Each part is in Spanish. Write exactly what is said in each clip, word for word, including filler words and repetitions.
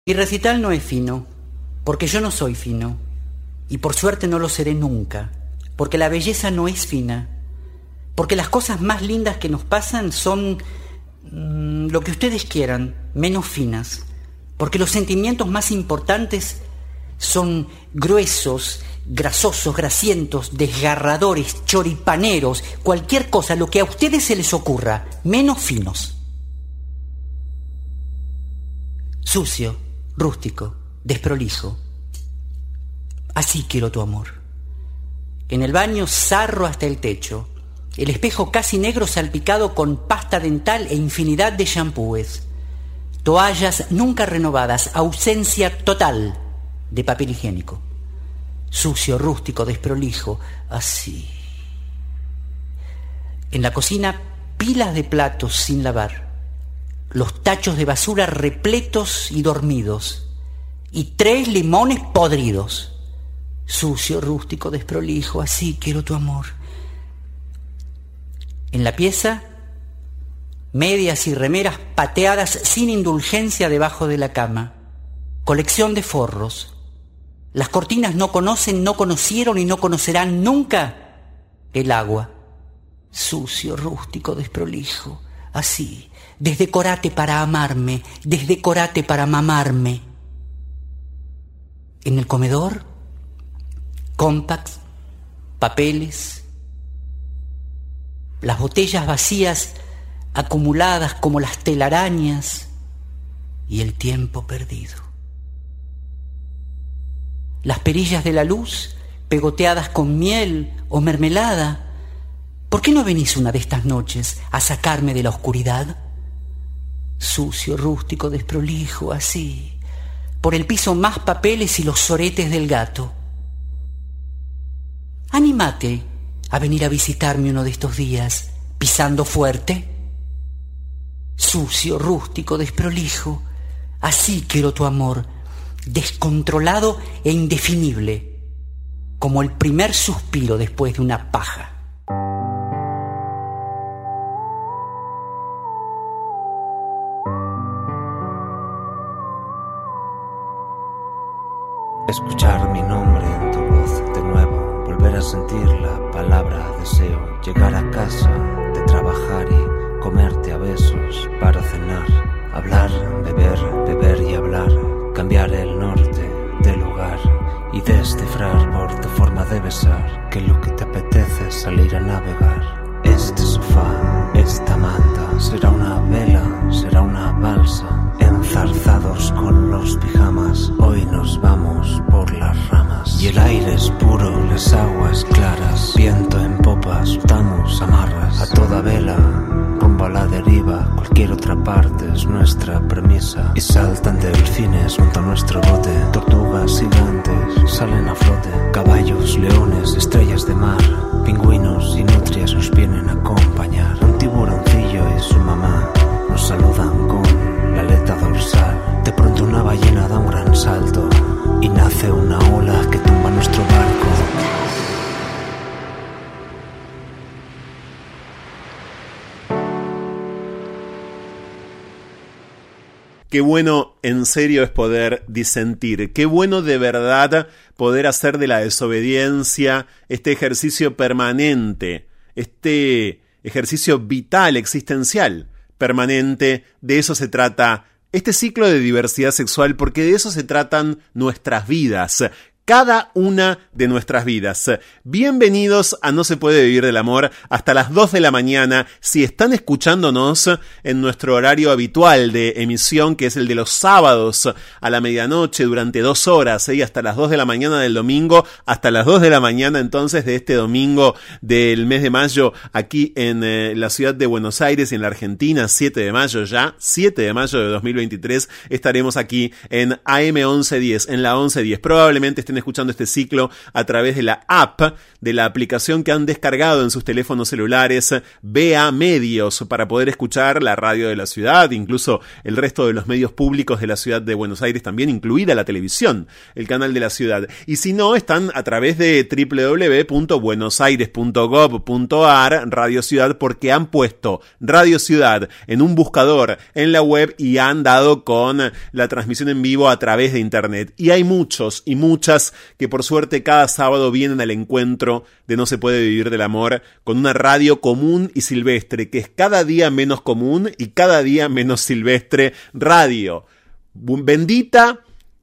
Mi recital no es fino, porque yo no soy fino, y por suerte no lo seré nunca, porque la belleza no es fina, porque las cosas más lindas que nos pasan son mmm, lo que ustedes quieran, menos finas, porque los sentimientos más importantes son gruesos, grasosos, grasientos, desgarradores, choripaneros, cualquier cosa, lo que a ustedes se les ocurra, menos finos. Sucio, rústico, desprolijo. Así quiero tu amor. En el baño sarro hasta el techo, el espejo casi negro salpicado con pasta dental e infinidad de shampoos, toallas nunca renovadas, ausencia total de papel higiénico. Sucio, rústico, desprolijo, así. En la cocina, pilas de platos sin lavar, los tachos de basura repletos y dormidos, y tres limones podridos. Sucio, rústico, desprolijo, así quiero tu amor. En la pieza, medias y remeras pateadas sin indulgencia debajo de la cama, colección de forros. Las cortinas no conocen, no conocieron y no conocerán nunca el agua. Sucio, rústico, desprolijo, así. Desdecorate para amarme, desdecorate para mamarme. En el comedor, compacts, papeles, las botellas vacías acumuladas como las telarañas y el tiempo perdido. Las perillas de la luz pegoteadas con miel o mermelada. ¿Por qué no venís una de estas noches a sacarme de la oscuridad? Sucio, rústico, desprolijo, así. Por el piso más papeles y los soretes del gato. Anímate a venir a visitarme uno de estos días, pisando fuerte. Sucio, rústico, desprolijo, así quiero tu amor, descontrolado e indefinible, como el primer suspiro después de una paja. Escuchar mi nombre en tu voz de nuevo, volver a sentir la palabra deseo, llegar a casa de trabajar y comerte a besos para cenar, hablar, beber, beber y hablar, cambiar el norte del lugar y descifrar por tu forma de besar que lo que te apetece es salir a navegar. Este sofá, esta manta, será una vela, será una balsa, enzarzados con los pijamas, hoy nos vamos por las ramas. Y el aire es puro, las aguas claras, viento en popa, soltamos amarras, a toda vela, rumbo a la deriva, cualquier otra parte es nuestra premisa. Y saltan delfines junto a nuestro bote, tortugas gigantes salen a flote, caballos, leones, estrellas de mar, pingüinos y nutrias nos vienen a acompañar. Un tiburoncillo y su mamá nos saludan con la aleta dorsal. De pronto una ballena da un gran salto y nace una ola que tumba nuestro barco. Qué bueno en serio es poder disentir, qué bueno de verdad poder hacer de la desobediencia este ejercicio permanente, este ejercicio vital, existencial, permanente. De eso se trata este ciclo de diversidad sexual, porque de eso se tratan nuestras vidas, cada una de nuestras vidas. Bienvenidos a No se puede vivir del amor hasta las dos de la mañana, si están escuchándonos en nuestro horario habitual de emisión, que es el de los sábados a la medianoche durante dos horas, ¿eh? Y hasta las dos de la mañana del domingo, hasta las dos de la mañana entonces de este domingo del mes de mayo aquí en eh, la ciudad de Buenos Aires y en la Argentina, siete de mayo ya, siete de mayo de dos mil veintitrés, estaremos aquí en A M once diez, en la once diez. Probablemente estén escuchando este ciclo a través de la app, de la aplicación que han descargado en sus teléfonos celulares, B A Medios, para poder escuchar la radio de la ciudad, incluso el resto de los medios públicos de la ciudad de Buenos Aires, también incluida la televisión, el canal de la ciudad. Y si no, están a través de doble u doble u doble u punto buenos aires punto gov punto ar, Radio Ciudad, porque han puesto Radio Ciudad en un buscador en la web y han dado con la transmisión en vivo a través de internet. Y hay muchos y muchas que por suerte cada sábado vienen al encuentro de No se puede vivir del amor con una radio común y silvestre, que es cada día menos común y cada día menos silvestre radio. Bendita,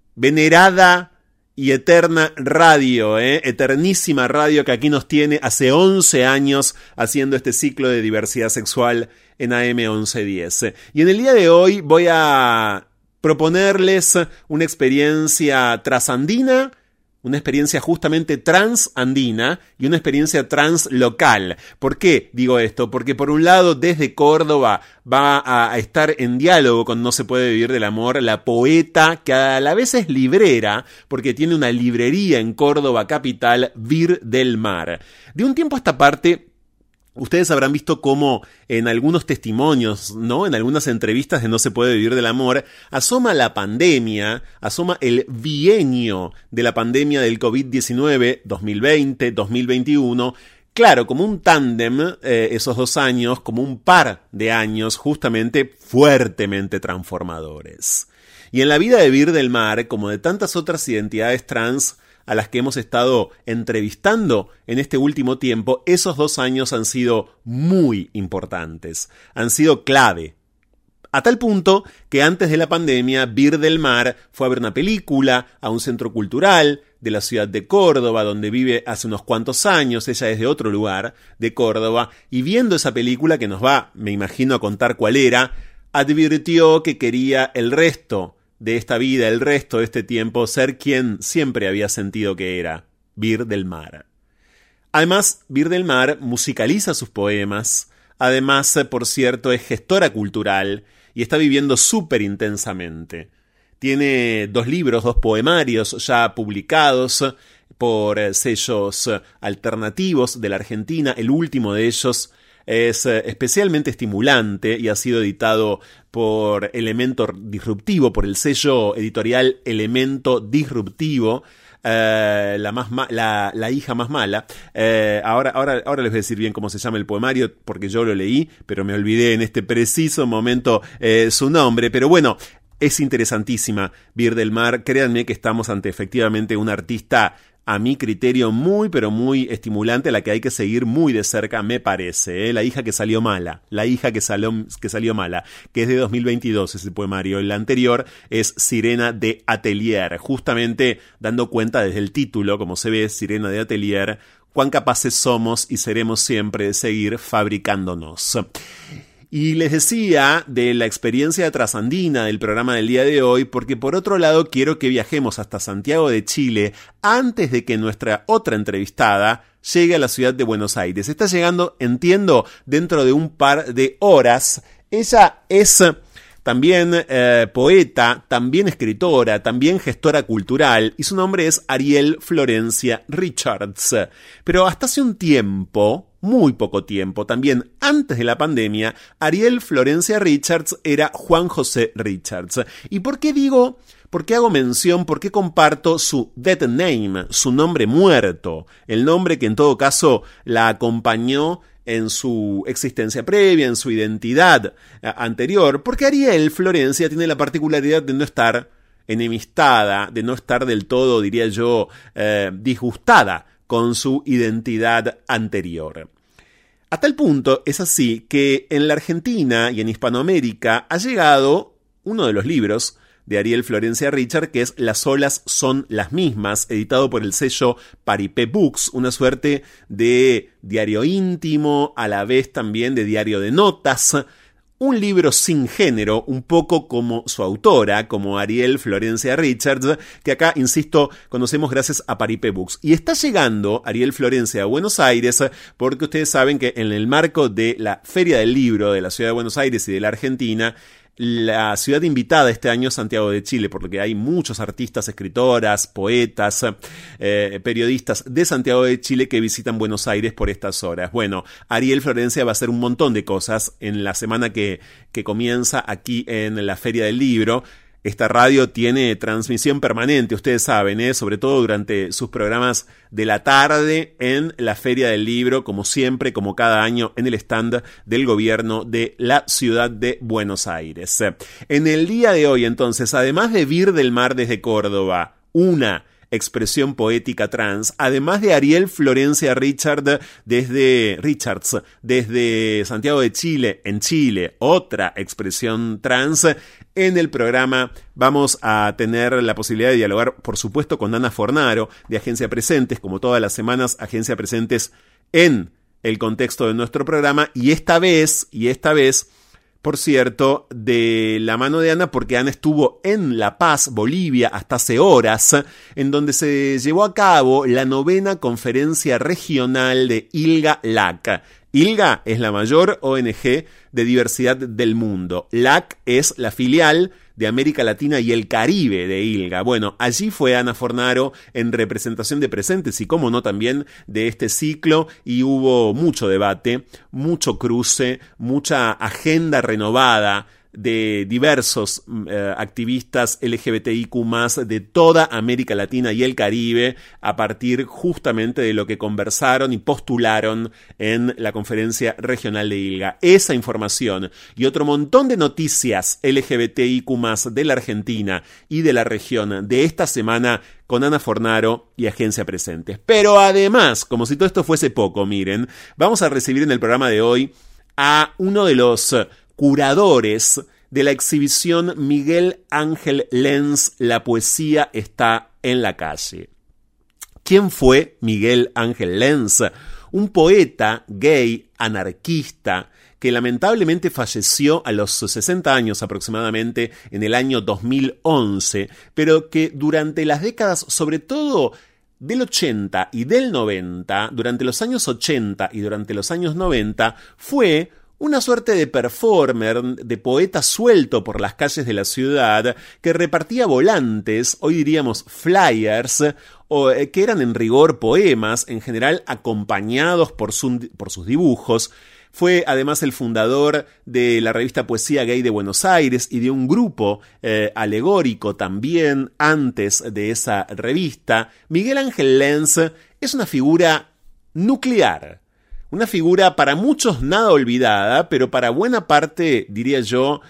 venerada y eterna radio, ¿eh? eternísima radio que aquí nos tiene hace once años haciendo este ciclo de diversidad sexual en A M once diez. Y en el día de hoy voy a proponerles una experiencia trasandina, una experiencia justamente transandina y una experiencia translocal. ¿Por qué digo esto? Porque por un lado, desde Córdoba va a estar en diálogo con No se puede vivir del amor la poeta, que a la vez es librera, porque tiene una librería en Córdoba capital, Vir del Mar. De un tiempo a esta parte, ustedes habrán visto cómo en algunos testimonios, ¿no? En algunas entrevistas de No se puede vivir del amor, asoma la pandemia, asoma el bienio de la pandemia del covid diecinueve, dos mil veinte, dos mil veintiuno, claro, como un tándem, eh, esos dos años, como un par de años justamente fuertemente transformadores. Y en la vida de Vir del Mar, como de tantas otras identidades trans a las que hemos estado entrevistando en este último tiempo, esos dos años han sido muy importantes, han sido clave. A tal punto que antes de la pandemia, Vir del Mar fue a ver una película a un centro cultural de la ciudad de Córdoba, donde vive hace unos cuantos años. Ella es de otro lugar de Córdoba, y viendo esa película, que nos va, me imagino, a contar cuál era, advirtió que quería el resto de esta vida, el resto de este tiempo, ser quien siempre había sentido que era, Vir del Mar. Además, Vir del Mar musicaliza sus poemas, además, por cierto, es gestora cultural y está viviendo súper intensamente. Tiene dos libros, dos poemarios ya publicados por sellos alternativos de la Argentina. El último de ellos es especialmente estimulante y ha sido editado por Elemento Disruptivo, por el sello editorial Elemento Disruptivo, eh, la, más ma- la, la hija más mala. Eh, ahora, ahora, ahora les voy a decir bien cómo se llama el poemario, porque yo lo leí, pero me olvidé en este preciso momento eh, su nombre. Pero bueno, es interesantísima Vir del Mar. Créanme que estamos ante efectivamente un artista, a mi criterio, muy pero muy estimulante, a la que hay que seguir muy de cerca, me parece, ¿eh? La hija que salió mala, la hija que salió, que salió mala, que es de dos mil veintidós ese poemario. El anterior es Sirena de Atelier, justamente dando cuenta desde el título, como se ve, Sirena de Atelier, cuán capaces somos y seremos siempre de seguir fabricándonos. Y les decía de la experiencia trasandina del programa del día de hoy, porque por otro lado quiero que viajemos hasta Santiago de Chile antes de que nuestra otra entrevistada llegue a la ciudad de Buenos Aires. Está llegando, entiendo, dentro de un par de horas. Ella es también eh, poeta, también escritora, también gestora cultural, y su nombre es Ariel Florencia Richards. Pero hasta hace un tiempo, muy poco tiempo, también antes de la pandemia, Ariel Florencia Richards era Juan José Richards. ¿Y por qué digo, por qué hago mención, por qué comparto su dead name, su nombre muerto, el nombre que en todo caso la acompañó en su existencia previa, en su identidad anterior? Porque Ariel Florencia tiene la particularidad de no estar enemistada, de no estar del todo, diría yo, eh, disgustada con su identidad anterior. A tal punto es así que en la Argentina y en Hispanoamérica ha llegado uno de los libros de Ariel Florencia Richard, que es Las olas son las mismas, editado por el sello Paripé Books, una suerte de diario íntimo, a la vez también de diario de notas. Un libro sin género, un poco como su autora, como Ariel Florencia Richards, que acá, insisto, conocemos gracias a Paripé Books. Y está llegando Ariel Florencia a Buenos Aires, porque ustedes saben que en el marco de la Feria del Libro de la Ciudad de Buenos Aires y de la Argentina, La ciudad invitada este año es Santiago de Chile, por lo que hay muchos artistas, escritoras, poetas, eh, periodistas de Santiago de Chile que visitan Buenos Aires por estas horas. Bueno, Ariel Florencia va a hacer un montón de cosas en la semana que, que comienza aquí en la Feria del Libro. Esta radio tiene transmisión permanente, ustedes saben, ¿eh? Sobre todo durante sus programas de la tarde en la Feria del Libro, como siempre, como cada año, en el stand del gobierno de la ciudad de Buenos Aires. En el día de hoy, entonces, además de Vir del Mar desde Córdoba, una expresión poética trans, además de Ariel Florencia Richard desde Richards desde Santiago de Chile, en Chile, otra expresión trans. En el programa vamos a tener la posibilidad de dialogar, por supuesto, con Ana Fornaro de Agencia Presentes, como todas las semanas, Agencia Presentes en el contexto de nuestro programa, y esta vez, y esta vez por cierto, de la mano de Ana, porque Ana estuvo en La Paz, Bolivia, hasta hace horas, en donde se llevó a cabo la novena conferencia regional de ILGA L A C. ILGA es la mayor O N G de diversidad del mundo. L A C es la filial de América Latina y el Caribe de ILGA. Bueno, allí fue Ana Fornaro en representación de Presentes y, cómo no, también de este ciclo, y hubo mucho debate, mucho cruce, mucha agenda renovada de diversos eh, activistas L G B T I Q más, de toda América Latina y el Caribe, a partir justamente de lo que conversaron y postularon en la conferencia regional de ILGA. Esa información y otro montón de noticias L G B T I Q más de la Argentina y de la región de esta semana con Ana Fornaro y Agencia Presentes. Pero además, como si todo esto fuese poco, miren, vamos a recibir en el programa de hoy a uno de los curadores de la exhibición Miguel Ángel Lenz, La poesía está en la calle. ¿Quién fue Miguel Ángel Lenz? Un poeta gay, anarquista, que lamentablemente falleció a los sesenta años aproximadamente en el año dos mil once, pero que durante las décadas, sobre todo del ochenta y del noventa, durante los años ochenta y durante los años noventa, fue una suerte de performer, de poeta suelto por las calles de la ciudad, que repartía volantes, hoy diríamos flyers, o, eh, que eran en rigor poemas, en general acompañados por, su, por sus dibujos. Fue además el fundador de la revista Poesía Gay de Buenos Aires y de un grupo eh, alegórico también antes de esa revista. Miguel Ángel Lenz es una figura nuclear. Una figura para muchos nada olvidada, pero para buena parte, diría yo,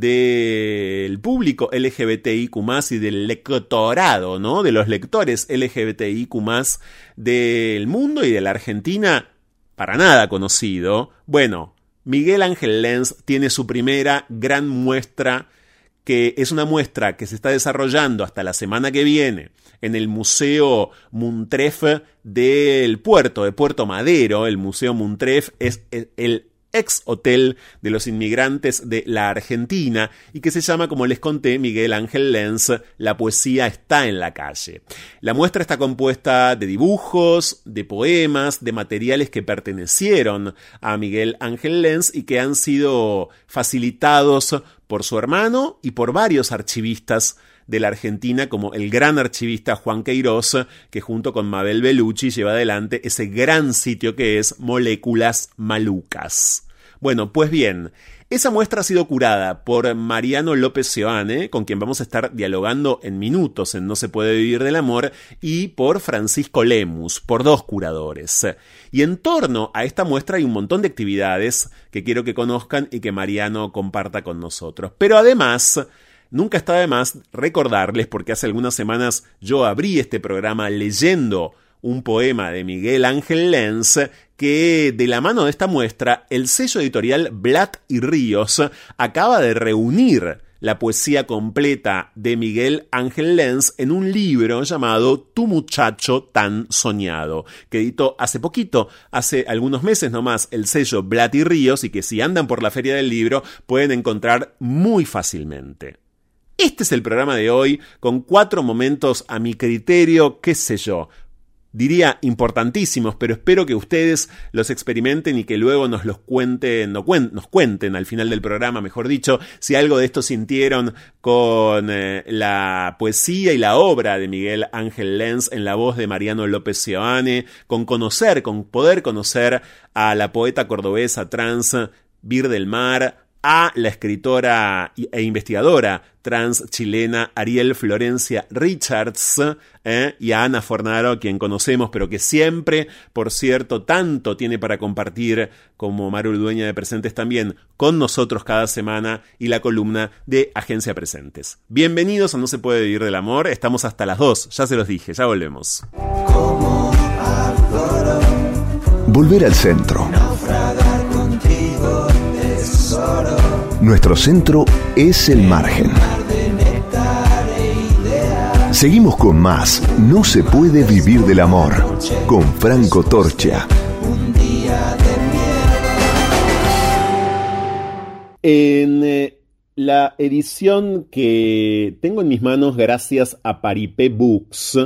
del público L G B T I Q más, y del lectorado, ¿no? De los lectores L G B T I Q más del mundo y de la Argentina, para nada conocido. Bueno, Miguel Ángel Lenz tiene su primera gran muestra, que es una muestra que se está desarrollando hasta la semana que viene en el Museo Muntref del puerto, de Puerto Madero. El Museo Muntref es el ex hotel de los inmigrantes de la Argentina y que se llama, como les conté, Miguel Ángel Lenz, La poesía está en la calle. La muestra está compuesta de dibujos, de poemas, de materiales que pertenecieron a Miguel Ángel Lenz y que han sido facilitados por su hermano y por varios archivistas de la Argentina, como el gran archivista Juan Queiroz, que junto con Mabel Bellucci lleva adelante ese gran sitio que es Moléculas Malucas. Bueno, pues bien, esa muestra ha sido curada por Mariano López Seoane, con quien vamos a estar dialogando en minutos en No se puede vivir del amor, y por Francisco Lemus, por dos curadores. Y en torno a esta muestra hay un montón de actividades que quiero que conozcan y que Mariano comparta con nosotros. Pero además, nunca está de más recordarles, porque hace algunas semanas yo abrí este programa leyendo un poema de Miguel Ángel Lenz, que de la mano de esta muestra, el sello editorial Blatt y Ríos acaba de reunir la poesía completa de Miguel Ángel Lenz en un libro llamado Tu muchacho tan soñado, que editó hace poquito, hace algunos meses nomás, el sello Blatt y Ríos, y que si andan por la Feria del Libro pueden encontrar muy fácilmente. Este es el programa de hoy, con cuatro momentos a mi criterio, qué sé yo, diría importantísimos, pero espero que ustedes los experimenten y que luego nos los cuenten, no cuen, nos cuenten al final del programa, mejor dicho, si algo de esto sintieron con eh, la poesía y la obra de Miguel Ángel Lenz en la voz de Mariano López Seoane, con conocer, con poder conocer a la poeta cordobesa trans Vir del Mar, a la escritora e investigadora trans chilena Ariel Florencia Richards, eh, y a Ana Fornaro, quien conocemos, pero que siempre, por cierto, tanto tiene para compartir como Maru Dueña de Presentes también con nosotros cada semana y la columna de Agencia Presentes. Bienvenidos a No se puede vivir del amor, estamos hasta las dos, ya se los dije, ya volvemos. Volver al centro. Nuestro centro es el margen. Seguimos con más No se puede vivir del amor con Franco Torcha. En eh, la edición que tengo en mis manos gracias a Paripé Books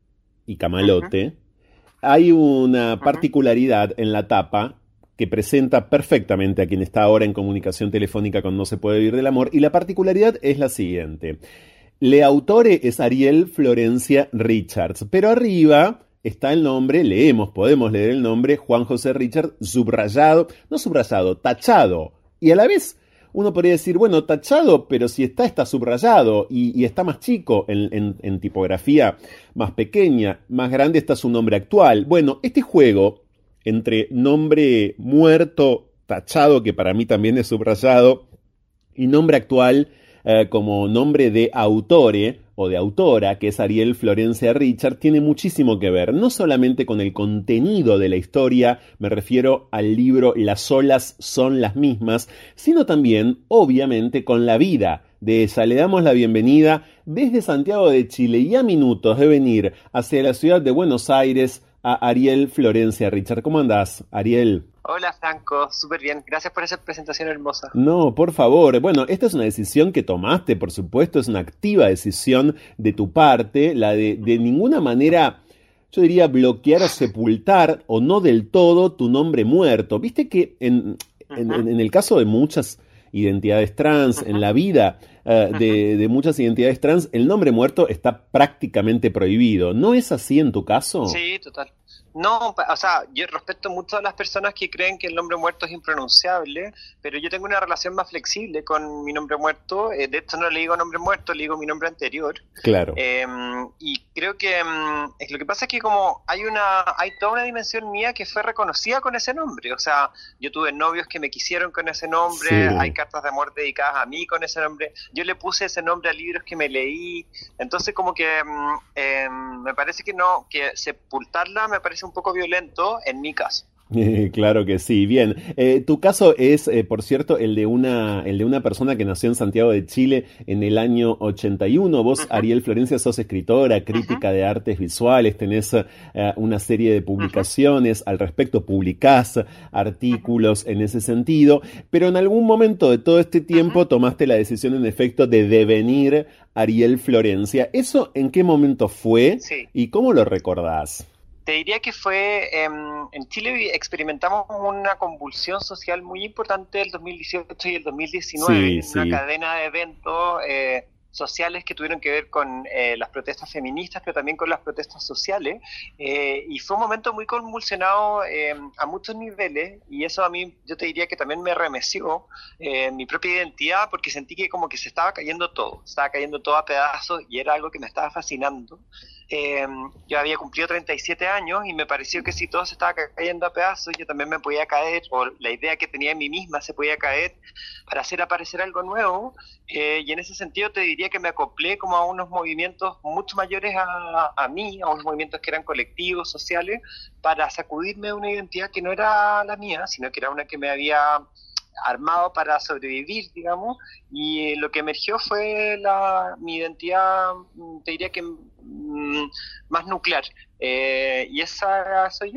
y Camalote, uh-huh. hay una particularidad en la tapa que presenta perfectamente a quien está ahora en comunicación telefónica con No se puede vivir del amor, y la particularidad es la siguiente. Le autore es Ariel Florencia Richards, pero arriba está el nombre, leemos, podemos leer el nombre, Juan José Richards, subrayado, no subrayado, tachado, y a la vez uno podría decir, bueno, tachado, pero si está, está subrayado, y, y está más chico en, en, en tipografía más pequeña, más grande está su nombre actual. Bueno, este juego entre nombre muerto, tachado, que para mí también es subrayado, y nombre actual eh, como nombre de autore o de autora, que es Ariel Florencia Richard, tiene muchísimo que ver, no solamente con el contenido de la historia, me refiero al libro Las olas son las mismas, sino también, obviamente, con la vida de ella. Le damos la bienvenida desde Santiago de Chile y a minutos de venir hacia la ciudad de Buenos Aires a Ariel Florencia Richard. ¿Cómo andás, Ariel? Hola, Franco, súper bien. Gracias por esa presentación hermosa. No, por favor. Bueno, esta es una decisión que tomaste, por supuesto, es una activa decisión de tu parte, la de de ninguna manera, yo diría, bloquear o sepultar, o no del todo, tu nombre muerto. Viste que en, uh-huh. en, en el caso de muchas identidades trans, uh-huh. en la vida uh, de, de muchas identidades trans, el nombre muerto está prácticamente prohibido. ¿No es así en tu caso? Sí, total. No, o sea, yo respeto mucho a las personas que creen que el nombre muerto es impronunciable, pero yo tengo una relación más flexible con mi nombre muerto. Eh, de hecho, no le digo nombre muerto, le digo mi nombre anterior. Claro. Eh, y creo que um, lo que pasa es que como hay una hay toda una dimensión mía que fue reconocida con ese nombre. O sea, yo tuve novios que me quisieron con ese nombre, sí. Hay cartas de amor dedicadas a mí con ese nombre. Yo le puse ese nombre a libros que me leí. Entonces, como que um, eh, me parece que no, que sepultarla me parece un poco violento en mi caso. Eh, claro que sí, bien. Eh, tu caso es, eh, por cierto, el de una el de una persona que nació en Santiago de Chile en el año ochenta y uno. Vos, uh-huh. Ariel Florencia, sos escritora, crítica uh-huh. de artes visuales, tenés uh, una serie de publicaciones uh-huh. al respecto, publicás artículos uh-huh. en ese sentido, pero en algún momento de todo este tiempo uh-huh. tomaste la decisión, en efecto, de devenir Ariel Florencia. ¿Eso en qué momento fue? Sí. ¿Y cómo lo recordás? Te diría que fue, eh, en Chile experimentamos una convulsión social muy importante el dos mil dieciocho y el dos mil diecinueve, sí, una sí. cadena de eventos eh, sociales que tuvieron que ver con eh, las protestas feministas, pero también con las protestas sociales, eh, y fue un momento muy convulsionado eh, a muchos niveles, y eso a mí, yo te diría que también me remeció eh, mi propia identidad, porque sentí que como que se estaba cayendo todo, estaba cayendo todo a pedazos, y era algo que me estaba fascinando. Eh, yo había cumplido treinta y siete años y me pareció que si todo se estaba cayendo a pedazos, yo también me podía caer, o la idea que tenía en mí misma se podía caer para hacer aparecer algo nuevo, eh, y en ese sentido te diría que me acoplé como a unos movimientos mucho mayores a, a mí, a unos movimientos que eran colectivos, sociales, para sacudirme una identidad que no era la mía, sino que era una que me había armado para sobrevivir, digamos, y lo que emergió fue la mi identidad, te diría que mm, más nuclear, eh, y esa soy yo.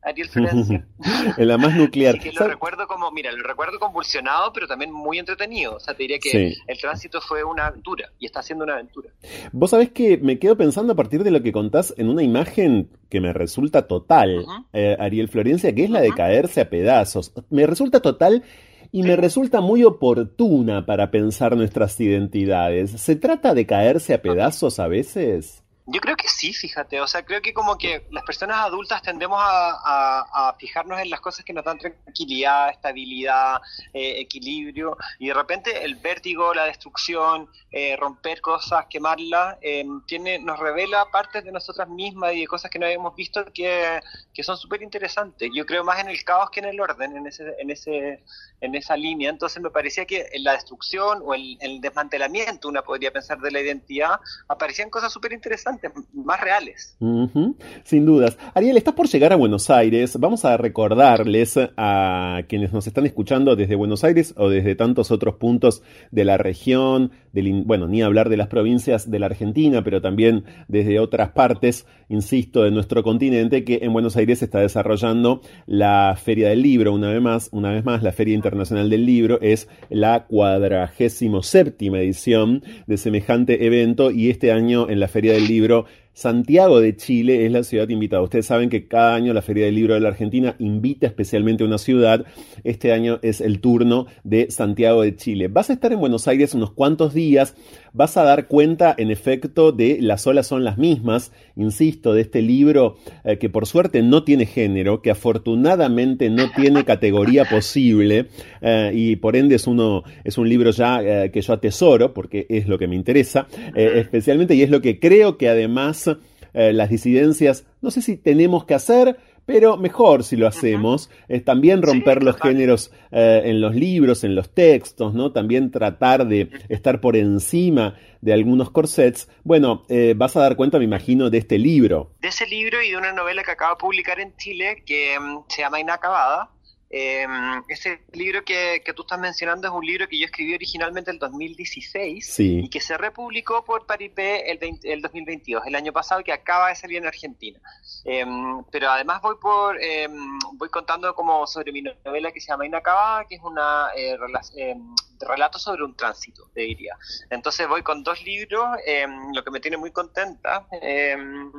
Ariel Florencia. En la más nuclear. Así que lo recuerdo como, mira, lo recuerdo convulsionado, pero también muy entretenido. O sea, te diría que sí. El tránsito fue una aventura y está siendo una aventura. Vos sabés que me quedo pensando a partir de lo que contás en una imagen que me resulta total, uh-huh. eh, Ariel Florencia, que es uh-huh. la de caerse a pedazos. Me resulta total y sí. me resulta muy oportuna para pensar nuestras identidades. ¿Se trata de caerse a pedazos a veces? Yo creo que sí, fíjate, o sea, creo que como que las personas adultas tendemos a, a, a fijarnos en las cosas que nos dan tranquilidad, estabilidad, eh, equilibrio, y de repente el vértigo, la destrucción, eh, romper cosas, quemarlas, eh, tiene, nos revela partes de nosotras mismas y de cosas que no habíamos visto que, que son súper interesantes. Yo creo más en el caos que en el orden, en ese, en ese, en esa línea. Entonces me parecía que en la destrucción o el, el desmantelamiento, una podría pensar, de la identidad, aparecían cosas súper interesantes, más reales. Uh-huh. Sin dudas. Ariel, estás por llegar a Buenos Aires. Vamos a recordarles a quienes nos están escuchando desde Buenos Aires o desde tantos otros puntos de la región, del, bueno, ni hablar de las provincias de la Argentina, pero también desde otras partes, insisto, de nuestro continente, que en Buenos Aires se está desarrollando la Feria del Libro. Una vez más, una vez más, la Feria Internacional del Libro es la cuadragésimo séptima edición de semejante evento, y este año en la Feria del Libro Santiago de Chile es la ciudad invitada. Ustedes saben que cada año la Feria del Libro de la Argentina invita especialmente a una ciudad. Este año es el turno de Santiago de Chile. Vas a estar en Buenos Aires unos cuantos días. Vas a dar cuenta, en efecto, de Las olas son las mismas. Insisto, de este libro eh, que por suerte no tiene género, que afortunadamente no tiene categoría posible, eh, y por ende es, uno, es un libro ya eh, que yo atesoro, porque es lo que me interesa, eh, especialmente, y es lo que creo que además Eh, las disidencias, no sé si tenemos que hacer, pero mejor si lo hacemos. Es también romper sí, los géneros eh, en los libros, en los textos, ¿no? También tratar de estar por encima de algunos corsets. Bueno, eh, vas a dar cuenta, me imagino, de este libro. De ese libro y de una novela que acabo de publicar en Chile que um, se llama Inacabada. Eh, ese libro que, que tú estás mencionando es un libro que yo escribí originalmente en el dos mil dieciséis sí. y que se republicó por Paripé el, veinte, el dos mil veintidós, el año pasado, que acaba de salir en Argentina. Eh, pero además voy por eh, voy contando como sobre mi novela que se llama Inacabada, que es una eh, rela- eh, relato sobre un tránsito, te diría. Entonces voy con dos libros, eh, lo que me tiene muy contenta, eh,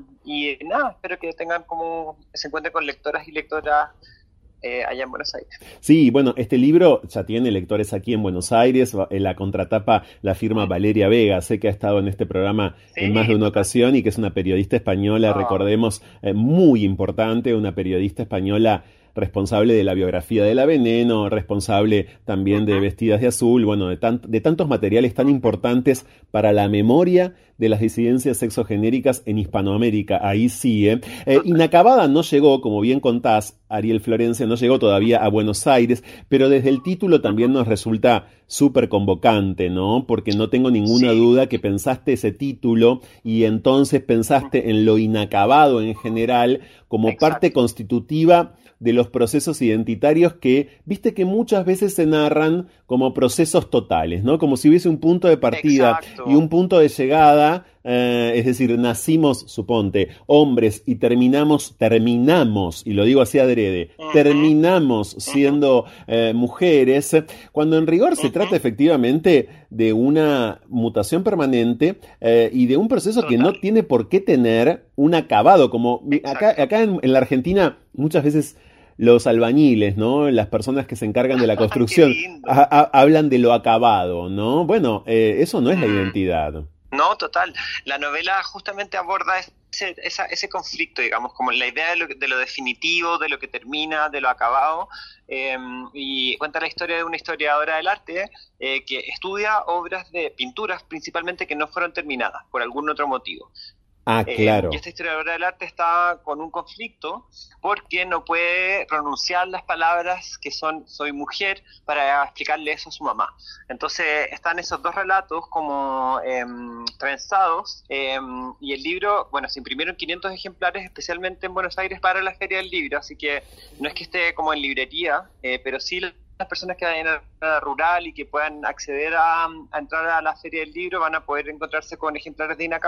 y nada, espero que tengan como se encuentren con lectoras y lectoras Eh, allá en Buenos Aires. Sí, bueno, este libro ya tiene lectores aquí en Buenos Aires. En la contratapa la firma Valeria Vega. Sé que ha estado en este programa sí. en más de una ocasión y que es una periodista española, oh. recordemos, eh, muy importante, una periodista española responsable de la biografía de La Veneno, responsable también de Vestidas de Azul, bueno, de, tant- de tantos materiales tan importantes para la memoria de las disidencias sexogenéricas en Hispanoamérica. Ahí sí, ¿eh? eh Inacabada no llegó, como bien contás, Ariel Florencia, no llegó todavía a Buenos Aires, pero desde el título también nos resulta súper convocante, ¿no? Porque no tengo ninguna sí. duda que pensaste ese título y entonces pensaste en lo inacabado en general como Exacto. parte constitutiva de los procesos identitarios que, viste que muchas veces se narran como procesos totales, ¿no? Como si hubiese un punto de partida Exacto. y un punto de llegada, eh, es decir, nacimos, suponte, hombres y terminamos, terminamos, y lo digo así adrede, uh-huh. terminamos siendo eh, mujeres, cuando en rigor uh-huh. se trata efectivamente de una mutación permanente eh, y de un proceso Total. que no tiene por qué tener un acabado, como acá, acá en, en la Argentina muchas veces los albañiles, ¿no? Las personas que se encargan de la construcción a, a, hablan de lo acabado, ¿no? Bueno, eh, eso no es la identidad. No, total. La novela justamente aborda ese, esa, ese conflicto, digamos, como la idea de lo, de lo definitivo, de lo que termina, de lo acabado, eh, y cuenta la historia de una historiadora del arte eh, que estudia obras de pinturas principalmente que no fueron terminadas por algún otro motivo. Ah, claro. Eh, y esta historiadora del arte está con un conflicto porque no puede pronunciar las palabras que son soy mujer para explicarle eso a su mamá. Entonces están esos dos relatos como eh, trenzados eh, y el libro, bueno, se imprimieron quinientos ejemplares especialmente en Buenos Aires para la Feria del Libro, así que no es que esté como en librería, eh, pero sí las personas que vayan a la rural y que puedan acceder a, a entrar a la Feria del Libro van a poder encontrarse con ejemplares de Inacabada.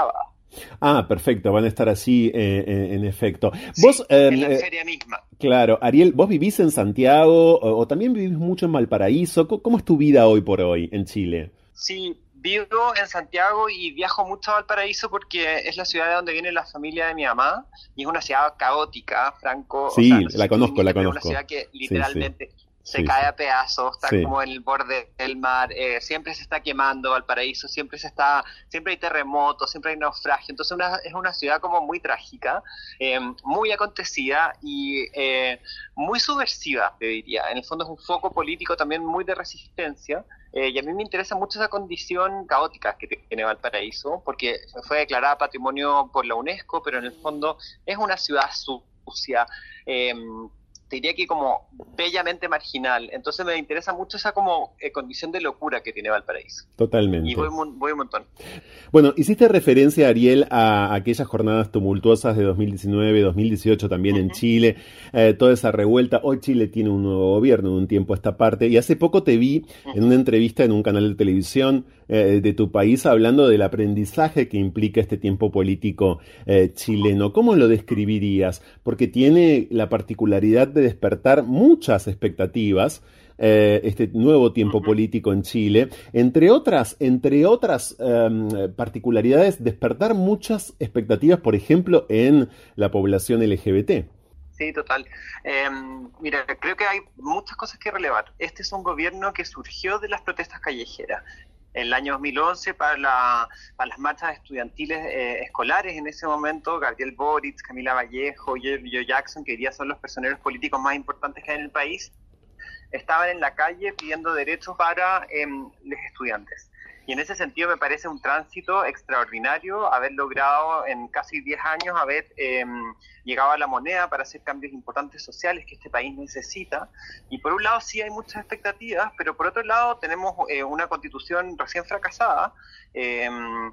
Ah, perfecto, van a estar así eh, eh, en efecto. Sí, Vos, eh, en la eh, feria misma. Claro, Ariel, ¿vos vivís en Santiago o, o también vivís mucho en Valparaíso? ¿Cómo, cómo es tu vida hoy por hoy en Chile? Sí, vivo en Santiago y viajo mucho a Valparaíso porque es la ciudad de donde viene la familia de mi mamá y es una ciudad caótica, Franco. Sí, o sea, no sé la si conozco, la pero conozco. Es una ciudad que Sí, literalmente sí. se Sí, cae sí. a pedazos, está Sí. como en el borde del mar, eh, siempre se está quemando Valparaíso, siempre se está, siempre hay terremotos, siempre hay naufragio, entonces una, es una ciudad como muy trágica, eh, muy acontecida y eh, muy subversiva, te diría. En el fondo es un foco político también muy de resistencia. Eh, y a mí me interesa mucho esa condición caótica que tiene Valparaíso, porque fue declarada patrimonio por la UNESCO, pero en el fondo es una ciudad sucia, eh, te diría que como bellamente marginal. Entonces me interesa mucho esa como eh, condición de locura que tiene Valparaíso. Totalmente. Y voy, voy un montón. Bueno, hiciste referencia, Ariel, a aquellas jornadas tumultuosas de dos mil diecinueve, dos mil dieciocho también uh-huh. en Chile, eh, toda esa revuelta. Hoy Chile tiene un nuevo gobierno de un tiempo a esta parte, y hace poco te vi uh-huh. en una entrevista en un canal de televisión eh, de tu país hablando del aprendizaje que implica este tiempo político eh, chileno. ¿Cómo lo describirías? Porque tiene la particularidad de despertar muchas expectativas, eh, este nuevo tiempo uh-huh. político en Chile, entre otras, entre otras um, particularidades, despertar muchas expectativas, por ejemplo, en la población L G B T. Sí, total. Eh, mira, creo que hay muchas cosas que relevar. Este es un gobierno que surgió de las protestas callejeras. En el año dos mil once, para, la, para las marchas estudiantiles eh, escolares, en ese momento, Gabriel Boric, Camila Vallejo, Joe Jackson, que hoy día son los personeros políticos más importantes que hay en el país, estaban en la calle pidiendo derechos para eh, los estudiantes. Y en ese sentido me parece un tránsito extraordinario haber logrado en casi diez años haber eh, llegado a la moneda para hacer cambios importantes sociales que este país necesita. Y por un lado sí hay muchas expectativas, pero por otro lado tenemos eh, una constitución recién fracasada. Eh,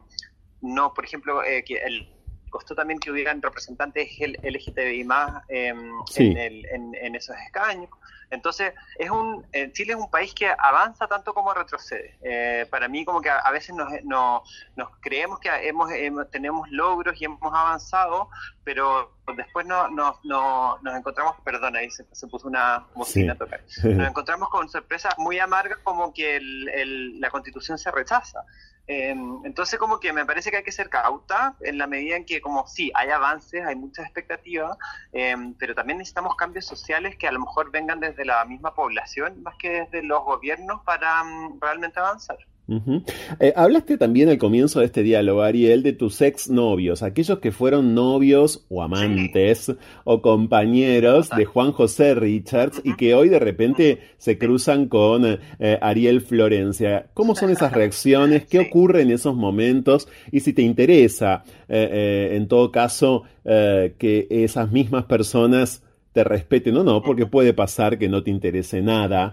no, por ejemplo, eh, que el costó también que hubieran representantes L G T B I más eh, sí. en, el, en, en esos escaños. Entonces, es un eh, Chile es un país que avanza tanto como retrocede. Eh, para mí, como que a, a veces nos, no, nos creemos que hemos, hemos, tenemos logros y hemos avanzado, pero después no, no, no, nos encontramos, perdón, ahí se, se puso una bocina sí. a tocar, nos encontramos con sorpresas muy amargas como que el, el, la Constitución se rechaza. Eh, entonces como que me parece que hay que ser cauta en la medida en que como sí, hay avances, hay muchas expectativas, eh, pero también necesitamos cambios sociales que a lo mejor vengan desde la misma población más que desde los gobiernos para um, realmente avanzar. Uh-huh. Eh, hablaste también al comienzo de este diálogo, Ariel, de tus exnovios, aquellos que fueron novios o amantes sí. o compañeros Total. de Juan José Richards uh-huh. y que hoy de repente uh-huh. se cruzan con eh, Ariel Florencia. ¿Cómo son esas reacciones? ¿Qué sí. ocurre en esos momentos? Y si te interesa, eh, eh, en todo caso, eh, que esas mismas personas te respeten o no, porque puede pasar que no te interese nada,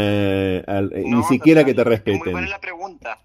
eh, al, no, ni siquiera que te respeten. Es muy buena la pregunta.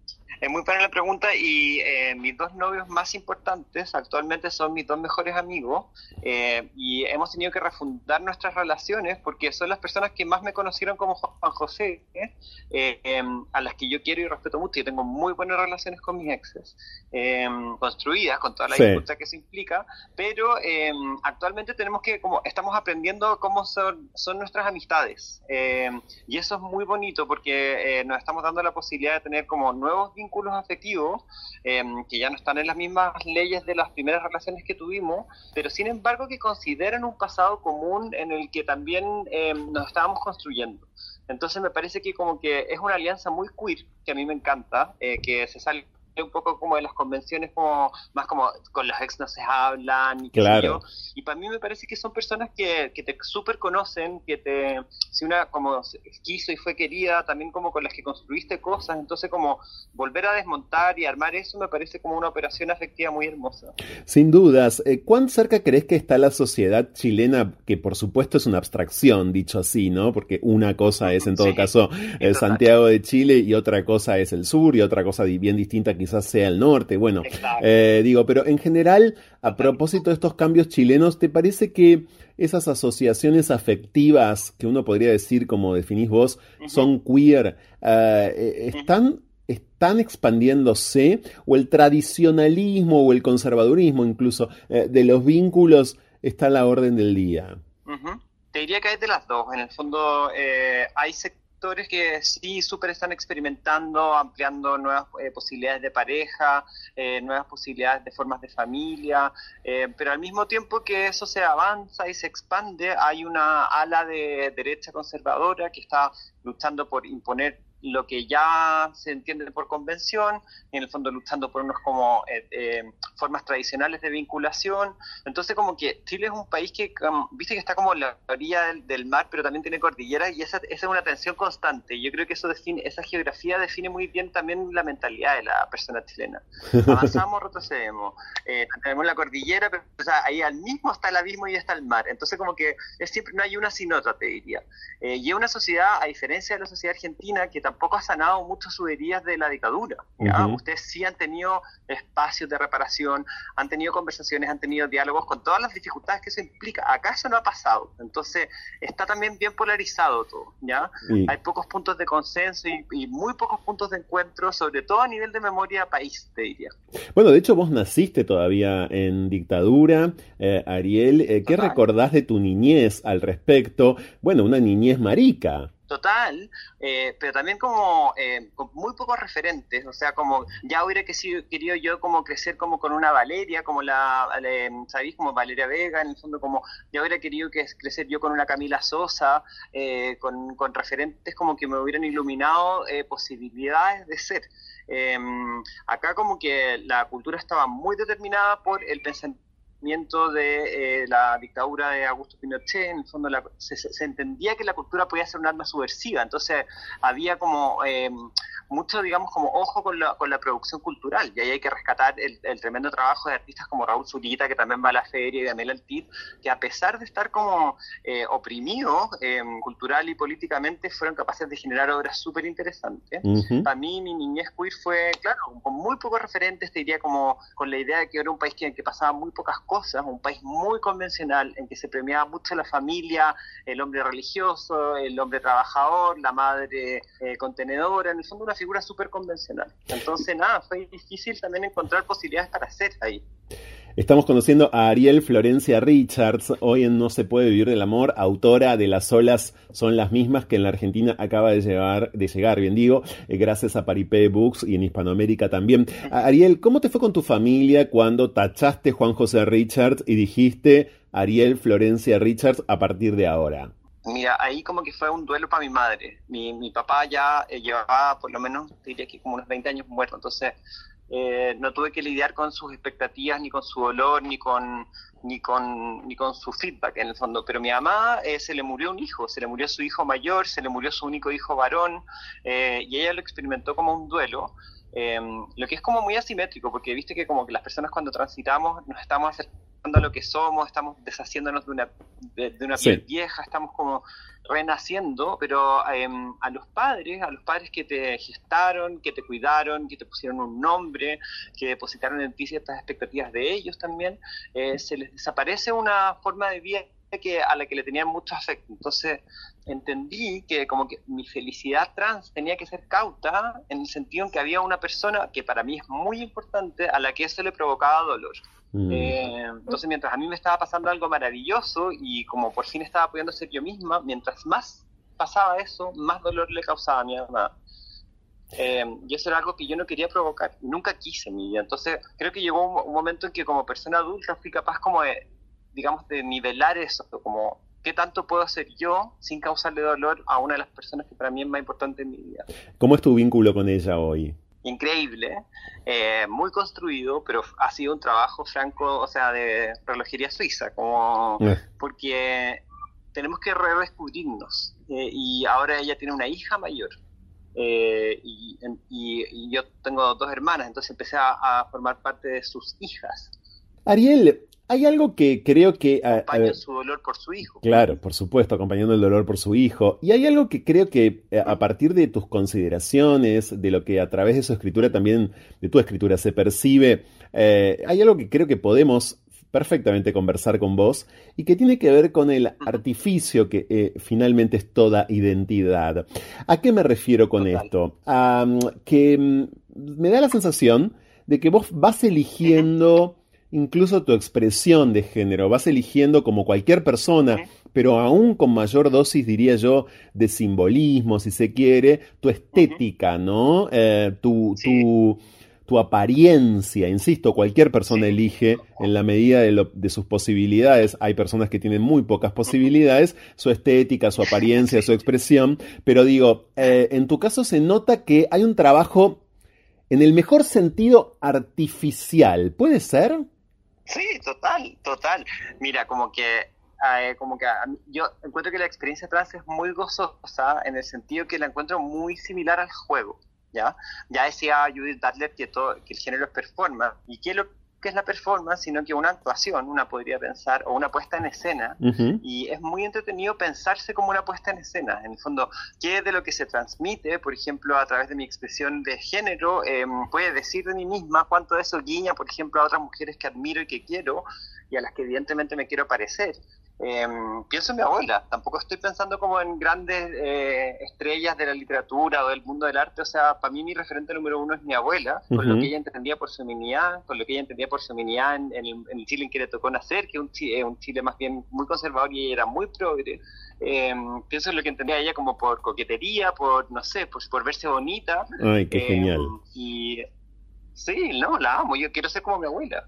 Es muy buena la pregunta y eh, mis dos novios más importantes actualmente son mis dos mejores amigos eh, y hemos tenido que refundar nuestras relaciones porque son las personas que más me conocieron como Juan José, eh, eh, a las que yo quiero y respeto mucho y tengo muy buenas relaciones con mis exes, eh, construidas con toda la sí. dificultad que se implica, pero eh, actualmente tenemos que, como estamos aprendiendo cómo son, son nuestras amistades eh, y eso es muy bonito porque eh, nos estamos dando la posibilidad de tener como nuevos vínculos vínculos afectivos eh, que ya no están en las mismas leyes de las primeras relaciones que tuvimos, pero sin embargo que consideran un pasado común en el que también eh, nos estábamos construyendo. Entonces me parece que como que es una alianza muy queer, que a mí me encanta, eh, que se sale un poco como de las convenciones, como más como con los ex no se hablan y qué claro. sé yo. Y para mí me parece que son personas que, que te súper conocen, que te, si una como quiso y fue querida, también como con las que construiste cosas, entonces como volver a desmontar y armar eso me parece como una operación afectiva muy hermosa. Sin dudas. Eh, ¿Cuán cerca crees que está la sociedad chilena, que por supuesto es una abstracción, dicho así, ¿no? Porque una cosa es en todo sí, caso eh, Santiago de Chile y otra cosa es el sur y otra cosa bien distinta quizás sea el norte, bueno, eh, digo, pero en general, a propósito de estos cambios chilenos, ¿te parece que esas asociaciones afectivas que uno podría decir, como definís vos, uh-huh. son queer, uh, están, ¿están expandiéndose o el tradicionalismo o el conservadurismo incluso eh, de los vínculos está a la orden del día? Uh-huh. Te diría que hay de las dos. En el fondo eh, hay sectores que sí súper están experimentando, ampliando nuevas eh, posibilidades de pareja, eh, nuevas posibilidades de formas de familia, eh, pero al mismo tiempo que eso se avanza y se expande, hay una ala de derecha conservadora que está luchando por imponer lo que ya se entiende por convención, en el fondo luchando por unos como eh, eh, formas tradicionales de vinculación. Entonces como que Chile es un país que, um, viste que está como en la orilla del, del mar, pero también tiene cordilleras, y esa, esa es una tensión constante. Yo creo que eso define, esa geografía define muy bien también la mentalidad de la persona chilena. Avanzamos, retrocedemos, eh, tenemos la cordillera, pero o sea, ahí al mismo está el abismo y está el mar. Entonces como que es siempre, no hay una sin otra, te diría. Eh, y es una sociedad, a diferencia de la sociedad argentina, que tampoco ha sanado mucho sus heridas de la dictadura. ¿ya? Uh-huh. Ustedes sí han tenido espacios de reparación, han tenido conversaciones, han tenido diálogos con todas las dificultades que eso implica. Acá eso no ha pasado. Entonces está también bien polarizado todo. ¿ya? Sí. Hay pocos puntos de consenso y, y muy pocos puntos de encuentro, sobre todo a nivel de memoria país, te diría. Bueno, de hecho vos naciste todavía en dictadura, eh, Ariel. Eh, ¿Qué Total. recordás de tu niñez al respecto? Bueno, una niñez marica. Total, eh, pero también como eh, con muy pocos referentes, o sea, como ya hubiera que sí, querido yo como crecer como con una Valeria, como la, eh, ¿sabéis? Como Valeria Vega, en el fondo como ya hubiera querido que crecer yo con una Camila Sosa, eh, con, con referentes como que me hubieran iluminado eh, posibilidades de ser. Eh, acá como que la cultura estaba muy determinada por el pensamiento de eh, la dictadura de Augusto Pinochet. En el fondo la, se, se entendía que la cultura podía ser un arma subversiva, entonces había como eh, mucho, digamos, como ojo con la, con la producción cultural, y ahí hay que rescatar el, el tremendo trabajo de artistas como Raúl Zurita, que también va a la feria, y Daniel Altit, que a pesar de estar como eh, oprimidos eh, cultural y políticamente, fueron capaces de generar obras súper interesantes. Uh-huh. Para mí, mi niñez queer fue, claro, con muy pocos referentes, te diría como con la idea de que era un país que, en que pasaba muy pocas cosas, un país muy convencional, en que se premiaba mucho la familia, el hombre religioso, el hombre trabajador, la madre eh, contenedora, en el fondo una figura súper convencional. Entonces nada, fue difícil también encontrar posibilidades para hacer ahí. Estamos conociendo a Ariel Florencia Richards, hoy en No se puede vivir del amor, autora de Las olas son las mismas, que en la Argentina acaba de llegar, de llegar bien digo, eh, gracias a Paripé Books, y en Hispanoamérica también. Ariel, ¿cómo te fue con tu familia cuando tachaste Juan José Richards y dijiste Ariel Florencia Richards a partir de ahora? Mira, ahí como que fue un duelo para mi madre. Mi, mi papá ya eh, llevaba por lo menos, diría que como unos veinte años muerto, entonces eh, no tuve que lidiar con sus expectativas, ni con su dolor, ni con ni con ni con su feedback en el fondo. Pero mi mamá eh, se le murió un hijo, se le murió su hijo mayor, se le murió su único hijo varón, eh, y ella lo experimentó como un duelo. Eh, lo que es como muy asimétrico, porque viste que como que las personas cuando transitamos nos estamos acercando a lo que somos, estamos deshaciéndonos de una, de, de una piel sí. vieja, estamos como renaciendo, pero eh, a los padres, a los padres que te gestaron, que te cuidaron, que te pusieron un nombre, que depositaron en ti ciertas expectativas de ellos también, eh, se les desaparece una forma de vida que a la que le tenían mucho afecto. Entonces entendí que como que mi felicidad trans tenía que ser cauta, en el sentido en que había una persona que para mí es muy importante, a la que eso le provocaba dolor. Mm. Eh, entonces mientras a mí me estaba pasando algo maravilloso y como por fin estaba pudiendo ser yo misma, mientras más pasaba eso, más dolor le causaba a mi mamá. Eh, y eso era algo que yo no quería provocar, nunca quise en mi vida. Entonces creo que llegó un, un momento en que como persona adulta fui capaz como de, digamos, de nivelar eso, como qué tanto puedo hacer yo sin causarle dolor a una de las personas que para mí es más importante en mi vida. ¿Cómo es tu vínculo con ella hoy? Increíble, eh, muy construido, pero ha sido un trabajo franco, o sea, de relojería suiza, como eh. porque tenemos que redescubrirnos, eh, y ahora ella tiene una hija mayor. Eh, y, y, y yo tengo dos hermanas, entonces empecé a, a formar parte de sus hijas. Ariel, hay algo que creo que... Acompaña su dolor por su hijo. Claro, por supuesto, acompañando el dolor por su hijo. Y hay algo que creo que a partir de tus consideraciones, de lo que a través de su escritura también, de tu escritura se percibe, eh, hay algo que creo que podemos perfectamente conversar con vos y que tiene que ver con el artificio que eh, finalmente es toda identidad. ¿A qué me refiero con Total. esto? A um, que... me da la sensación de que vos vas eligiendo incluso tu expresión de género, vas eligiendo como cualquier persona, pero aún con mayor dosis, diría yo, de simbolismo, si se quiere, tu estética, ¿no? Eh, tu, sí. tu, tu apariencia, insisto, cualquier persona sí. elige en la medida de, lo, de sus posibilidades. Hay personas que tienen muy pocas posibilidades, su estética, su apariencia, su expresión, pero digo, eh, en tu caso se nota que hay un trabajo, en el mejor sentido, artificial, ¿puede ser? Sí, total, total. Mira, como que, eh, como que yo encuentro que la experiencia trans es muy gozosa en el sentido que la encuentro muy similar al juego, ¿ya? Ya decía Judith Butler que, todo, que el género es performance. ¿Y qué es lo que es la performance? Sino que una actuación, una podría pensar, o una puesta en escena, uh-huh. y es muy entretenido pensarse como una puesta en escena. En el fondo, ¿qué de lo que se transmite, por ejemplo, a través de mi expresión de género, eh, puede decir de mí misma cuánto de eso guiña, por ejemplo, a otras mujeres que admiro y que quiero, y a las que evidentemente me quiero parecer? Eh, pienso en mi abuela, tampoco estoy pensando como en grandes eh, estrellas de la literatura o del mundo del arte. O sea, para mí mi referente número uno es mi abuela, uh-huh. con lo que ella entendía por feminidad, con lo que ella entendía por feminidad en, en, el, en el Chile en que le tocó nacer, que es un, eh, un Chile más bien muy conservador y ella era muy progre. Eh, pienso en lo que entendía ella como por coquetería, por, no sé, por, por verse bonita. Ay, qué eh, genial. Y... sí, no, la amo, yo quiero ser como mi abuela.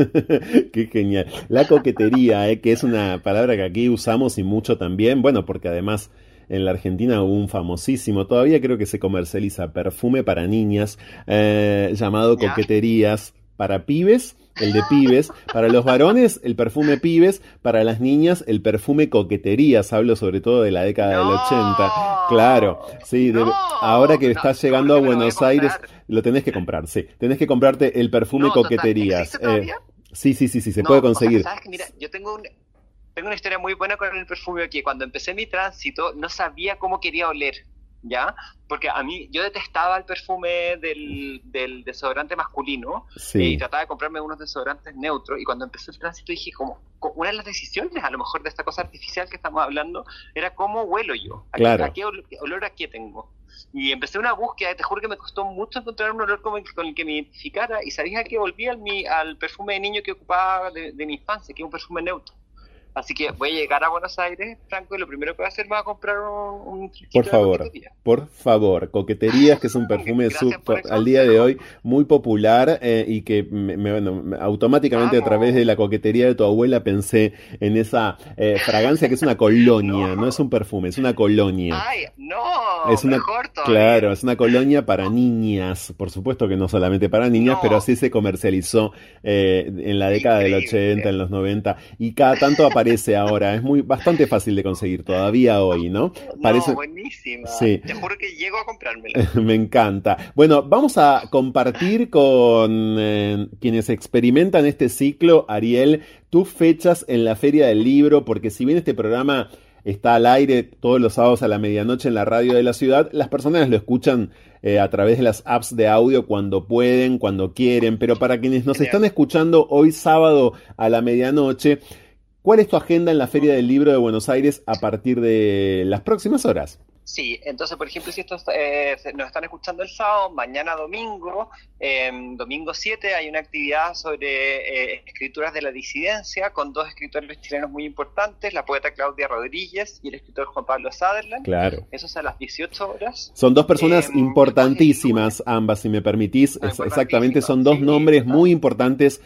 Qué genial. La coquetería, eh, que es una palabra que aquí usamos y mucho también, bueno, porque además en la Argentina hubo un famosísimo, todavía creo que se comercializa, perfume para niñas, eh, llamado ¿Ya? Coqueterías para pibes, el de pibes, para los varones el perfume pibes, para las niñas el perfume coqueterías. Hablo sobre todo de la década no, del ochenta. Claro, sí, no, de, ahora que no, estás llegando a Buenos a Aires, lo tenés que comprar, sí. Tenés que comprarte el perfume no, coqueterías. Total, eh, sí, sí, sí, sí, se no, puede conseguir. O sea, ¿sabes que, mira, yo tengo un, tengo una historia muy buena con el perfume aquí. Cuando empecé mi tránsito no sabía cómo quería oler, ¿ya? Porque a mí, yo detestaba el perfume del, del desodorante masculino, sí. eh, y trataba de comprarme unos desodorantes neutros, y cuando empecé el tránsito dije, como, una de las decisiones, a lo mejor de esta cosa artificial que estamos hablando, era cómo huelo yo, a, claro. qué, a qué olor, olor a qué tengo. Y empecé una búsqueda, te juro que me costó mucho encontrar un olor con el, con el que me identificara, y sabía que volví al, mi, al perfume de niño que ocupaba de, de mi infancia, que es un perfume neutro. Así que voy a llegar a Buenos Aires, Franco, y lo primero que voy a hacer va a comprar un, un Por favor, por favor, Coqueterías, que es un perfume super, al día de hoy muy popular, eh, y que me, me, bueno, automáticamente Vamos. a través de la coquetería de tu abuela pensé en esa eh, fragancia que es una colonia, no. no es un perfume, es una colonia. Ay, no, es una, mejor todavía. Claro, es una colonia para niñas, por supuesto que no solamente para niñas, no. pero así se comercializó eh, en la década Increíble. del ochenta, en los noventa, y cada tanto aparece ahora, es muy bastante fácil de conseguir todavía hoy, ¿no? Parece... No, buenísima. Sí. Te juro que llego a comprármela. Me encanta. Bueno, vamos a compartir con eh, quienes experimentan este ciclo, Ariel, tus fechas en la Feria del Libro, porque si bien este programa está al aire todos los sábados a la medianoche en la radio de la ciudad, las personas lo escuchan eh, a través de las apps de audio cuando pueden, cuando quieren, pero para quienes nos están escuchando hoy sábado a la medianoche, ¿cuál es tu agenda en la Feria del Libro de Buenos Aires a partir de las próximas horas? Sí, entonces, por ejemplo, si estos eh, nos están escuchando el sábado, mañana domingo, eh, domingo siete, hay una actividad sobre eh, escrituras de la disidencia con dos escritores chilenos muy importantes, la poeta Claudia Rodríguez y el escritor Juan Pablo Sutherland. Claro. Eso es a las dieciocho horas. Son dos personas eh, importantísimas, ambas, si me permitís. Es, exactamente, son dos sí, nombres sí, muy importantes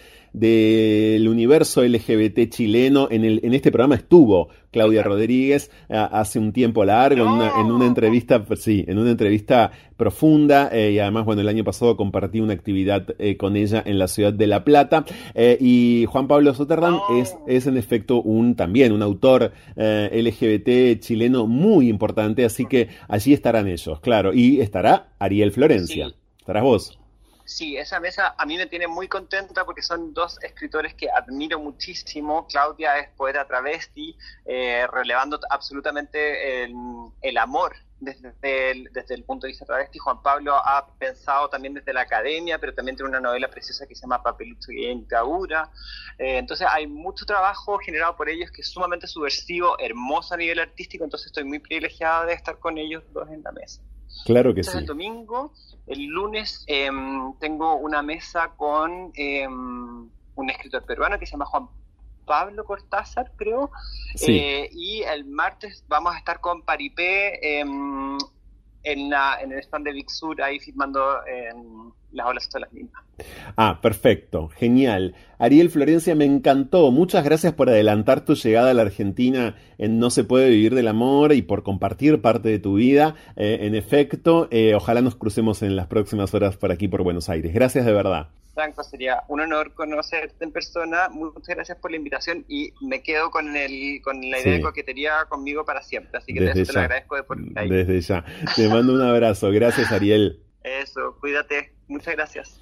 del universo L G B T chileno. En, el, en este programa estuvo Claudia claro. Rodríguez uh, hace un tiempo largo, no. en, una, en una entrevista, sí, en una entrevista profunda, eh, y además, bueno, el año pasado compartí una actividad eh, con ella en la ciudad de La Plata, eh, y Juan Pablo Sutherland no. es, es en efecto un también un autor eh, L G B T chileno muy importante, así que allí estarán ellos, claro, y estará Ariel Florencia, sí. estarás vos. Sí, esa mesa a mí me tiene muy contenta porque son dos escritores que admiro muchísimo. Claudia es poeta travesti, eh, relevando absolutamente el, el amor desde el, desde el punto de vista travesti. Juan Pablo ha pensado también desde la academia, pero también tiene una novela preciosa que se llama Papelucho y Dictadura. Eh, entonces hay mucho trabajo generado por ellos que es sumamente subversivo, hermoso a nivel artístico, entonces estoy muy privilegiada de estar con ellos dos en la mesa. Claro que Este sí. es el domingo. El lunes eh, tengo una mesa con eh, un escritor peruano que se llama Juan Pablo Cortázar, creo. Sí. Eh, y el martes vamos a estar con Paripé eh, en, la, en el stand de Big Sur, ahí firmando eh, Las olas son las mismas. Ah, perfecto, genial. Ariel Florencia, me encantó. Muchas gracias por adelantar tu llegada a la Argentina en No se puede vivir del amor y por compartir parte de tu vida. Eh, en efecto, eh, ojalá nos crucemos en las próximas horas por aquí, por Buenos Aires. Gracias de verdad. Franco, sería un honor conocerte en persona. Muchas gracias por la invitación y me quedo con el con la idea sí. de coquetería conmigo para siempre. Así que Desde te ya. lo agradezco de por ahí. Desde ya. Te mando un abrazo. Gracias, Ariel. Eso, cuídate. Muchas gracias.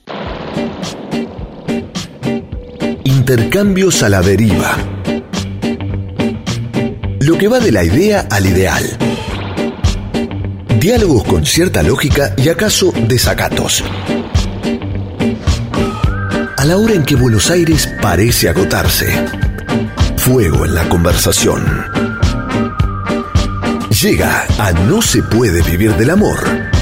Intercambios a la deriva. Lo que va de la idea al ideal. Diálogos con cierta lógica y acaso desacatos. A la hora en que Buenos Aires parece agotarse. Fuego en la conversación. Llega a No se puede vivir del amor.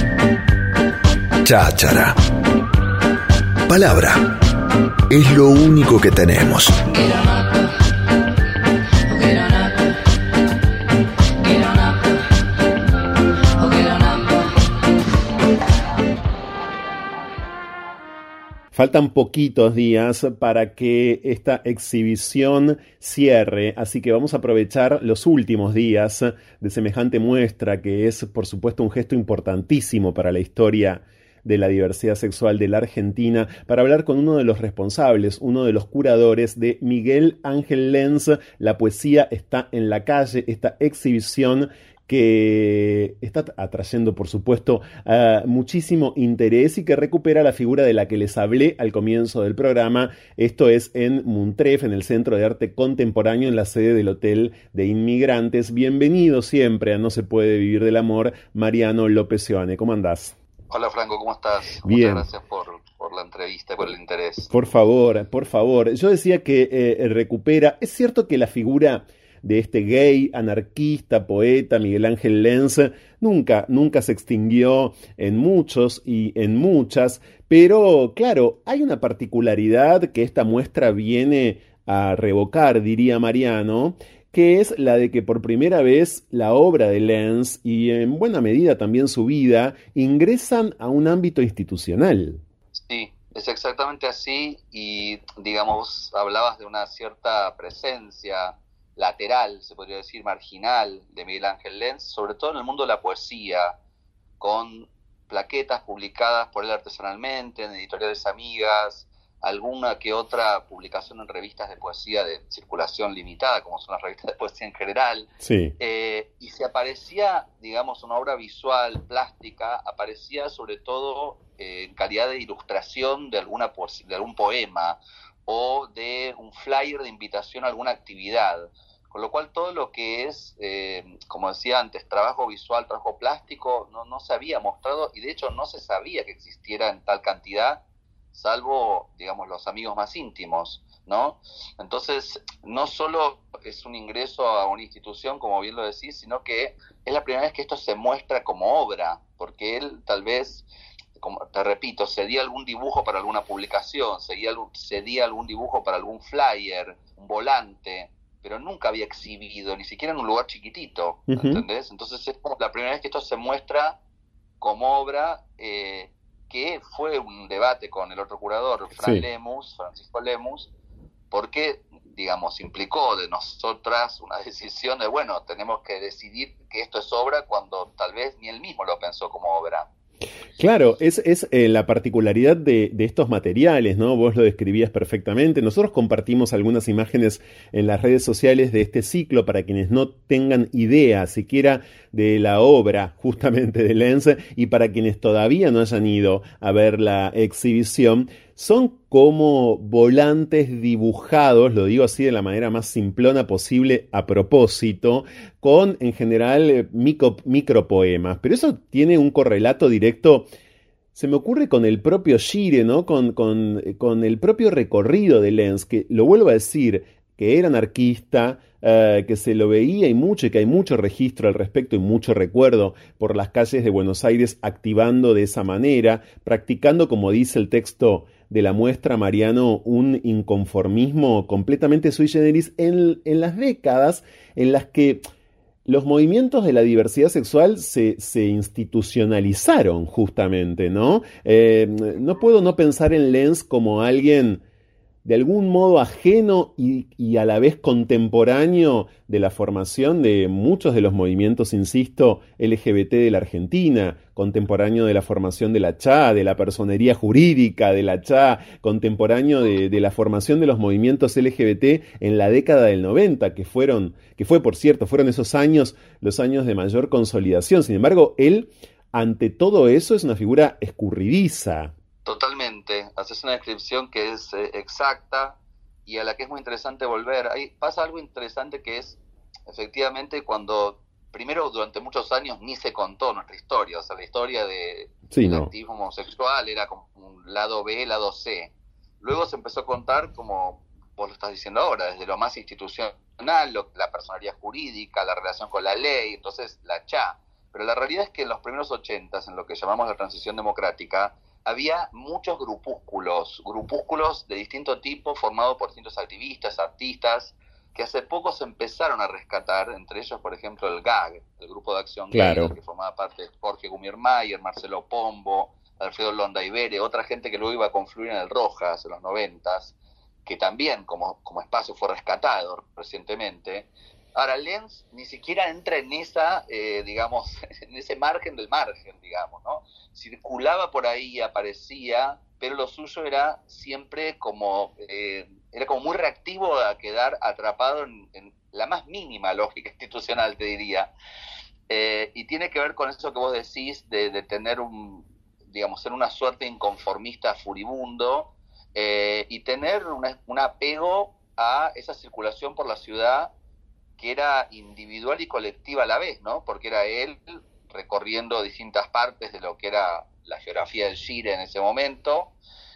Cháchara. Palabra. Es lo único que tenemos. Faltan poquitos días para que esta exhibición cierre, así que vamos a aprovechar los últimos días de semejante muestra, que es, por supuesto, un gesto importantísimo para la historia de la diversidad sexual de la Argentina, para hablar con uno de los responsables, uno de los curadores de Miguel Ángel Lenz. La poesía está en la calle, esta exhibición que está atrayendo, por supuesto, uh, muchísimo interés y que recupera la figura de la que les hablé al comienzo del programa. Esto es en Muntref, en el Centro de Arte Contemporáneo, en la sede del Hotel de Inmigrantes. Bienvenido siempre a No se puede vivir del amor, Mariano López Seoane. ¿Cómo andás? Hola, Franco, ¿cómo estás? Bien. Muchas gracias por, por la entrevista y por el interés. Por favor, por favor. Yo decía que eh, recupera... Es cierto que la figura de este gay, anarquista, poeta, Miguel Ángel Lenz, nunca, nunca se extinguió en muchos y en muchas, pero claro, hay una particularidad que esta muestra viene a revocar, diría Mariano, que es la de que por primera vez la obra de Lenz, y en buena medida también su vida, ingresan a un ámbito institucional. Sí, es exactamente así, y digamos, hablabas de una cierta presencia lateral, se podría decir marginal, de Miguel Ángel Lenz, sobre todo en el mundo de la poesía, con plaquetas publicadas por él artesanalmente, en editoriales amigas, alguna que otra publicación en revistas de poesía de circulación limitada, como son las revistas de poesía en general, sí. eh, y se aparecía, digamos, una obra visual, plástica, aparecía sobre todo eh, en calidad de ilustración de, alguna poesía, de algún poema, o de un flyer de invitación a alguna actividad. Con lo cual todo lo que es, eh, como decía antes, trabajo visual, trabajo plástico, no, no se había mostrado, y de hecho no se sabía que existiera en tal cantidad, salvo, digamos, los amigos más íntimos, ¿no? Entonces, no solo es un ingreso a una institución, como bien lo decís, sino que es la primera vez que esto se muestra como obra, porque él tal vez, como te repito, cedía algún dibujo para alguna publicación, cedía algún, cedía algún dibujo para algún flyer, un volante, pero nunca había exhibido, ni siquiera en un lugar chiquitito, uh-huh. ¿entendés? Entonces es como la primera vez que esto se muestra como obra, eh, que fue un debate con el otro curador, Fran sí. Lemus, Francisco Lemus, porque, digamos, implicó de nosotras una decisión de, bueno, tenemos que decidir que esto es obra cuando tal vez ni él mismo lo pensó como obra. Claro, es, es eh, la particularidad de, de estos materiales, ¿no? Vos lo describías perfectamente. Nosotros compartimos algunas imágenes en las redes sociales de este ciclo para quienes no tengan idea siquiera de la obra justamente de Lenz, y para quienes todavía no hayan ido a ver la exhibición. Son como volantes dibujados, lo digo así de la manera más simplona posible a propósito, con en general micro, micropoemas. Pero eso tiene un correlato directo, se me ocurre, con el propio Gire, ¿no? Con, con, con el propio recorrido de Lenz, que, lo vuelvo a decir, que era anarquista, uh, que se lo veía y mucho, y que hay mucho registro al respecto y mucho recuerdo por las calles de Buenos Aires activando de esa manera, practicando, como dice el texto de la muestra, Mariano, un inconformismo completamente sui generis en, en las décadas en las que los movimientos de la diversidad sexual se, se institucionalizaron justamente, ¿no? Eh, no puedo no pensar en Lenz como alguien de algún modo ajeno y, y a la vez contemporáneo de la formación de muchos de los movimientos, insisto, L G B T de la Argentina, contemporáneo de la formación de la C H A, de la personería jurídica de la C H A, contemporáneo de, de la formación de los movimientos L G B T en la década del noventa, que fueron, que fue, por cierto, fueron esos años, los años de mayor consolidación. Sin embargo, él, ante todo eso, es una figura escurridiza. Totalmente, haces una descripción que es eh, exacta y a la que es muy interesante volver. Ahí pasa algo interesante que es, efectivamente, cuando primero durante muchos años ni se contó nuestra historia, o sea, la historia de, sí, del no. activismo homosexual era como un lado B, lado C. Luego se empezó a contar, como vos lo estás diciendo ahora, desde lo más institucional, lo, la personalidad jurídica, la relación con la ley, entonces la C H A. Pero la realidad es que en los primeros ochentas, en lo que llamamos la transición democrática, había muchos grupúsculos, grupúsculos de distinto tipo formados por distintos activistas, artistas, que hace poco se empezaron a rescatar, entre ellos, por ejemplo, el G A G, el Grupo de Acción claro. Gay, que formaba parte de Jorge Gumirmayer, Marcelo Pombo, Alfredo Londaibere, otra gente que luego iba a confluir en el Rojas en los noventas, que también como, como espacio fue rescatado recientemente. Ahora, Lenz ni siquiera entra en esa, eh, digamos, en ese margen del margen, digamos, ¿no? Circulaba por ahí, aparecía, pero lo suyo era siempre como, eh, era como muy reactivo a quedar atrapado en, en la más mínima lógica institucional, te diría. Eh, y tiene que ver con eso que vos decís de, de tener un, digamos, ser una suerte inconformista furibundo, eh, y tener una, un apego a esa circulación por la ciudad que era individual y colectiva a la vez, ¿no? Porque era él recorriendo distintas partes de lo que era la geografía del Shire en ese momento,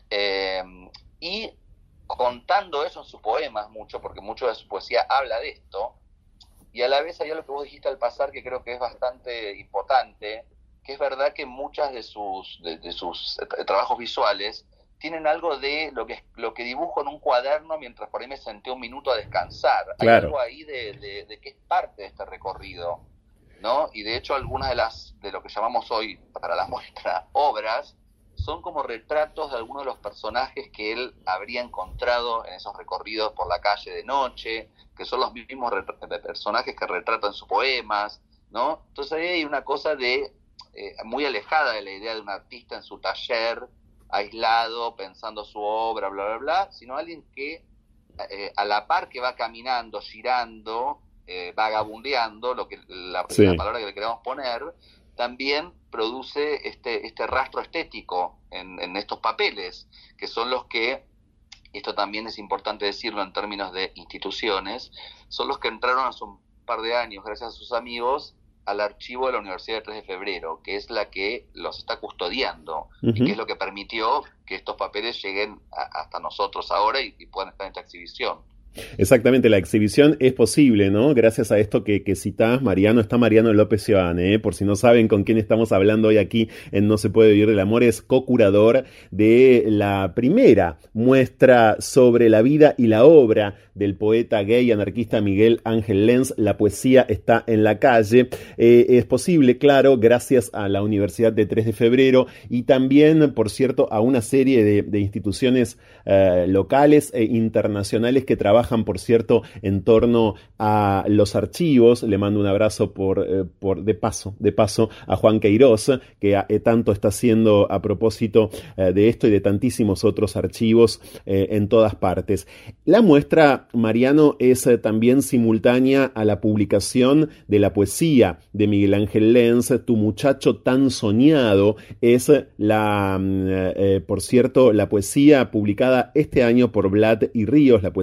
eh, y contando eso en sus poemas mucho, porque mucho de su poesía habla de esto, y a la vez hay algo que vos dijiste al pasar que creo que es bastante importante, que es verdad que muchas de sus, de, de sus trabajos visuales tienen algo de lo que lo que dibujo en un cuaderno mientras por ahí me senté un minuto a descansar. Hay claro. algo ahí de, de, de que es parte de este recorrido, ¿no? Y de hecho algunas de las de lo que llamamos hoy para la muestra obras son como retratos de algunos de los personajes que él habría encontrado en esos recorridos por la calle de noche, que son los mismos ret- personajes que retrata en sus poemas, ¿no? Entonces ahí hay una cosa de eh, muy alejada de la idea de un artista en su taller, aislado, pensando su obra, bla, bla, bla, sino alguien que eh, a la par que va caminando, girando, eh, vagabundeando, lo que la, sí. la palabra que le queremos poner, también produce este, este rastro estético en, en estos papeles, que son los que, esto también es importante decirlo en términos de instituciones, son los que entraron hace un par de años, gracias a sus amigos, al archivo de la Universidad de tres de febrero, que es la que los está custodiando, uh-huh. y que es lo que permitió que estos papeles lleguen a, hasta nosotros ahora y, y puedan estar en esta exhibición. Exactamente, la exhibición es posible, ¿no? Gracias a esto que, que citás, Mariano, está Mariano López Seoane, ¿eh? Por si no saben con quién estamos hablando hoy aquí en No se puede vivir del amor, es co-curador de la primera muestra sobre la vida y la obra del poeta gay anarquista Miguel Ángel Lenz. La poesía está en la calle. Eh, es posible, claro, gracias a la Universidad de tres de febrero y también, por cierto, a una serie de, de instituciones eh, locales e internacionales que trabajan por cierto, en torno a los archivos. Le mando un abrazo por, eh, por de paso, de paso a Juan Queiroz, que eh, tanto está haciendo a propósito eh, de esto y de tantísimos otros archivos eh, en todas partes. La muestra, Mariano, es eh, también simultánea a la publicación de la poesía de Miguel Ángel Lenz. Tu muchacho tan soñado es la, eh, por cierto, la poesía publicada este año por Vlad y Ríos, la poesía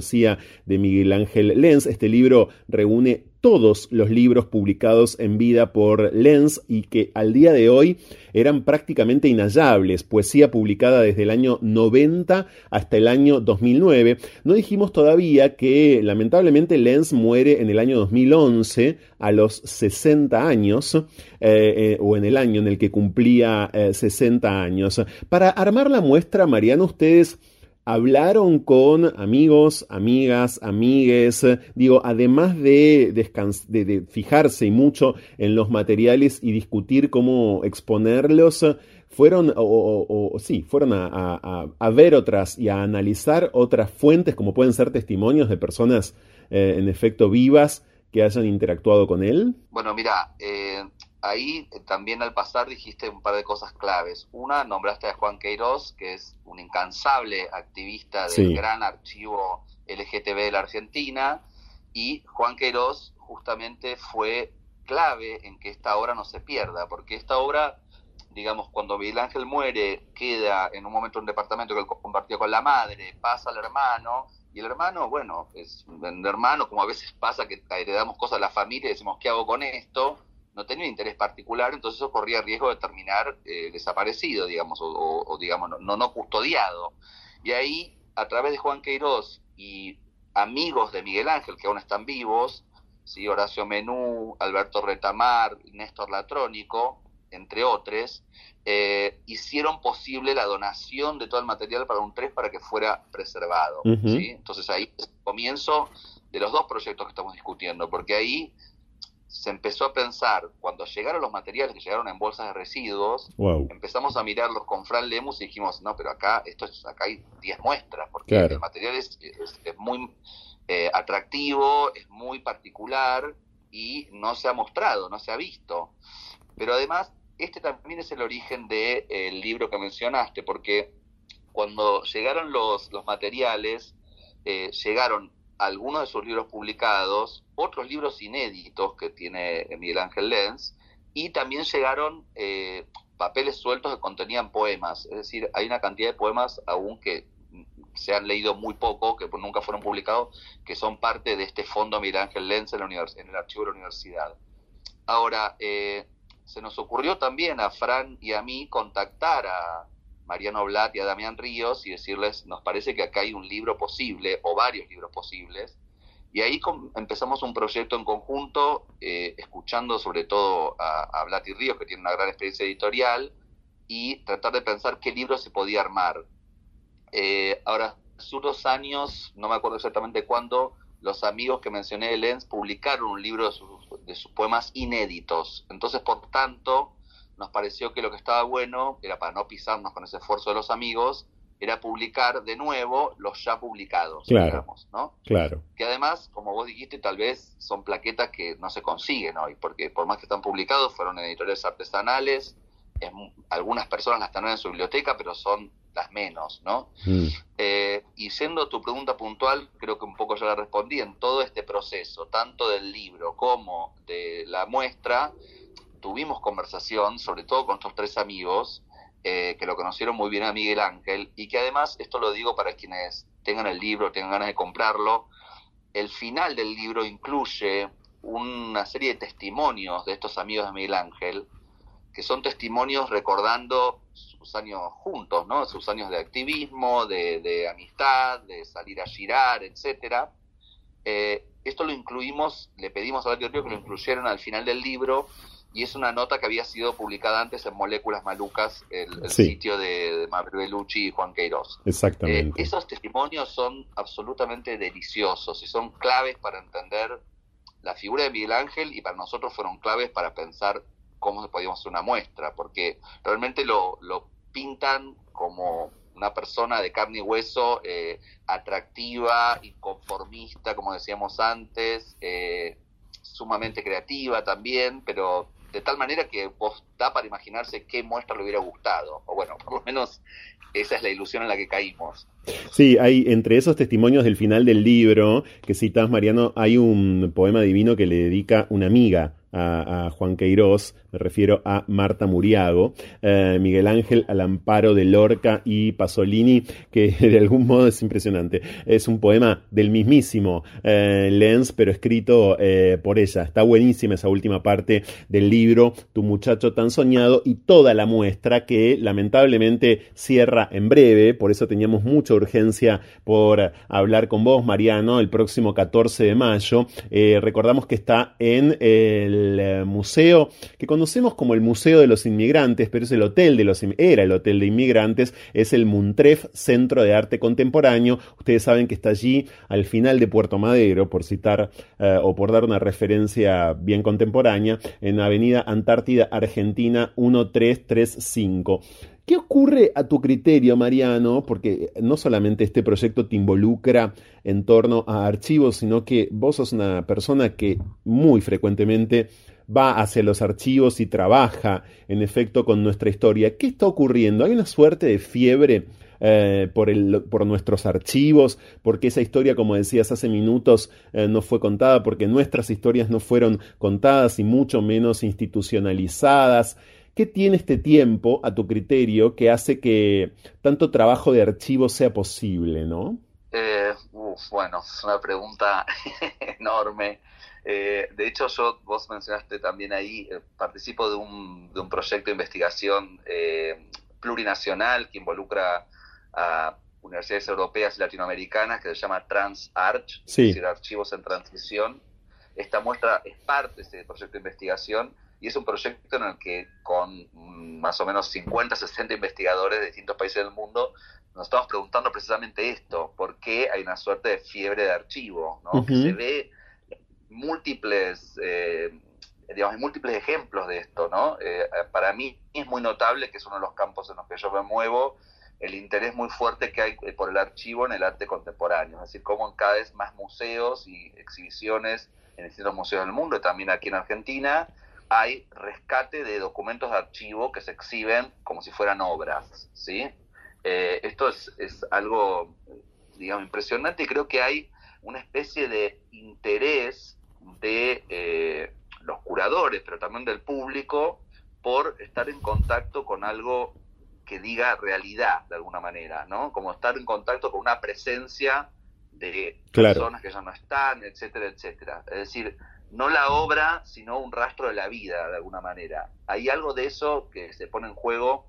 de Miguel Ángel Lenz. Este libro reúne todos los libros publicados en vida por Lenz y que al día de hoy eran prácticamente inhallables, poesía publicada desde el año noventa hasta el año dos mil nueve. No dijimos todavía que lamentablemente Lenz muere en el año dos mil once a los sesenta años, eh, eh, o en el año en el que cumplía eh, sesenta años. Para armar la muestra, Mariano, ustedes hablaron con amigos, amigas, amigues, digo, además de, descans- de, de fijarse y mucho en los materiales y discutir cómo exponerlos, fueron, o, o, o sí, fueron a, a, a ver otras y a analizar otras fuentes, como pueden ser testimonios de personas, eh, en efecto, vivas, que hayan interactuado con él. Bueno, mira, eh, ahí eh, también al pasar dijiste un par de cosas claves. Una, nombraste a Juan Queiroz, que es un incansable activista del Sí. gran archivo L G T B de la Argentina, y Juan Queiroz justamente fue clave en que esta obra no se pierda, porque esta obra, digamos, cuando Miguel Ángel muere, queda en un momento en un departamento que él compartió con la madre, pasa al hermano, y el hermano, bueno, es un hermano, como a veces pasa que heredamos cosas de la familia y decimos, ¿qué hago con esto? No tenía un interés particular, entonces eso corría riesgo de terminar eh, desaparecido, digamos, o, o, o digamos, no, no custodiado. Y ahí, a través de Juan Queiroz y amigos de Miguel Ángel, que aún están vivos, ¿sí? Horacio Menú, Alberto Retamar, Néstor Latrónico, entre otros, eh, hicieron posible la donación de todo el material para un tres para que fuera preservado. Uh-huh. ¿Sí? Entonces ahí es el comienzo de los dos proyectos que estamos discutiendo, porque ahí se empezó a pensar, cuando llegaron los materiales que llegaron en bolsas de residuos, wow. empezamos a mirarlos con Fran Lemus y dijimos, no, pero acá esto es, acá hay diez muestras, porque claro. el material es, es, es muy eh, atractivo, es muy particular y no se ha mostrado, no se ha visto. Pero además, este también es el origen del de, eh, libro que mencionaste, porque cuando llegaron los, los materiales, eh, llegaron algunos de sus libros publicados, otros libros inéditos que tiene Miguel Ángel Lenz, y también llegaron eh, papeles sueltos que contenían poemas. Es decir, hay una cantidad de poemas aún que se han leído muy poco, que nunca fueron publicados, que son parte de este fondo Miguel Ángel Lenz en, la univers- en el archivo de la universidad. Ahora, eh, se nos ocurrió también a Fran y a mí contactar a Mariano Blatt y a Damián Ríos y decirles, nos parece que acá hay un libro posible, o varios libros posibles, y ahí com- empezamos un proyecto en conjunto, eh, escuchando sobre todo a, a Blatt y Ríos, que tienen una gran experiencia editorial, y tratar de pensar qué libro se podía armar. Eh, ahora, hace unos años, no me acuerdo exactamente cuándo, los amigos que mencioné de Lenz publicaron un libro de sus, de sus poemas inéditos. Entonces, por tanto, nos pareció que lo que estaba bueno era, para no pisarnos con ese esfuerzo de los amigos, era publicar de nuevo los ya publicados, claro, digamos, ¿no? Claro. Que además, como vos dijiste, tal vez son plaquetas que no se consiguen hoy, porque por más que están publicados, fueron en editoriales artesanales, es, algunas personas las tienen en su biblioteca, pero son las menos, ¿no? Mm. Eh, y siendo tu pregunta puntual, creo que un poco ya la respondí. En todo este proceso, tanto del libro como de la muestra, tuvimos conversación, sobre todo con estos tres amigos, eh, que lo conocieron muy bien a Miguel Ángel, y que además, esto lo digo para quienes tengan el libro, tengan ganas de comprarlo, el final del libro incluye una serie de testimonios de estos amigos de Miguel Ángel, que son testimonios recordando sus años juntos, ¿no? Sus años de activismo, de, de amistad, de salir a girar, etcétera. Eh, esto lo incluimos, le pedimos a Blatt y Ríos que lo incluyeran al final del libro, y es una nota que había sido publicada antes en Moléculas Malucas, el, el sí. sitio de, de Mabel Bellucci y Juan Queiroz. Exactamente. Eh, esos testimonios son absolutamente deliciosos y son claves para entender la figura de Miguel Ángel, y para nosotros fueron claves para pensar cómo podíamos hacer una muestra, porque realmente lo, lo pintan como una persona de carne y hueso, eh, atractiva, inconformista, como decíamos antes, eh, sumamente creativa también, pero de tal manera que vos da para imaginarse qué muestra le hubiera gustado, o bueno, por lo menos esa es la ilusión en la que caímos. Sí, hay entre esos testimonios del final del libro que citas, Mariano, hay un poema divino que le dedica una amiga a, a Juan Queiroz, me refiero a Marta Muriago, eh, Miguel Ángel al amparo de Lorca y Pasolini, que de algún modo es impresionante. Es un poema del mismísimo eh, Lenz, pero escrito eh, por ella. Está buenísima esa última parte del libro, Tu muchacho tan soñado, y toda la muestra que lamentablemente cierra en breve. Por eso teníamos mucha urgencia por hablar con vos, Mariano, el próximo catorce de mayo. Eh, recordamos que está en el eh, museo que conocemos como el Museo de los Inmigrantes, pero es el hotel de los era el Hotel de Inmigrantes, es el Muntref Centro de Arte Contemporáneo. Ustedes saben que está allí al final de Puerto Madero, por citar eh, o por dar una referencia bien contemporánea, en Avenida Antártida Argentina mil trescientos treinta y cinco. ¿Qué ocurre a tu criterio, Mariano? Porque no solamente este proyecto te involucra en torno a archivos, sino que vos sos una persona que muy frecuentemente va hacia los archivos y trabaja, en efecto, con nuestra historia. ¿Qué está ocurriendo? ¿Hay una suerte de fiebre eh, por, el, por nuestros archivos? Porque esa historia, como decías hace minutos, eh, no fue contada, porque nuestras historias no fueron contadas y mucho menos institucionalizadas. ¿Qué tiene este tiempo, a tu criterio, que hace que tanto trabajo de archivo sea posible, no? Eh, uf, bueno, es una pregunta enorme. Eh, de hecho, yo, vos mencionaste también ahí, eh, participo de un, de un proyecto de investigación eh, plurinacional que involucra a universidades europeas y latinoamericanas, que se llama TransArch, sí. Es decir, Archivos en Transición. Esta muestra es parte de este proyecto de investigación y es un proyecto en el que con más o menos cincuenta, sesenta investigadores de distintos países del mundo nos estamos preguntando precisamente esto: ¿por qué hay una suerte de fiebre de archivo, ¿no? Uh-huh. Que se ve múltiples, eh, digamos, múltiples ejemplos de esto, ¿no? Eh, para mí es muy notable, que es uno de los campos en los que yo me muevo, el interés muy fuerte que hay por el archivo en el arte contemporáneo, es decir, cómo en cada vez más museos y exhibiciones en distintos museos del mundo, y también aquí en Argentina, hay rescate de documentos de archivo que se exhiben como si fueran obras, ¿sí? Eh, esto es, es algo, digamos, impresionante, y creo que hay una especie de interés de eh, los curadores, pero también del público, por estar en contacto con algo que diga realidad, de alguna manera, ¿no? Como estar en contacto con una presencia de claro. personas que ya no están, etcétera, etcétera. Es decir, no la obra, sino un rastro de la vida, de alguna manera. Hay algo de eso que se pone en juego,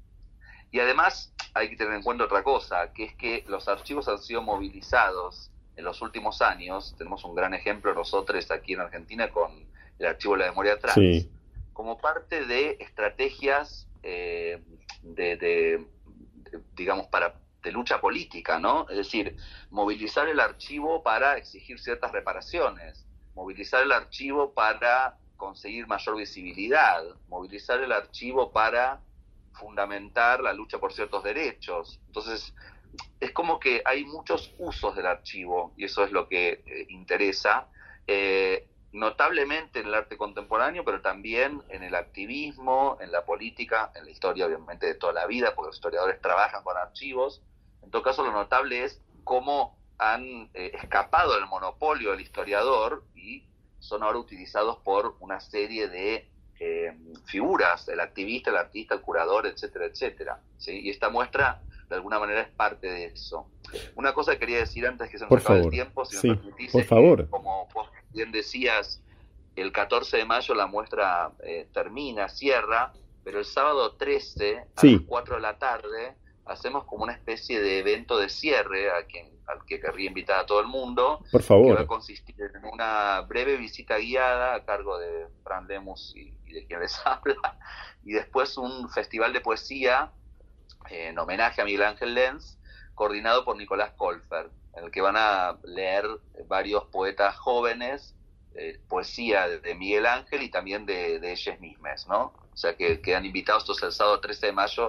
y además hay que tener en cuenta otra cosa, que es que los archivos han sido movilizados en los últimos años. Tenemos un gran ejemplo nosotros aquí en Argentina con el Archivo de la Memoria Trans, sí. como parte de estrategias eh, de, de, de, digamos, para de lucha política, ¿no? Es decir, movilizar el archivo para exigir ciertas reparaciones, movilizar el archivo para conseguir mayor visibilidad, movilizar el archivo para fundamentar la lucha por ciertos derechos. Entonces, es como que hay muchos usos del archivo, y eso es lo que eh, interesa, eh, notablemente en el arte contemporáneo, pero también en el activismo, en la política, en la historia obviamente de toda la vida, porque los historiadores trabajan con archivos. En todo caso, lo notable es cómo han eh, escapado del monopolio del historiador y son ahora utilizados por una serie de eh, figuras, el activista, el artista, el curador, etcétera, etcétera, ¿sí? Y esta muestra de alguna manera es parte de eso. Una cosa que quería decir antes que se nos por acabe favor. el tiempo, si sí, me permitís, por favor. Que, como vos bien decías, el catorce de mayo la muestra eh, termina, cierra, pero el sábado trece a sí. las cuatro de la tarde hacemos como una especie de evento de cierre a quien, al que querría invitar a todo el mundo. Por favor. Que va a consistir en una breve visita guiada a cargo de Fran Lemus y, y de quien les habla, y después un festival de poesía eh, en homenaje a Miguel Ángel Lenz, coordinado por Nicolás Colfer, en el que van a leer varios poetas jóvenes, eh, poesía de, de Miguel Ángel y también de, de ellas mismas, ¿no? O sea que quedan invitados todos el sábado trece de mayo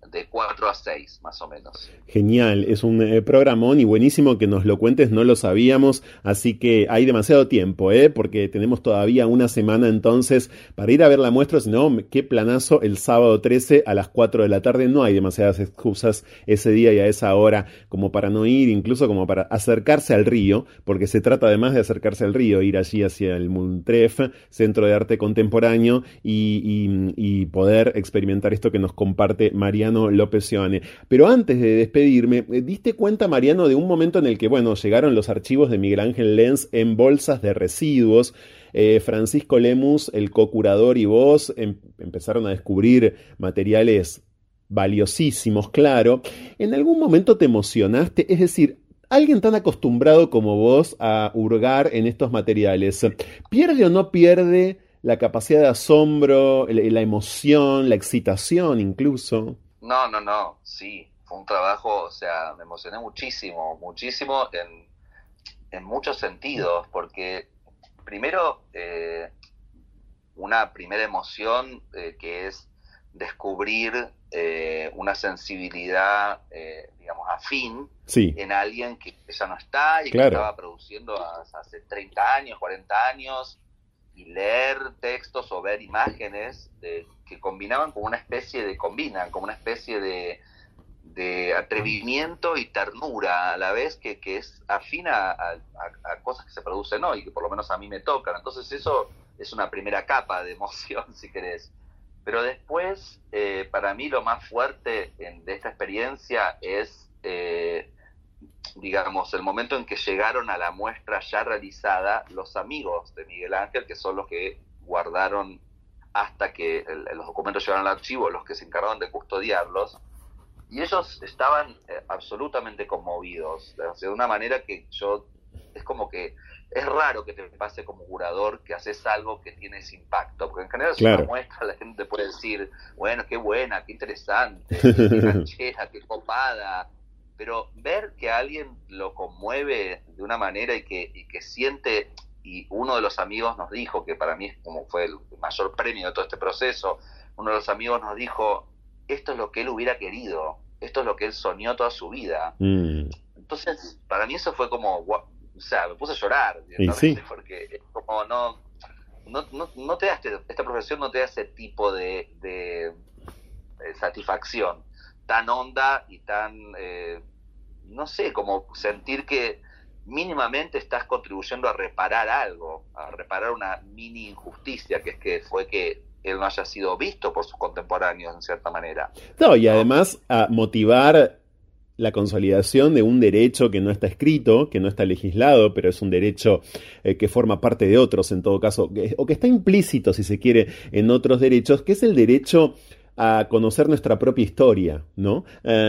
de cuatro a seis, más o menos. Genial, es un eh, programón y buenísimo que nos lo cuentes, no lo sabíamos, así que hay demasiado tiempo, ¿eh? Porque tenemos todavía una semana entonces para ir a ver la muestra, si no, qué planazo el sábado trece a las cuatro de la tarde, no hay demasiadas excusas ese día y a esa hora como para no ir, incluso como para acercarse al río, porque se trata además de acercarse al río, ir allí hacia el Muntref, Centro de Arte Contemporáneo, y, y, y poder experimentar esto que nos comparte Mariano López Seoane. Pero antes de despedirme, ¿diste cuenta, Mariano, de un momento en el que, bueno, llegaron los archivos de Miguel Ángel Lenz en bolsas de residuos? Eh, Francisco Lemus, el co-curador, y vos em- empezaron a descubrir materiales valiosísimos, claro. ¿En algún momento te emocionaste? Es decir, alguien tan acostumbrado como vos a hurgar en estos materiales, ¿pierde o no pierde la capacidad de asombro, la emoción, la excitación incluso? No, no, no, sí, fue un trabajo, o sea, me emocioné muchísimo, muchísimo en, en muchos sentidos, porque primero, eh, una primera emoción eh, que es descubrir eh, una sensibilidad, eh, digamos, afín sí. en alguien que ya no está y claro. que estaba produciendo hace treinta años, cuarenta años, y leer textos o ver imágenes de, que combinaban como una especie de, combinan como una especie de, de atrevimiento y ternura a la vez, que, que es afín a, a, a cosas que se producen hoy, que por lo menos a mí me tocan. Entonces eso es una primera capa de emoción, si querés. Pero después, eh, para mí lo más fuerte en, de esta experiencia es, eh, digamos, el momento en que llegaron a la muestra ya realizada los amigos de Miguel Ángel, que son los que guardaron hasta que el, los documentos llegaron al archivo, los que se encargaron de custodiarlos, y ellos estaban eh, absolutamente conmovidos, o sea, de una manera que yo, es como que es raro que te pase como curador que haces algo que tiene ese impacto, porque en general claro. si una muestra la gente puede decir, bueno, qué buena, qué interesante, qué canchera, qué copada, pero ver que alguien lo conmueve de una manera y que, y que siente, y uno de los amigos nos dijo, que para mí es como fue el mayor premio de todo este proceso, uno de los amigos nos dijo, esto es lo que él hubiera querido, esto es lo que él soñó toda su vida. Mm. Entonces, para mí eso fue como, o sea, me puse a llorar, sí. porque es como no, no, no, no te da este, esta profesión no te da ese tipo de, de, de satisfacción tan honda y tan, eh, no sé, como sentir que mínimamente estás contribuyendo a reparar algo, a reparar una mini injusticia, que es que fue que él no haya sido visto por sus contemporáneos en cierta manera. No, y además a motivar la consolidación de un derecho que no está escrito, que no está legislado, pero es un derecho eh, que forma parte de otros en todo caso, que, o que está implícito, si se quiere, en otros derechos, que es el derecho a conocer nuestra propia historia, ¿no?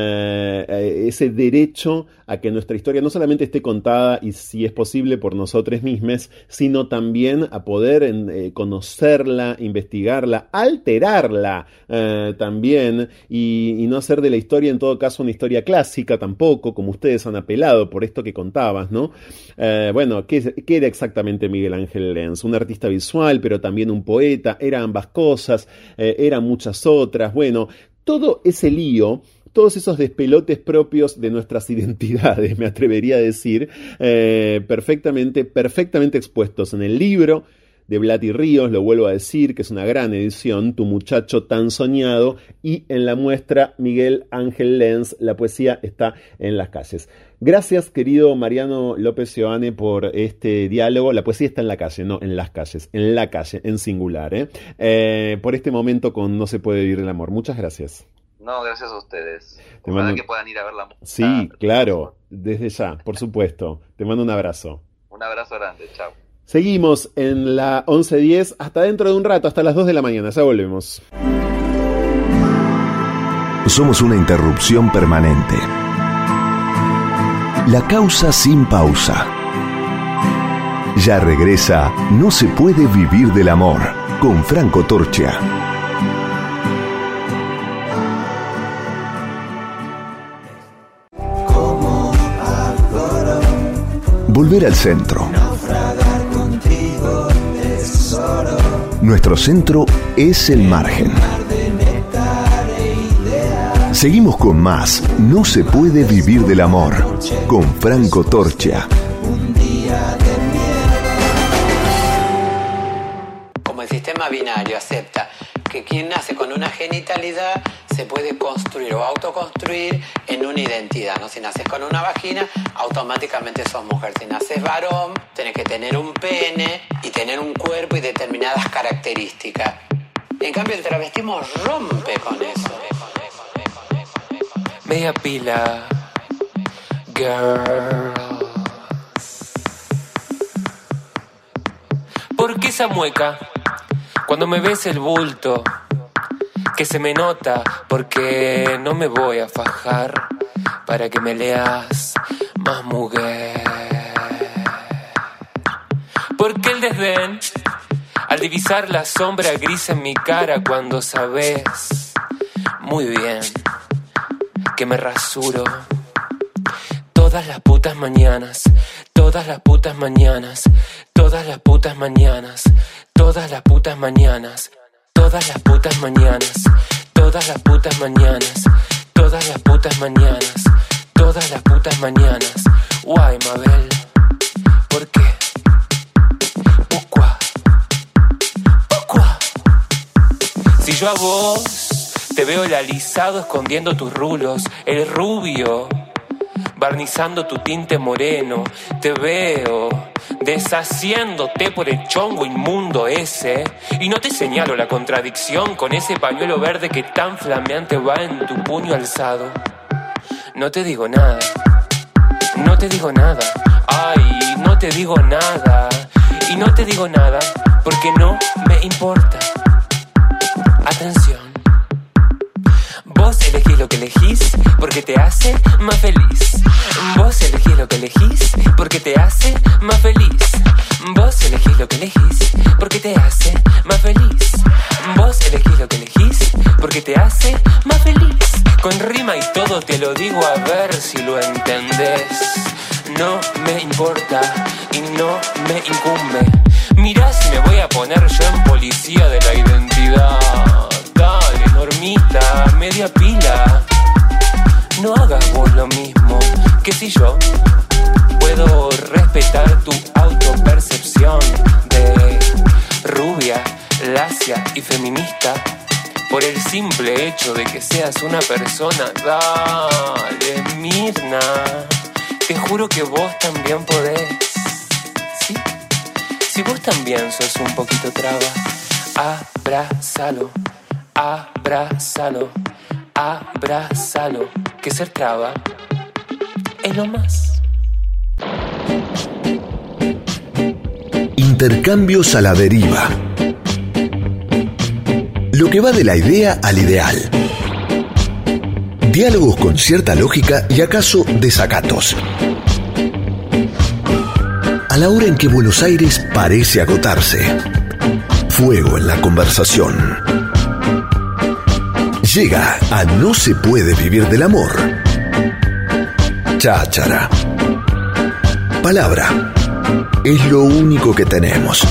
Eh, ese derecho a que nuestra historia no solamente esté contada y si es posible por nosotros mismos, sino también a poder eh, conocerla, investigarla, alterarla eh, también y, y no hacer de la historia en todo caso una historia clásica tampoco, como ustedes han apelado por esto que contabas, ¿no? Eh, bueno, ¿qué, ¿qué era exactamente Miguel Ángel Lenz? Un artista visual, pero también un poeta, era ambas cosas, eh, era muchas otras. Bueno, todo ese lío, todos esos despelotes propios de nuestras identidades, me atrevería a decir, eh, perfectamente, perfectamente expuestos en el libro de Blat y Ríos, lo vuelvo a decir, que es una gran edición, Tu muchacho tan soñado, y en la muestra Miguel Ángel Lenz, la poesía está en las calles. Gracias, querido Mariano López Seoane, por este diálogo. La poesía está en la calle, no en las calles, en la calle, en singular, ¿eh? Eh, por este momento con No se puede vivir el amor. Muchas gracias. No, gracias a ustedes. Te Ojalá mando... que puedan ir a ver la música. Sí, claro, desde ya, por supuesto. Te mando un abrazo. Un abrazo grande, chao. Seguimos en la once diez hasta dentro de un rato, hasta las dos de la mañana. Ya volvemos. Somos una interrupción permanente. La causa sin pausa. Ya regresa No se puede vivir del amor con Franco Torcha. Volver al centro. Nuestro centro es el margen. Seguimos con más No se puede vivir del amor con Franco Torcha. Como el sistema binario acepta que quien nace con una genitalidad se puede construir o autoconstruir en una identidad, ¿no? Si naces con una vagina, automáticamente sos mujer. Si naces varón, tenés que tener un pene y tener un cuerpo y determinadas características. En cambio, el travestismo rompe con eso. Media pila, girls. ¿Por qué esa mueca? Cuando me ves el bulto, que se me nota, porque no me voy a fajar para que me leas más mujer. Porque el desdén, al divisar la sombra gris en mi cara cuando sabes muy bien que me rasuro todas las putas mañanas, todas las putas mañanas, todas las putas mañanas, todas las putas mañanas, todas las putas mañanas, todas las putas mañanas, todas las putas mañanas, todas las putas mañanas. Guay, Mabel, ¿por qué? Pourquoi? Pourquoi? Si yo a vos te veo el alisado escondiendo tus rulos, el rubio barnizando tu tinte moreno, te veo deshaciéndote por el chongo inmundo ese, y no te señalo la contradicción con ese pañuelo verde que tan flameante va en tu puño alzado. No te digo nada, no te digo nada, ay, no te digo nada, y no te digo nada porque no me importa. Atención. Vos elegís lo que elegís porque te hace más feliz. Vos elegís lo que elegís porque te hace más feliz. Vos elegís lo que elegís porque te hace más feliz. Vos elegís lo que elegís porque te hace más feliz. Con rima y todo te lo digo a ver si lo entendés. No me importa y no me incumbe. Mirá si me voy a poner yo en policía de la identidad. Dale, normita, media pila. No hagas vos lo mismo que si yo puedo respetar tu autopercepción de rubia, lacia y feminista por el simple hecho de que seas una persona. Dale, Mirna, te juro que vos también podés. ¿Sí? Si vos también sos un poquito traba, abrázalo. Abrázalo, abrázalo, que ser traba es lo más. Intercambios a la deriva. Lo que va de la idea al ideal. Diálogos con cierta lógica y acaso desacatos. A la hora en que Buenos Aires parece agotarse. Fuego en la conversación. Llega a No se puede vivir del amor. Cháchara. Palabra. Es lo único que tenemos.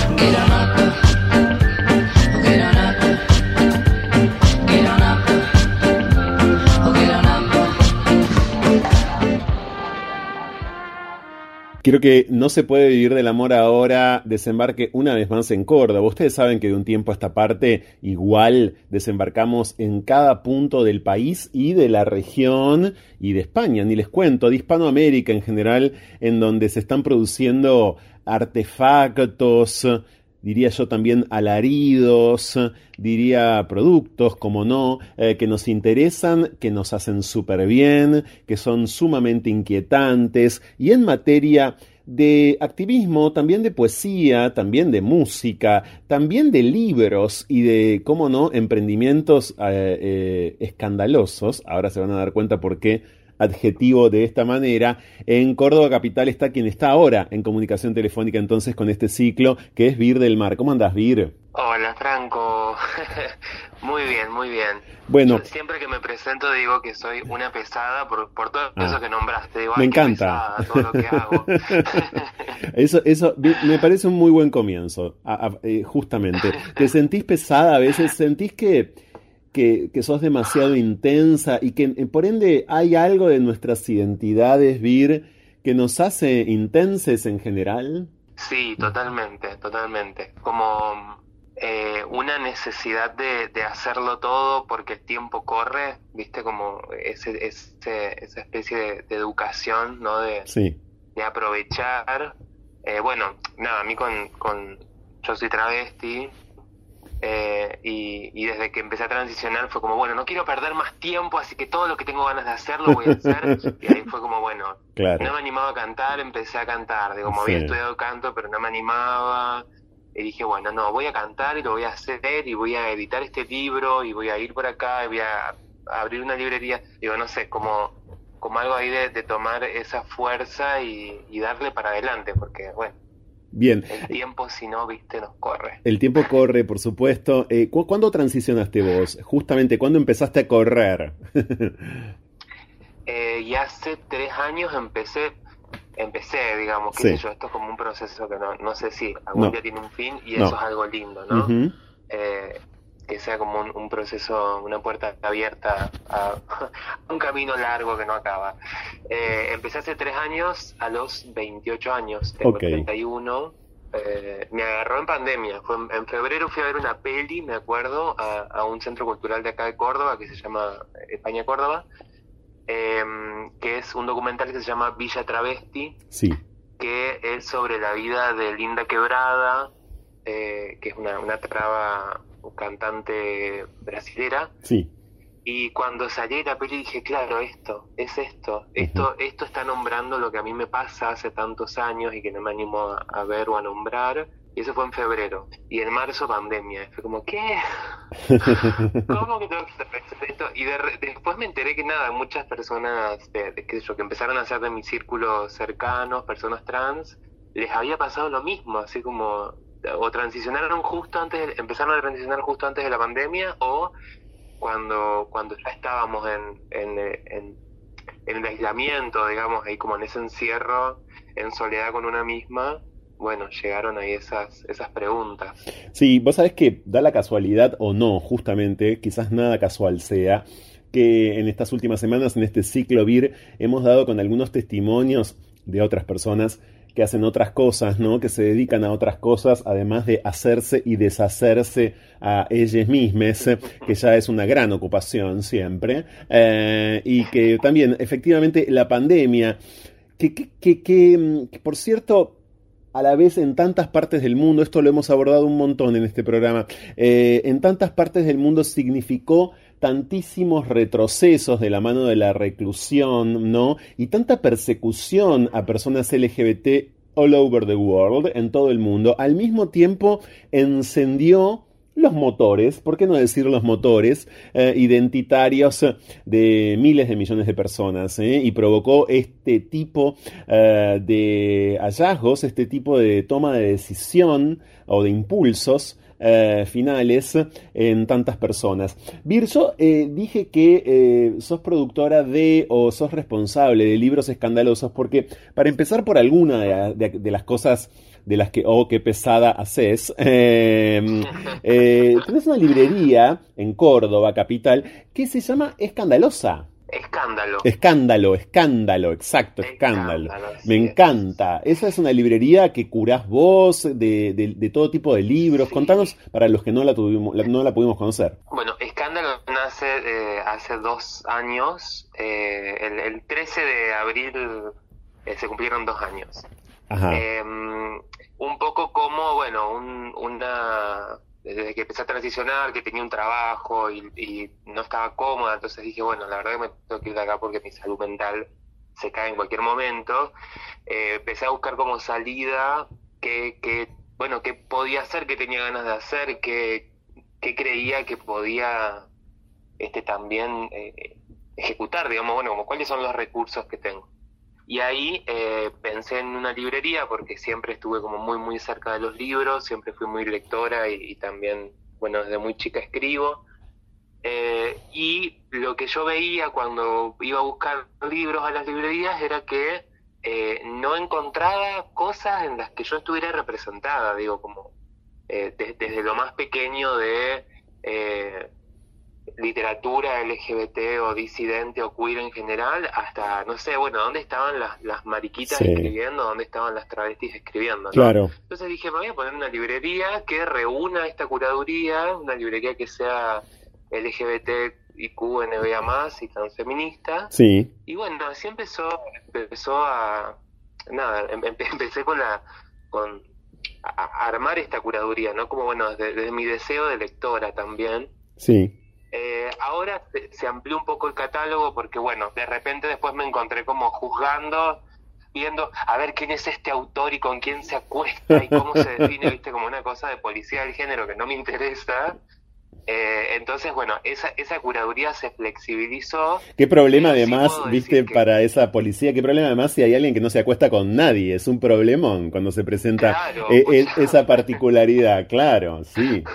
Quiero que No se puede vivir del amor ahora desembarque una vez más en Córdoba. Ustedes saben que de un tiempo a esta parte igual desembarcamos en cada punto del país y de la región y de España, ni les cuento, de Hispanoamérica en general, en donde se están produciendo artefactos, diría yo también alaridos, diría productos, como no, eh, que nos interesan, que nos hacen súper bien, que son sumamente inquietantes, y en materia de activismo, también de poesía, también de música, también de libros y de, cómo no, emprendimientos eh, eh, escandalosos. Ahora se van a dar cuenta por qué adjetivo de esta manera. En Córdoba capital está quien está ahora en comunicación telefónica entonces con este ciclo, que es Vir del Mar. ¿Cómo andás, Vir? Hola, Franco. Muy bien, muy bien. Bueno, yo siempre que me presento digo que soy una pesada por, por todo ah, eso que nombraste. Digo, me ay, encanta. Qué pesada, todo lo que hago. Eso, eso me parece un muy buen comienzo, a, a, eh, justamente. ¿Te sentís pesada a veces? ¿Sentís que que, que sos demasiado intensa y que por ende hay algo de nuestras identidades, Vir, que nos hace intenses en general? Sí, totalmente, totalmente. Como eh, una necesidad de, de hacerlo todo porque el tiempo corre, ¿viste? Como ese, ese, esa especie de, de educación, ¿no? De, sí. de aprovechar. Eh, bueno, nada, a mí con, con yo soy travesti, eh, y, y desde que empecé a transicionar fue como, bueno, no quiero perder más tiempo, así que todo lo que tengo ganas de hacer lo voy a hacer. Y ahí fue como, bueno, claro. No me animaba a cantar, empecé a cantar. Digo, como Sí. había estudiado canto, pero no me animaba. Y dije, bueno, no, voy a cantar y lo voy a hacer y voy a editar este libro y voy a ir por acá y voy a, a abrir una librería. Digo, no sé, como, como algo ahí de, de tomar esa fuerza y, y darle para adelante, porque, bueno, Bien. el tiempo, si no, viste, nos corre. El tiempo corre, por supuesto. Eh, ¿cu- ¿Cuándo transicionaste vos? Justamente, ¿cuándo empezaste a correr? Eh, y hace tres años empecé, empecé, digamos, qué Sí. sé yo, esto es como un proceso que no, no sé si algún No. día tiene un fin y No. eso es algo lindo, ¿no? Ujú. Eh, que sea como un, un proceso, una puerta abierta a, a un camino largo que no acaba. Eh, empecé hace tres años, a los veintiocho años, tengo Ok. treinta y uno. Eh, me agarró en pandemia. Fue en, en febrero fui a ver una peli, me acuerdo, a, a un centro cultural de acá de Córdoba que se llama España Córdoba, eh, que es un documental que se llama Villa Travesti, Sí. que es sobre la vida de Linda Quebrada, eh, que es una, una traba cantante brasilera. Sí. Y cuando salí de la peli dije, claro, esto, es esto, esto, esto está nombrando lo que a mí me pasa hace tantos años y que no me animo a, a ver o a nombrar. Y eso fue en febrero. Y en marzo pandemia. Fue como, ¿qué? ¿Cómo que tengo que hacer esto? Y de re- después me enteré que nada, muchas personas, de, de, qué sé yo, que empezaron a ser de mis círculos cercanos, personas trans, les había pasado lo mismo, así como, o transicionaron justo antes, de- empezaron a transicionar justo antes de la pandemia, o cuando, cuando ya estábamos en, en, en, en el aislamiento, digamos, ahí como en ese encierro, en soledad con una misma, bueno, llegaron ahí esas, esas preguntas. Sí, vos sabés que da la casualidad o no, justamente, quizás nada casual sea, que en estas últimas semanas, en este ciclo Vir, hemos dado con algunos testimonios de otras personas que hacen otras cosas, ¿no? Que se dedican a otras cosas, además de hacerse y deshacerse a ellas mismas, que ya es una gran ocupación siempre, eh, y que también, efectivamente, la pandemia, que, que, que, que, que, por cierto, a la vez en tantas partes del mundo, esto lo hemos abordado un montón en este programa, eh, en tantas partes del mundo significó tantísimos retrocesos de la mano de la reclusión, ¿no? Y tanta persecución a personas L G B T all over the world, en todo el mundo. Al mismo tiempo encendió los motores, ¿por qué no decir los motores eh, identitarios de miles de millones de personas? ¿eh? Y provocó este tipo eh, de hallazgos, este tipo de toma de decisión o de impulsos eh, finales en tantas personas. Vir, yo eh, dije que eh, sos productora de o sos responsable de libros escandalosos porque, para empezar por alguna de, de, de las cosas de las que, oh, qué pesada haces, eh, eh, tenés una librería en Córdoba, capital, que se llama Escandalosa. Escándalo. Escándalo, escándalo, exacto, escándalo. Escándalo, así Me es. encanta. Esa es una librería que curás vos de, de, de todo tipo de libros. Sí. Contanos para los que no la, tuvimos, la- no la pudimos conocer. Bueno, Escándalo nace eh, hace dos años. Eh, el, el trece de abril eh, se cumplieron dos años. Ajá. Eh, un poco como, bueno, un, una... Desde que empecé a transicionar, que tenía un trabajo y, y no estaba cómoda, entonces dije, bueno, la verdad que me tengo que ir de acá porque mi salud mental se cae en cualquier momento. Eh, empecé a buscar como salida, que, que, bueno, qué podía hacer, qué tenía ganas de hacer, qué, qué creía que podía este, también eh, ejecutar, digamos, bueno, como cuáles son los recursos que tengo. Y ahí eh, pensé en una librería porque siempre estuve como muy muy cerca de los libros, siempre fui muy lectora y, y también, bueno, desde muy chica escribo. Eh, y lo que yo veía cuando iba a buscar libros a las librerías era que eh, no encontraba cosas en las que yo estuviera representada, digo, como eh, de- desde lo más pequeño de... Eh, literatura L G B T o disidente o queer en general, hasta, no sé, bueno, ¿dónde estaban las, las mariquitas Sí. escribiendo? ¿Dónde estaban las travestis escribiendo? ¿no? Claro. Entonces dije, me voy a poner una librería que reúna esta curaduría, una librería que sea L G B T I Q N B A más y transfeminista. Sí. Y bueno, así empezó, empezó a, nada, em- empe- empecé con la, con a, a armar esta curaduría, ¿no? Como bueno, desde, desde mi deseo de lectora también. Sí. Eh, ahora se, se amplió un poco el catálogo porque, bueno, de repente después me encontré como juzgando, viendo a ver quién es este autor y con quién se acuesta y cómo se define, viste, como una cosa de policía del género que no me interesa. Eh, entonces, bueno, esa, esa curaduría se flexibilizó. Qué problema Pero sí además, puedo viste, decir que- para esa policía, qué problema además si hay alguien que no se acuesta con nadie, es un problemón cuando se presenta Claro, eh, o eh, sea- esa particularidad, claro, sí.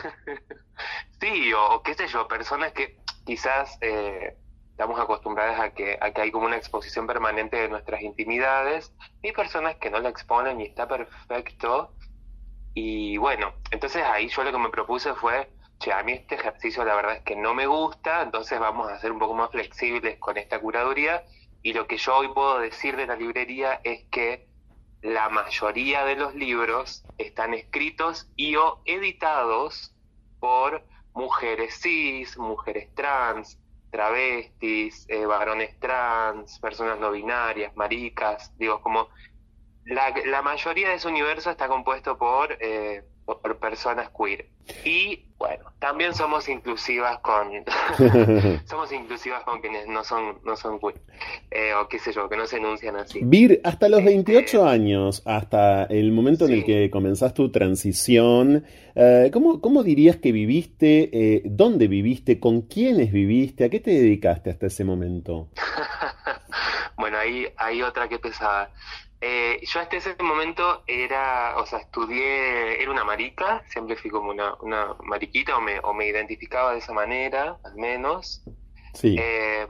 Sí, o, o qué sé yo, personas que quizás eh, estamos acostumbradas a que, a que hay como una exposición permanente de nuestras intimidades, y personas que no la exponen y está perfecto. Y bueno, entonces ahí yo lo que me propuse fue, che, a mí este ejercicio la verdad es que no me gusta, entonces vamos a ser un poco más flexibles con esta curaduría, y lo que yo hoy puedo decir de la librería es que la mayoría de los libros están escritos y o editados por mujeres cis, mujeres trans, travestis, eh, varones trans, personas no binarias, maricas, digo, como la, la mayoría de ese universo está compuesto por, eh, por por personas queer. Y bueno, también somos inclusivas con somos inclusivas con quienes no son no son queer, eh, o qué sé yo, que no se enuncian así. Vir, hasta los Este, veintiocho años, hasta el momento en el Sí. que comenzás tu transición, eh, ¿cómo, cómo dirías que viviste? Eh, ¿dónde viviste? ¿Con quiénes viviste? ¿A qué te dedicaste hasta ese momento? Bueno, ahí hay otra que pesada. Eh, yo hasta ese momento era, o sea, estudié, era una marica, siempre fui como una, una mariquita, o me, o me identificaba de esa manera, al menos. Sí. Eh,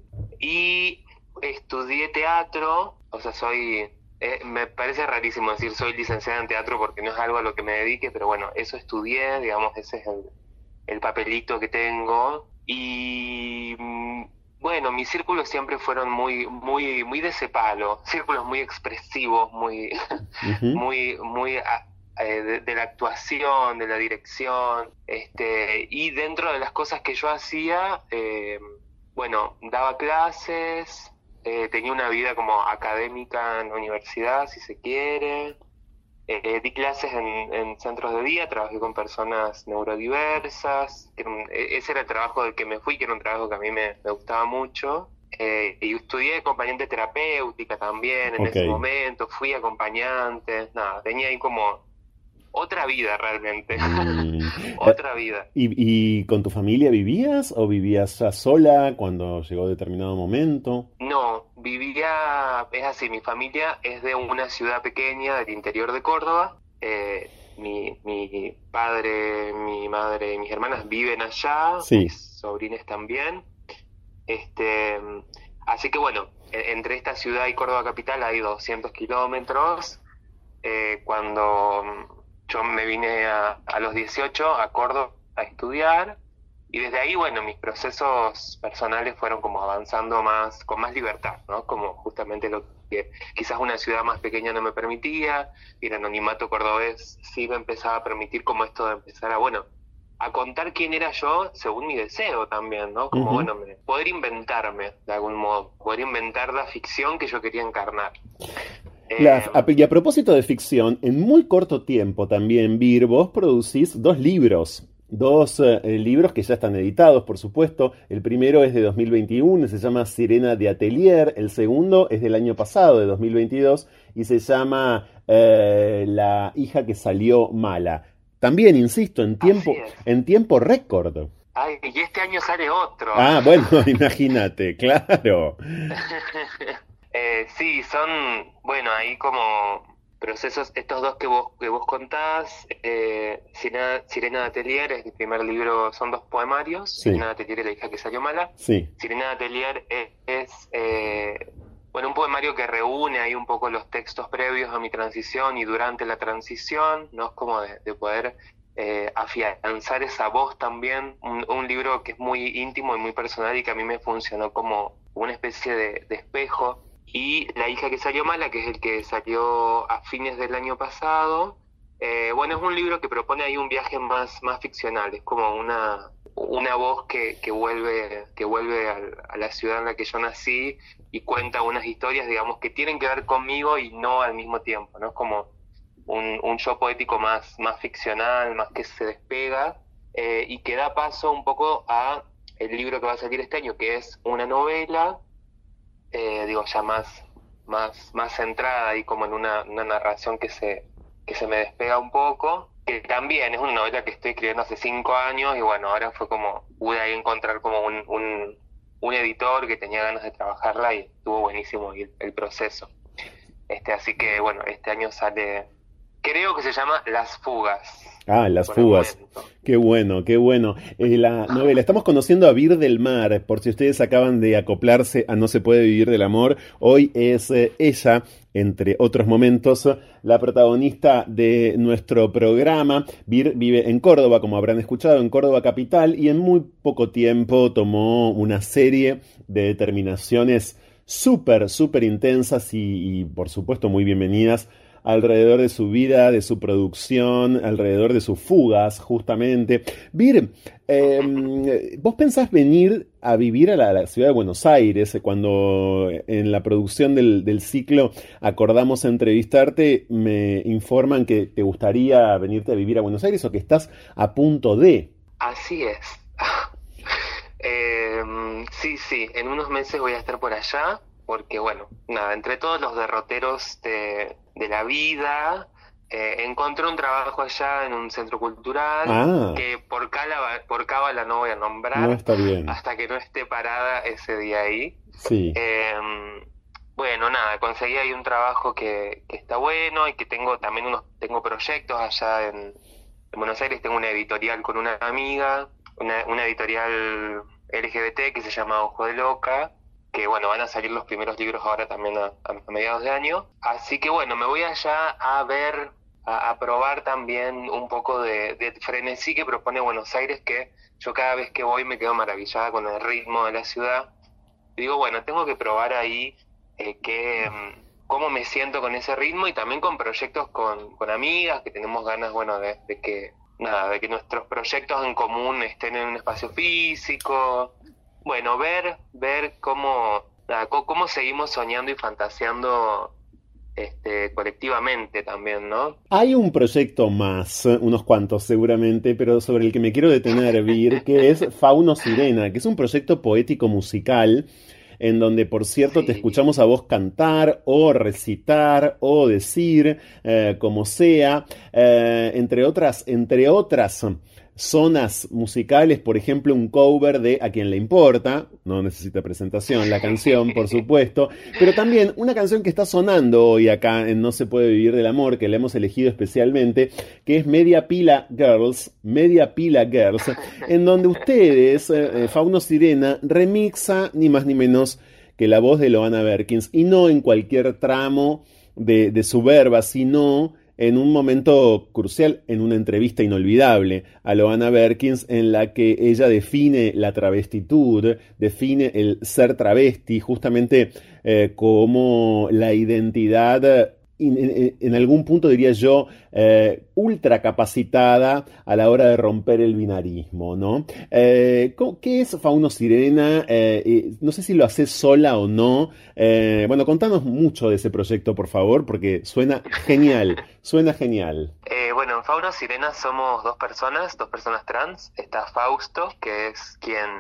y estudié teatro, o sea, soy, eh, me parece rarísimo decir soy licenciada en teatro porque no es algo a lo que me dedique, pero bueno, eso estudié, digamos, ese es el, el papelito que tengo. Y mm, bueno, mis círculos siempre fueron muy, muy, muy de ese palo, círculos muy expresivos, muy, Ujú. muy, muy ah, eh, de, de la actuación, de la dirección, este, y dentro de las cosas que yo hacía, eh, bueno, daba clases, eh, tenía una vida como académica en la universidad, si se quiere. Eh, di clases en, en centros de día, trabajé con personas neurodiversas, que era un- e- ese era el trabajo del que me fui, que era un trabajo que a mí me, me gustaba mucho. Eh, y estudié acompañante terapéutica también en Ok. ese momento, fui acompañante, nada, tenía ahí como otra vida realmente, Mm. otra vida. ¿Y, y con tu familia vivías o vivías ya sola cuando llegó determinado momento? No, vivía, es así, mi familia es de una ciudad pequeña del interior de Córdoba. Eh, mi, mi padre, mi madre y mis hermanas viven allá, Sí. mis sobrines también. Este, así que bueno, e- entre esta ciudad y Córdoba capital hay doscientos kilómetros. Eh, cuando yo me vine a, a los dieciocho a Córdoba a estudiar, y desde ahí, bueno, mis procesos personales fueron como avanzando más, con más libertad, ¿no? Como justamente lo que quizás una ciudad más pequeña no me permitía, y el anonimato cordobés sí me empezaba a permitir como esto de empezar a, bueno, a contar quién era yo según mi deseo también, ¿no? Como, Ujú. bueno, me- poder inventarme de algún modo, poder inventar la ficción que yo quería encarnar. La- Eh, a- y a propósito de ficción, en muy corto tiempo también, Vir, vos producís dos libros. Dos eh, libros que ya están editados, por supuesto. El primero es de dos mil veintiuno, se llama Sirena de Atelier. El segundo es del año pasado, de dos mil veintidós, y se llama eh, La hija que salió mala. También, insisto, en tiempo, Así es. en tiempo récord. Ay, y este año sale otro. Ah, bueno, imagínate, claro. Eh, sí, son, bueno, ahí como procesos, estos dos que vos, que vos contás, eh, Sirena, Sirena de Atelier es el primer libro, son dos poemarios, Sí. Sirena de Atelier y La hija que salió mala. Sí, Sirena de Atelier es, es, eh, bueno, un poemario que reúne ahí un poco los textos previos a mi transición y durante la transición, ¿no? Es como de, de poder eh, afianzar esa voz también, un, un libro que es muy íntimo y muy personal y que a mí me funcionó como una especie de, de espejo. Y La hija que salió mala, que es el que salió a fines del año pasado, eh, bueno, es un libro que propone ahí un viaje más, más ficcional, es como una, una voz que, que vuelve, que vuelve a, a la ciudad en la que yo nací y cuenta unas historias, digamos, que tienen que ver conmigo y no al mismo tiempo, ¿no? Es como un, un yo poético más, más ficcional, más que se despega, eh, y que da paso un poco a el libro que va a salir este año, que es una novela, eh, digo, ya más, más, más centrada y como en una, una narración que se, que se me despega un poco, que también es una novela que estoy escribiendo hace cinco años y bueno, ahora fue como, pude ahí encontrar como un, un, un editor que tenía ganas de trabajarla y estuvo buenísimo el, el proceso. Este, así que bueno, este año sale, creo que se llama Las Fugas. Ah, Las Fugas. Qué bueno, qué bueno. Eh, la novela. Estamos conociendo a Vir del Mar, por si ustedes acaban de acoplarse a No se puede vivir del amor. Hoy es eh, ella, entre otros momentos, la protagonista de nuestro programa. Vir vive en Córdoba, como habrán escuchado, en Córdoba capital, y en muy poco tiempo tomó una serie de determinaciones súper, súper intensas y, y, por supuesto, muy bienvenidas alrededor de su vida, de su producción, alrededor de sus fugas, justamente. Vir, eh, ¿vos pensás venir a vivir a la, a la ciudad de Buenos Aires? Cuando en la producción del, del ciclo acordamos entrevistarte, me informan que te gustaría venirte a vivir a Buenos Aires o que estás a punto de. Así es. eh, sí, sí, en unos meses voy a estar por allá. Porque bueno, nada, entre todos los derroteros de, de la vida, eh, encontré un trabajo allá en un centro cultural, ah. que por cábala, por cábala no voy a nombrar, no, está bien. Hasta que no esté parada ese día ahí. Sí. Eh, bueno, nada, conseguí ahí un trabajo que, que está bueno y que tengo también unos tengo proyectos allá en, en Buenos Aires, tengo una editorial con una amiga, una, una editorial L G B T que se llama Ojo de Loca, que bueno, van a salir los primeros libros ahora también a, a mediados de año, así que bueno, me voy allá a ver, a, a probar también un poco de, de frenesí que propone Buenos Aires, que yo cada vez que voy me quedo maravillada con el ritmo de la ciudad, y digo, bueno, tengo que probar ahí eh, que, cómo me siento con ese ritmo, y también con proyectos con, con amigas, que tenemos ganas, bueno, de, de que, nada, de que nuestros proyectos en común estén en un espacio físico. Bueno, ver, ver cómo, cómo seguimos soñando y fantaseando este, colectivamente también, ¿no? Hay un proyecto más, unos cuantos seguramente, pero sobre el que me quiero detener, Vir, que es Fauno Sirena, que es un proyecto poético musical en donde, por cierto, sí, te escuchamos a vos cantar o recitar o decir, eh, como sea, eh, entre otras, entre otras zonas musicales, por ejemplo, un cover de A Quien Le Importa, no necesita presentación la canción, por supuesto, pero también una canción que está sonando hoy acá en No se puede vivir del amor, que la hemos elegido especialmente, que es Media Pila Girls, Media Pila Girls, en donde ustedes, eh, Fauno Sirena, remixa ni más ni menos que la voz de Loana Berkins, y no en cualquier tramo de, de su verba, sino en un momento crucial, en una entrevista inolvidable a Loana Berkins, en la que ella define la travestitud, define el ser travesti, justamente eh, como la identidad, en, en, en algún punto diría yo, eh, ultra capacitada a la hora de romper el binarismo, ¿no? Eh, ¿Qué es Fauno Sirena? Eh, eh, no sé si lo haces sola o no. Eh, bueno, contanos mucho de ese proyecto, por favor, porque suena genial, suena genial. Eh, bueno, en Fauno Sirena somos dos personas, dos personas trans. Está Fausto, que es quien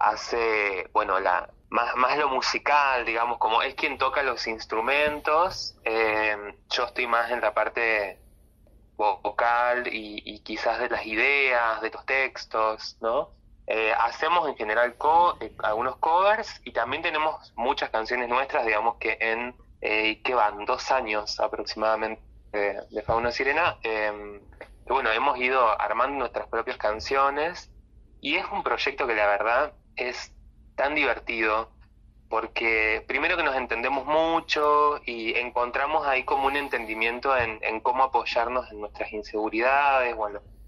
hace, bueno, la... Más, más lo musical, digamos, como es quien toca los instrumentos, eh, yo estoy más en la parte vocal y, y quizás de las ideas, de los textos, ¿no? Eh, hacemos en general co- eh, algunos covers y también tenemos muchas canciones nuestras, digamos que en, eh, ¿qué van? Dos años aproximadamente de, de Fauno Sirena, eh, que bueno, hemos ido armando nuestras propias canciones y es un proyecto que la verdad es tan divertido, porque primero que nos entendemos mucho y encontramos ahí como un entendimiento en, en cómo apoyarnos en nuestras inseguridades, bueno,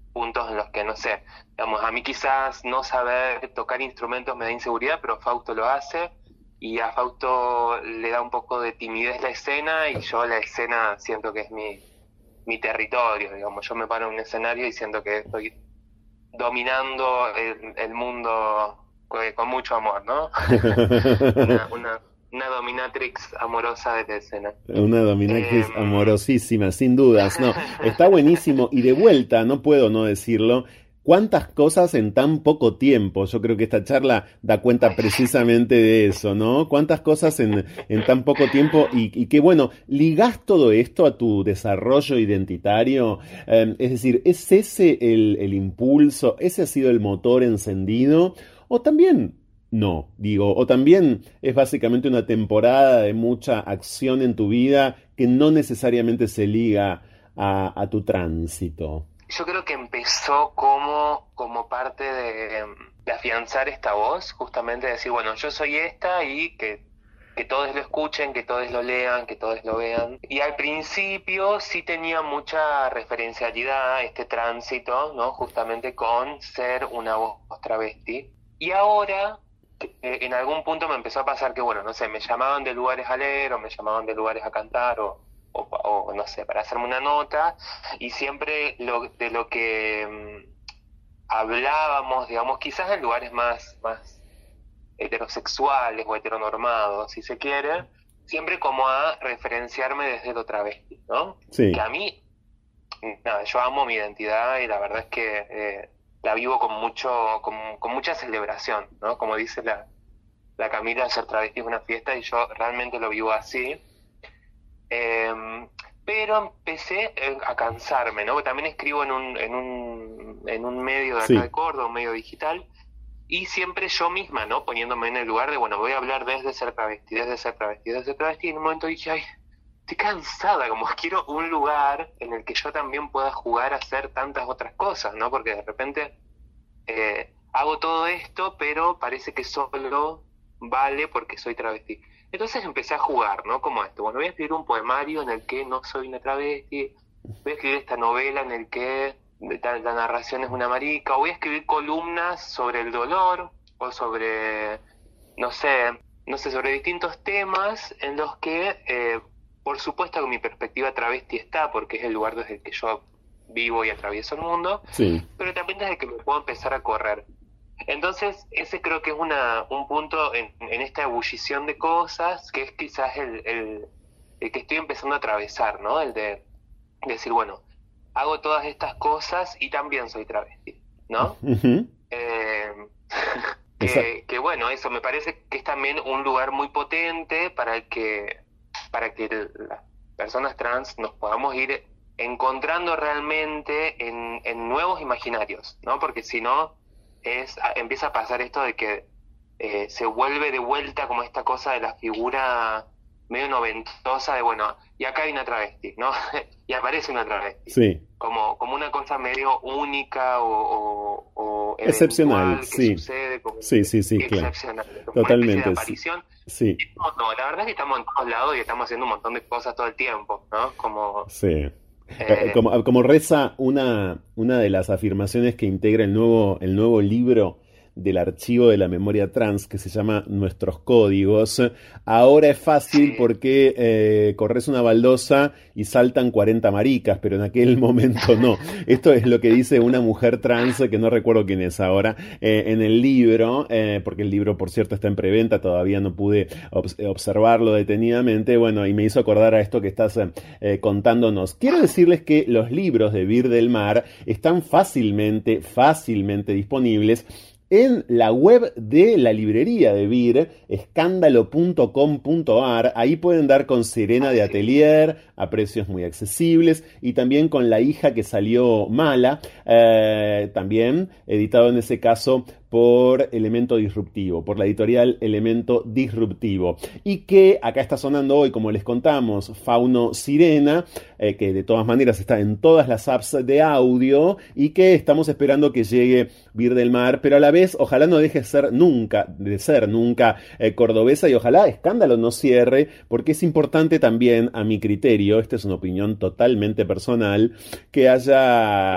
puntos en los que, no sé, digamos, a mí quizás no saber tocar instrumentos me da inseguridad, pero Fausto lo hace, y a Fausto le da un poco de timidez la escena, y yo la escena siento que es mi, mi territorio, digamos, yo me paro en un escenario y siento que estoy dominando el, el mundo con, con mucho amor, ¿no? una, una Una dominatrix amorosa de la escena. Una dominatrix eh... amorosísima, sin dudas. No, está buenísimo. Y de vuelta, no puedo no decirlo, cuántas cosas en tan poco tiempo. Yo creo que esta charla da cuenta precisamente de eso, ¿no? Cuántas cosas en, en tan poco tiempo y, y que, bueno, ligás todo esto a tu desarrollo identitario. Eh, es decir, ¿es ese el, el impulso? ¿Ese ha sido el motor encendido? ¿O también... No, digo, o también es básicamente una temporada de mucha acción en tu vida que no necesariamente se liga a, a tu tránsito? Yo creo que empezó como, como parte de, de afianzar esta voz, justamente decir, bueno, yo soy esta y que, que todos lo escuchen, que todos lo lean, que todos lo vean. Y al principio sí tenía mucha referencialidad este tránsito, ¿no? Justamente con ser una voz travesti. Y ahora... en algún punto me empezó a pasar que, bueno, no sé, me llamaban de lugares a leer, o me llamaban de lugares a cantar, o, o, o no sé, para hacerme una nota, y siempre lo, de lo que um, hablábamos, digamos, quizás en lugares más, más heterosexuales o heteronormados, si se quiere, siempre como a referenciarme desde lo travesti, ¿no? Sí. Que a mí, nada, yo amo mi identidad y la verdad es que... Eh, la vivo con mucho con, con mucha celebración, ¿no? Como dice la, la Camila, ser travesti es una fiesta y yo realmente lo vivo así. Eh, pero empecé a cansarme, ¿no? Porque también escribo en un, en un, en un medio de acá sí. de Córdoba, un medio digital, y siempre yo misma, ¿no? Poniéndome en el lugar de, bueno, voy a hablar desde ser travesti, desde ser travesti, desde ser travesti, y en un momento dije, ay, estoy cansada, como quiero un lugar en el que yo también pueda jugar a hacer tantas otras cosas, ¿no? Porque de repente eh, hago todo esto, pero parece que solo vale porque soy travesti. Entonces empecé a jugar, ¿no? Como esto, bueno, voy a escribir un poemario en el que no soy una travesti, voy a escribir esta novela en el que la, la narración es una marica, o voy a escribir columnas sobre el dolor, o sobre, no sé, no sé, sobre distintos temas en los que... Eh, por supuesto que mi perspectiva travesti está, porque es el lugar desde el que yo vivo y atravieso el mundo, sí. Pero también desde que me puedo empezar a correr. Entonces, ese creo que es una un punto en, en esta ebullición de cosas, que es quizás el, el, el que estoy empezando a atravesar, ¿no? El de, de decir, bueno, hago todas estas cosas y también soy travesti, ¿no? Uh-huh. Eh, que, que bueno, eso me parece que es también un lugar muy potente para el que... para que las personas trans nos podamos ir encontrando realmente en, en nuevos imaginarios, ¿no? Porque si no, es empieza a pasar esto de que eh, se vuelve de vuelta como esta cosa de la figura medio noventosa de, bueno, y acá hay una travesti, ¿no? Y aparece una travesti. Sí. Como, como una cosa medio única o, o, o excepcional, que sí. sucede como sí, sí, sí, excepcional, claro. como Totalmente. una especie de aparición. Sí. No, no, la verdad es que estamos en todos lados y estamos haciendo un montón de cosas todo el tiempo, ¿no? Como... Sí. Eh, como, como reza una, una de las afirmaciones que integra el nuevo, el nuevo libro del archivo de la memoria trans, que se llama Nuestros Códigos. Ahora es fácil sí. porque eh, corres una baldosa y saltan cuarenta maricas, pero en aquel momento no. Esto es lo que dice una mujer trans, que no recuerdo quién es ahora, eh, en el libro, eh, porque el libro, por cierto, está en preventa, todavía no pude ob- observarlo detenidamente, bueno, y me hizo acordar a esto que estás eh, contándonos. Quiero decirles que los libros de Vir del Mar están fácilmente, fácilmente disponibles en la web de la librería de Vir, escándalo punto com punto a r. Ahí pueden dar con Serena de Atelier a precios muy accesibles, y también con La hija que salió mala, eh, también editado en ese caso por Elemento Disruptivo, por la editorial Elemento Disruptivo. Y que acá está sonando hoy, como les contamos, Fauno Sirena, eh, que de todas maneras está en todas las apps de audio, y que estamos esperando que llegue Vir del Mar, pero a la vez ojalá no deje de ser nunca, de ser nunca eh, cordobesa, y ojalá Escándalo no cierre, porque es importante también, a mi criterio, esta es una opinión totalmente personal, que haya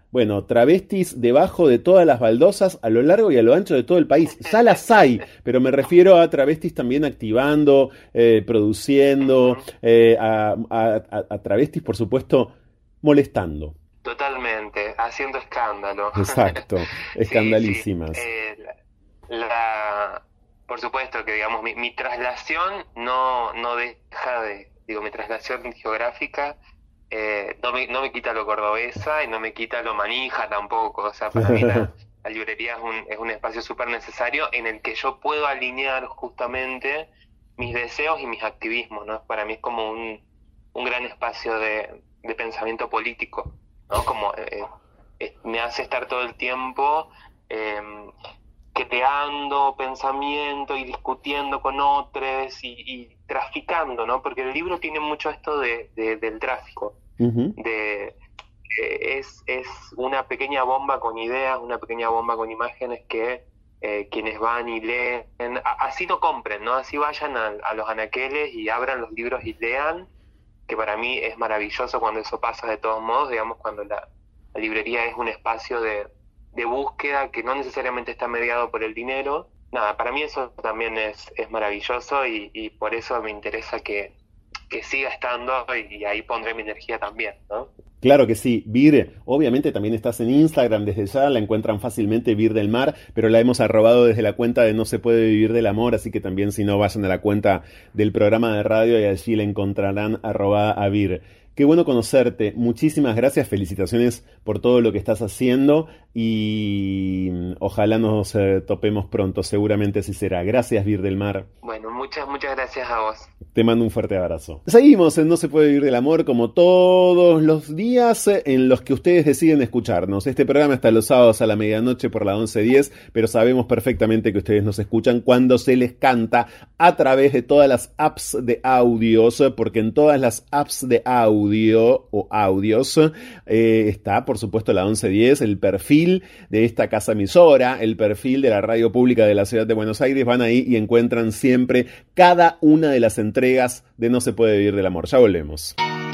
bueno, travestis debajo de todas las baldosas a lo largo y a lo ancho de todo el país. Ya las hay, pero me refiero a travestis también activando, eh, produciendo, eh, a, a, a travestis, por supuesto, molestando. Totalmente, haciendo escándalo. Exacto, escandalísimas. Sí, sí. Eh, la, la, por supuesto que, digamos, mi, mi traslación no, no deja de, digo, mi traslación geográfica eh, no, me, no me quita lo cordobesa y no me quita lo manija tampoco. O sea, para mí la, la librería es un, es un espacio súper necesario en el que yo puedo alinear justamente mis deseos y mis activismos, ¿no? Para mí es como un, un gran espacio de, de pensamiento político, ¿no? Como eh, eh, me hace estar todo el tiempo eh, creando pensamiento y discutiendo con otros y, y traficando, ¿no? Porque el libro tiene mucho esto de, de, del tráfico, uh-huh. de eh, es, es una pequeña bomba con ideas, una pequeña bomba con imágenes que eh, quienes van y leen, a, así no compren, ¿no? Así vayan a, a los anaqueles y abran los libros y lean, que para mí es maravilloso cuando eso pasa de todos modos, digamos, cuando la, la librería es un espacio de, de búsqueda que no necesariamente está mediado por el dinero. Nada, para mí eso también es, es maravilloso y, y por eso me interesa que, que siga estando y, y ahí pondré mi energía también, ¿no? Claro que sí, Vir, obviamente también estás en Instagram desde ya, la encuentran fácilmente, Vir del Mar, pero la hemos arrobado desde la cuenta de No se puede vivir del amor, así que también si no vayan a la cuenta del programa de radio y allí la encontrarán arrobada a Vir. Qué bueno conocerte, muchísimas gracias, felicitaciones por todo lo que estás haciendo y ojalá nos eh, topemos pronto, seguramente así será. Gracias, Vir del Mar. Bueno, muchas, muchas gracias a vos. Te mando un fuerte abrazo. Seguimos en No se puede vivir del amor como todos los días en los que ustedes deciden escucharnos. Este programa está los sábados a la medianoche por la once diez, pero sabemos perfectamente que ustedes nos escuchan cuando se les canta a través de todas las apps de audios, porque en todas las apps de audio o audios eh, está, por supuesto, la once diez, el perfil de esta casa emisora, el perfil de la radio pública de la ciudad de Buenos Aires. Van ahí y encuentran siempre cada una de las entregas de No se puede vivir del amor. Ya volvemos.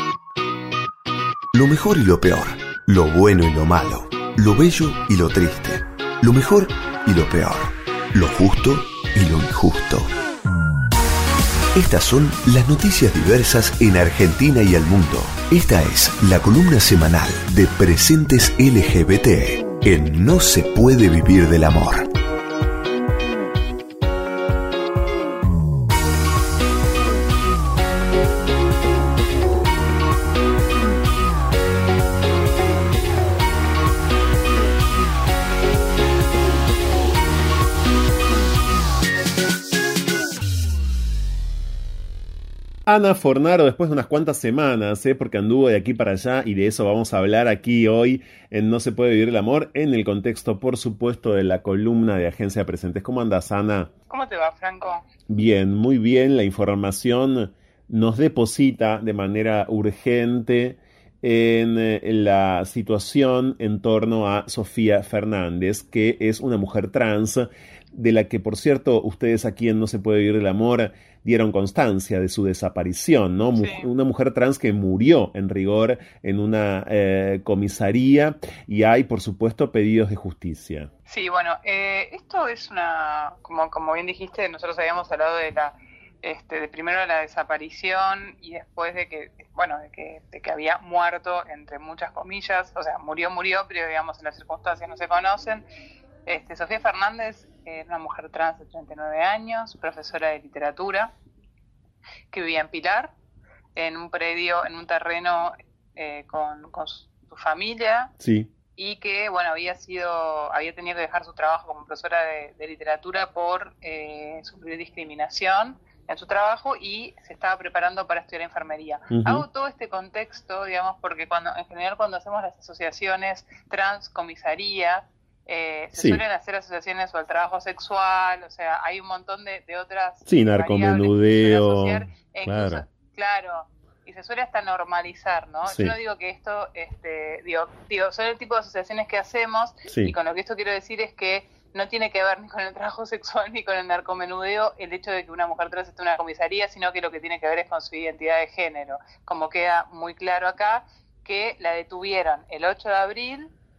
Lo mejor y lo peor, lo bueno y lo malo, lo bello y lo triste, lo mejor y lo peor, lo justo y lo injusto. Estas son las noticias diversas en Argentina y el mundo. Esta es la columna semanal de Presentes L G B T en No se puede vivir del amor. Ana Fornaro, después de unas cuantas semanas, ¿eh? porque anduvo de aquí para allá y de eso vamos a hablar aquí hoy en No se puede vivir el amor, en el contexto, por supuesto, de la columna de Agencia de Presentes. ¿Cómo andas, Ana? ¿Cómo te va, Franco? Bien, muy bien. La información nos deposita de manera urgente en, en la situación en torno a Sofía Fernández, que es una mujer trans, de la que, por cierto, ustedes aquí en No se puede vivir el amor dieron constancia de su desaparición, ¿no? Sí. Una mujer trans que murió, en rigor, en una eh, comisaría, y hay, por supuesto, pedidos de justicia. Sí, bueno, eh, esto es una, como, como bien dijiste, nosotros habíamos hablado de la, este, de primero de la desaparición y después de que, bueno, de que, de que había muerto, entre muchas comillas, o sea, murió, murió, pero digamos, en las circunstancias no se conocen. Este, Sofía Fernández es una mujer trans de treinta y nueve años, profesora de literatura, que vivía en Pilar, en un predio, en un terreno eh, con, con su, su familia, sí. Y que, bueno, había sido, había tenido que dejar su trabajo como profesora de, de literatura por eh, sufrir discriminación en su trabajo y se estaba preparando para estudiar enfermería. Uh-huh. Hago todo este contexto, digamos, porque cuando en general cuando hacemos las asociaciones trans comisaría, Eh, se sí. suelen hacer asociaciones o al trabajo sexual, o sea, hay un montón de, de otras... Sí, narcomenudeo, claro. claro, y se suele hasta normalizar, ¿no? Sí. Yo no digo que esto, este, digo, digo, son el tipo de asociaciones que hacemos, sí. Y con lo que esto quiero decir es que no tiene que ver ni con el trabajo sexual ni con el narcomenudeo el hecho de que una mujer trans esté en una comisaría, sino que lo que tiene que ver es con su identidad de género, como queda muy claro acá, que la detuvieron el ocho de abril,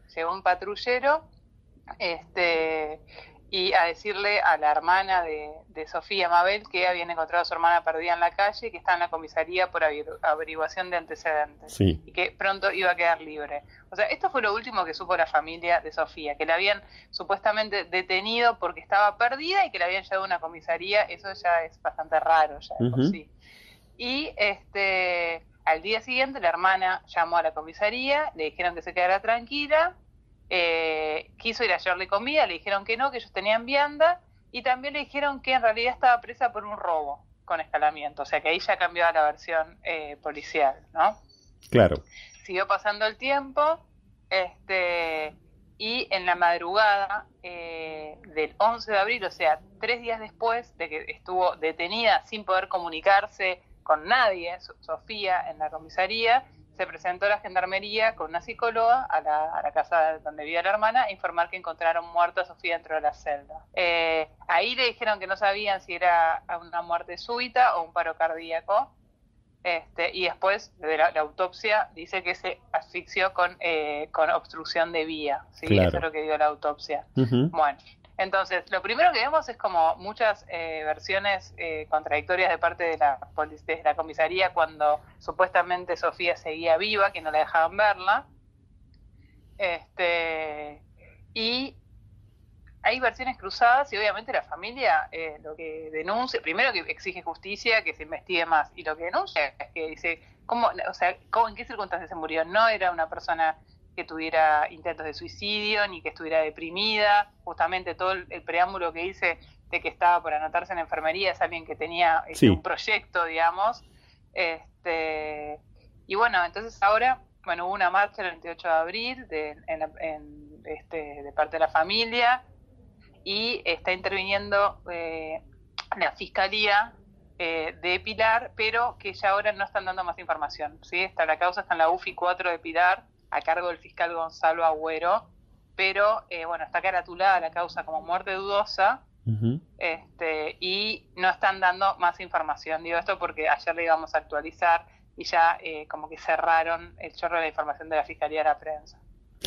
llegó un patrullero este, y a decirle a la hermana de, de Sofía, Mabel, que habían encontrado a su hermana perdida en la calle y que estaba en la comisaría por averiguación de antecedentes, sí. y que pronto iba a quedar libre. O sea, esto fue lo último que supo la familia de Sofía, que la habían supuestamente detenido porque estaba perdida y que la habían llevado a una comisaría. Eso ya es bastante raro ya de por Uh-huh. sí. Y este, al día siguiente la hermana llamó a la comisaría, le dijeron que se quedara tranquila, eh, quiso ir a llevarle comida, le dijeron que no, que ellos tenían vianda, y también le dijeron que en realidad estaba presa por un robo con escalamiento. O sea que ahí ya cambió la versión eh, policial, ¿no? Claro. Siguió pasando el tiempo, este, y en la madrugada eh, del once de abril, o sea, tres días después de que estuvo detenida sin poder comunicarse con nadie, Sofía, en la comisaría, se presentó la gendarmería con una psicóloga a la, a la casa donde vivía la hermana a informar que encontraron muerta a Sofía dentro de la celda. Eh, ahí le dijeron que no sabían si era una muerte súbita o un paro cardíaco. Este, y después de la, la autopsia dice que se asfixió con, eh, con obstrucción de vía, ¿sí? Claro. Eso es lo que dio la autopsia. Uh-huh. Bueno, entonces lo primero que vemos es como muchas eh, versiones eh, contradictorias de parte de la, de la comisaría cuando supuestamente Sofía seguía viva, que no la dejaban verla. Este, y hay versiones cruzadas y obviamente la familia eh, lo que denuncia, primero que exige justicia, que se investigue más, y lo que denuncia es que dice, ¿cómo, o sea, ¿cómo, en qué circunstancias se murió? No era una persona que tuviera intentos de suicidio, ni que estuviera deprimida, justamente todo el, el preámbulo que dice de que estaba por anotarse en enfermería es alguien que tenía este, Sí. un proyecto, digamos, este, y bueno, entonces ahora, bueno, hubo una marcha el veintiocho de abril de, en, en, este, de parte de la familia, y está interviniendo eh, la Fiscalía eh, de Pilar, pero que ya ahora no están dando más información, ¿sí? Está la causa, está en la U F I cuatro de Pilar, a cargo del fiscal Gonzalo Agüero, pero eh, bueno, está caratulada la causa como muerte dudosa, Uh-huh. este, y no están dando más información. Digo esto porque ayer le íbamos a actualizar y ya eh, como que cerraron el chorro de la información de la Fiscalía a la prensa.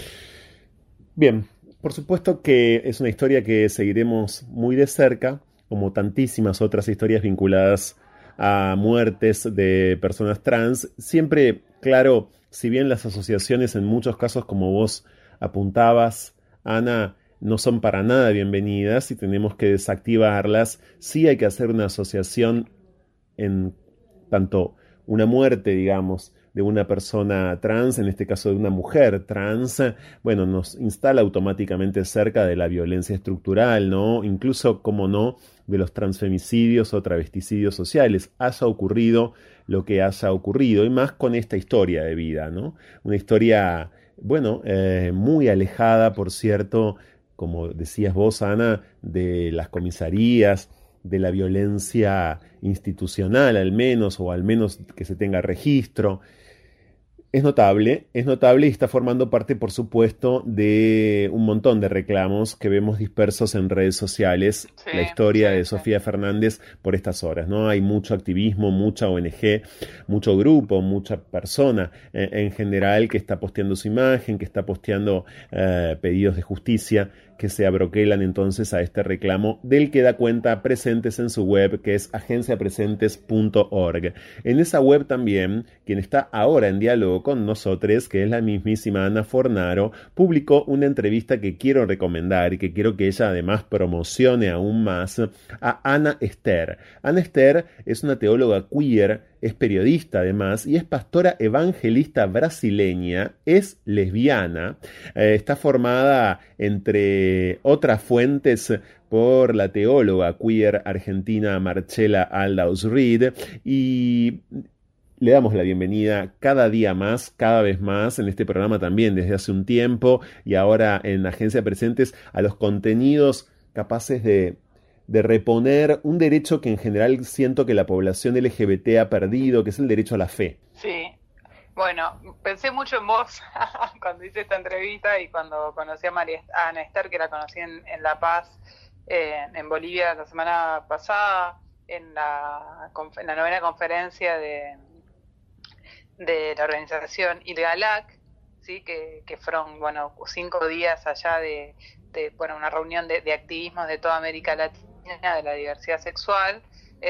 Bien, por supuesto que es una historia que seguiremos muy de cerca, como tantísimas otras historias vinculadas a muertes de personas trans. Siempre, claro, si bien las asociaciones en muchos casos, como vos apuntabas, Ana, no son para nada bienvenidas y tenemos que desactivarlas, sí hay que hacer una asociación en tanto una muerte, digamos, de una persona trans, en este caso de una mujer trans, bueno, nos instala automáticamente cerca de la violencia estructural, ¿no? Incluso, como no, de los transfemicidios o travesticidios sociales, haya ocurrido lo que haya ocurrido, y más con esta historia de vida, ¿no? Una historia, bueno, eh, muy alejada, por cierto, como decías vos, Ana, de las comisarías, de la violencia institucional al menos, o al menos que se tenga registro. Es notable, es notable y está formando parte, por supuesto, de un montón de reclamos que vemos dispersos en redes sociales. Sí, la historia sí, de sí. Sofía Fernández por estas horas, ¿no? Hay mucho activismo, mucha O N G, mucho grupo, mucha persona eh, en general que está posteando su imagen, que está posteando eh, pedidos de justicia que se abroquelan entonces a este reclamo, del que da cuenta Presentes en su web, que es agencia presentes punto org. En esa web también, quien está ahora en diálogo con nosotros, que es la mismísima Ana Fornaro, publicó una entrevista que quiero recomendar y que quiero que ella además promocione aún más, a Ana Esther. Ana Esther es una teóloga queer, es periodista además y es pastora evangelista brasileña, es lesbiana, eh, está formada entre otras fuentes por la teóloga queer argentina Marcela Aldaus Reed, y le damos la bienvenida cada día más, cada vez más, en este programa también desde hace un tiempo y ahora en Agencia Presentes, a los contenidos capaces de de reponer un derecho que en general siento que la población L G B T ha perdido, que es el derecho a la fe. Sí, bueno, pensé mucho en vos cuando hice esta entrevista y cuando conocí a, María, a Ana Esther, que la conocí en, en La Paz, eh, en Bolivia la semana pasada, en la, en la novena conferencia de, de la organización ILGALAC, ¿sí? que, que fueron, bueno, cinco días allá de, de bueno, una reunión de, de activismos de toda América Latina de la diversidad sexual.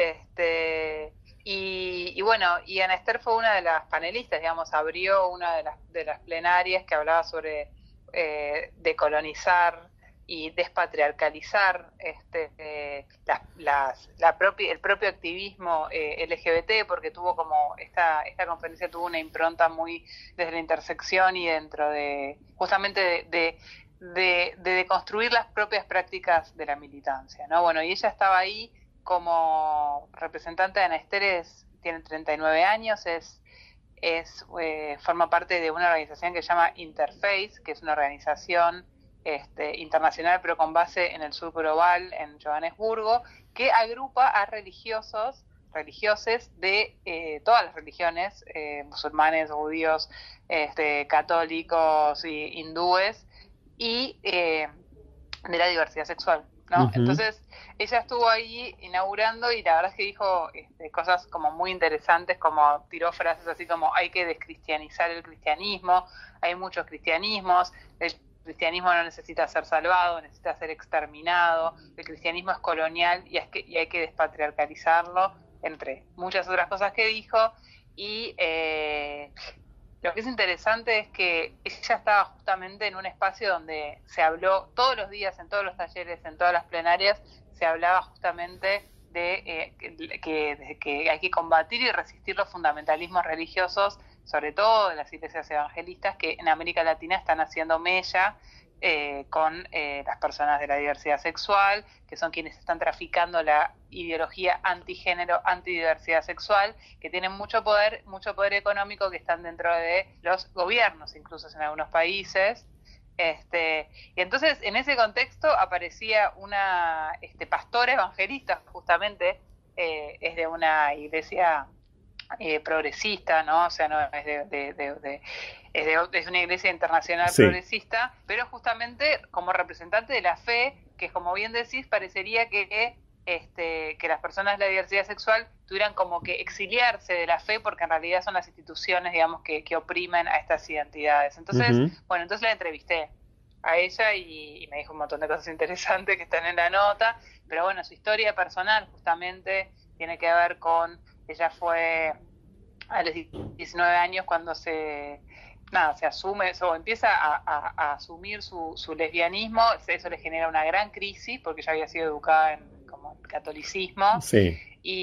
Este, y, y bueno, y Ana Esther fue una de las panelistas, digamos, abrió una de las, de las plenarias que hablaba sobre eh, decolonizar y despatriarcalizar este, eh, las, las, la propia, el propio activismo eh, L G B T, porque tuvo como esta, esta conferencia tuvo una impronta muy desde la intersección y dentro de justamente de, de, de, de deconstruir las propias prácticas de la militancia, ¿no? Bueno, y ella estaba ahí como representante de Ana Esther, es, tiene treinta y nueve años, es es eh, forma parte de una organización que se llama Interface, que es una organización Este, internacional, pero con base en el sur global, en Johannesburgo, que agrupa a religiosos, religioses de eh, todas las religiones, eh, musulmanes, judíos, este, católicos y hindúes, y eh, de la diversidad sexual, ¿no? Uh-huh. Entonces, ella estuvo ahí inaugurando y la verdad es que dijo este, cosas como muy interesantes, como tiró frases así como hay que descristianizar el cristianismo, hay muchos cristianismos, el El cristianismo no necesita ser salvado, necesita ser exterminado, el cristianismo es colonial y, es que, y hay que despatriarcalizarlo, entre muchas otras cosas que dijo. Y eh, lo que es interesante es que ella estaba justamente en un espacio donde se habló todos los días, en todos los talleres, en todas las plenarias, se hablaba justamente de, eh, que, de que hay que combatir y resistir los fundamentalismos religiosos, sobre todo de las iglesias evangelistas, que en América Latina están haciendo mella eh, con eh, las personas de la diversidad sexual, que son quienes están traficando la ideología antigénero, antidiversidad sexual, que tienen mucho poder, mucho poder económico, que están dentro de los gobiernos, incluso en algunos países. Este, y entonces, en ese contexto, aparecía una este, pastora evangelista, justamente, eh, es de una iglesia Eh, progresista, ¿no? O sea, no es de, de, de, de, es, de es una iglesia internacional sí. progresista, pero justamente como representante de la fe, que como bien decís, parecería que este, que las personas de la diversidad sexual tuvieran como que exiliarse de la fe, porque en realidad son las instituciones, digamos, que, que oprimen a estas identidades. Entonces, uh-huh. bueno, entonces la entrevisté a ella y, y me dijo un montón de cosas interesantes que están en la nota, pero bueno, su historia personal justamente tiene que ver con ella fue a los diecinueve años cuando se nada se asume o empieza a, a, a asumir su, su lesbianismo. Eso le genera una gran crisis porque ella había sido educada en como el catolicismo sí.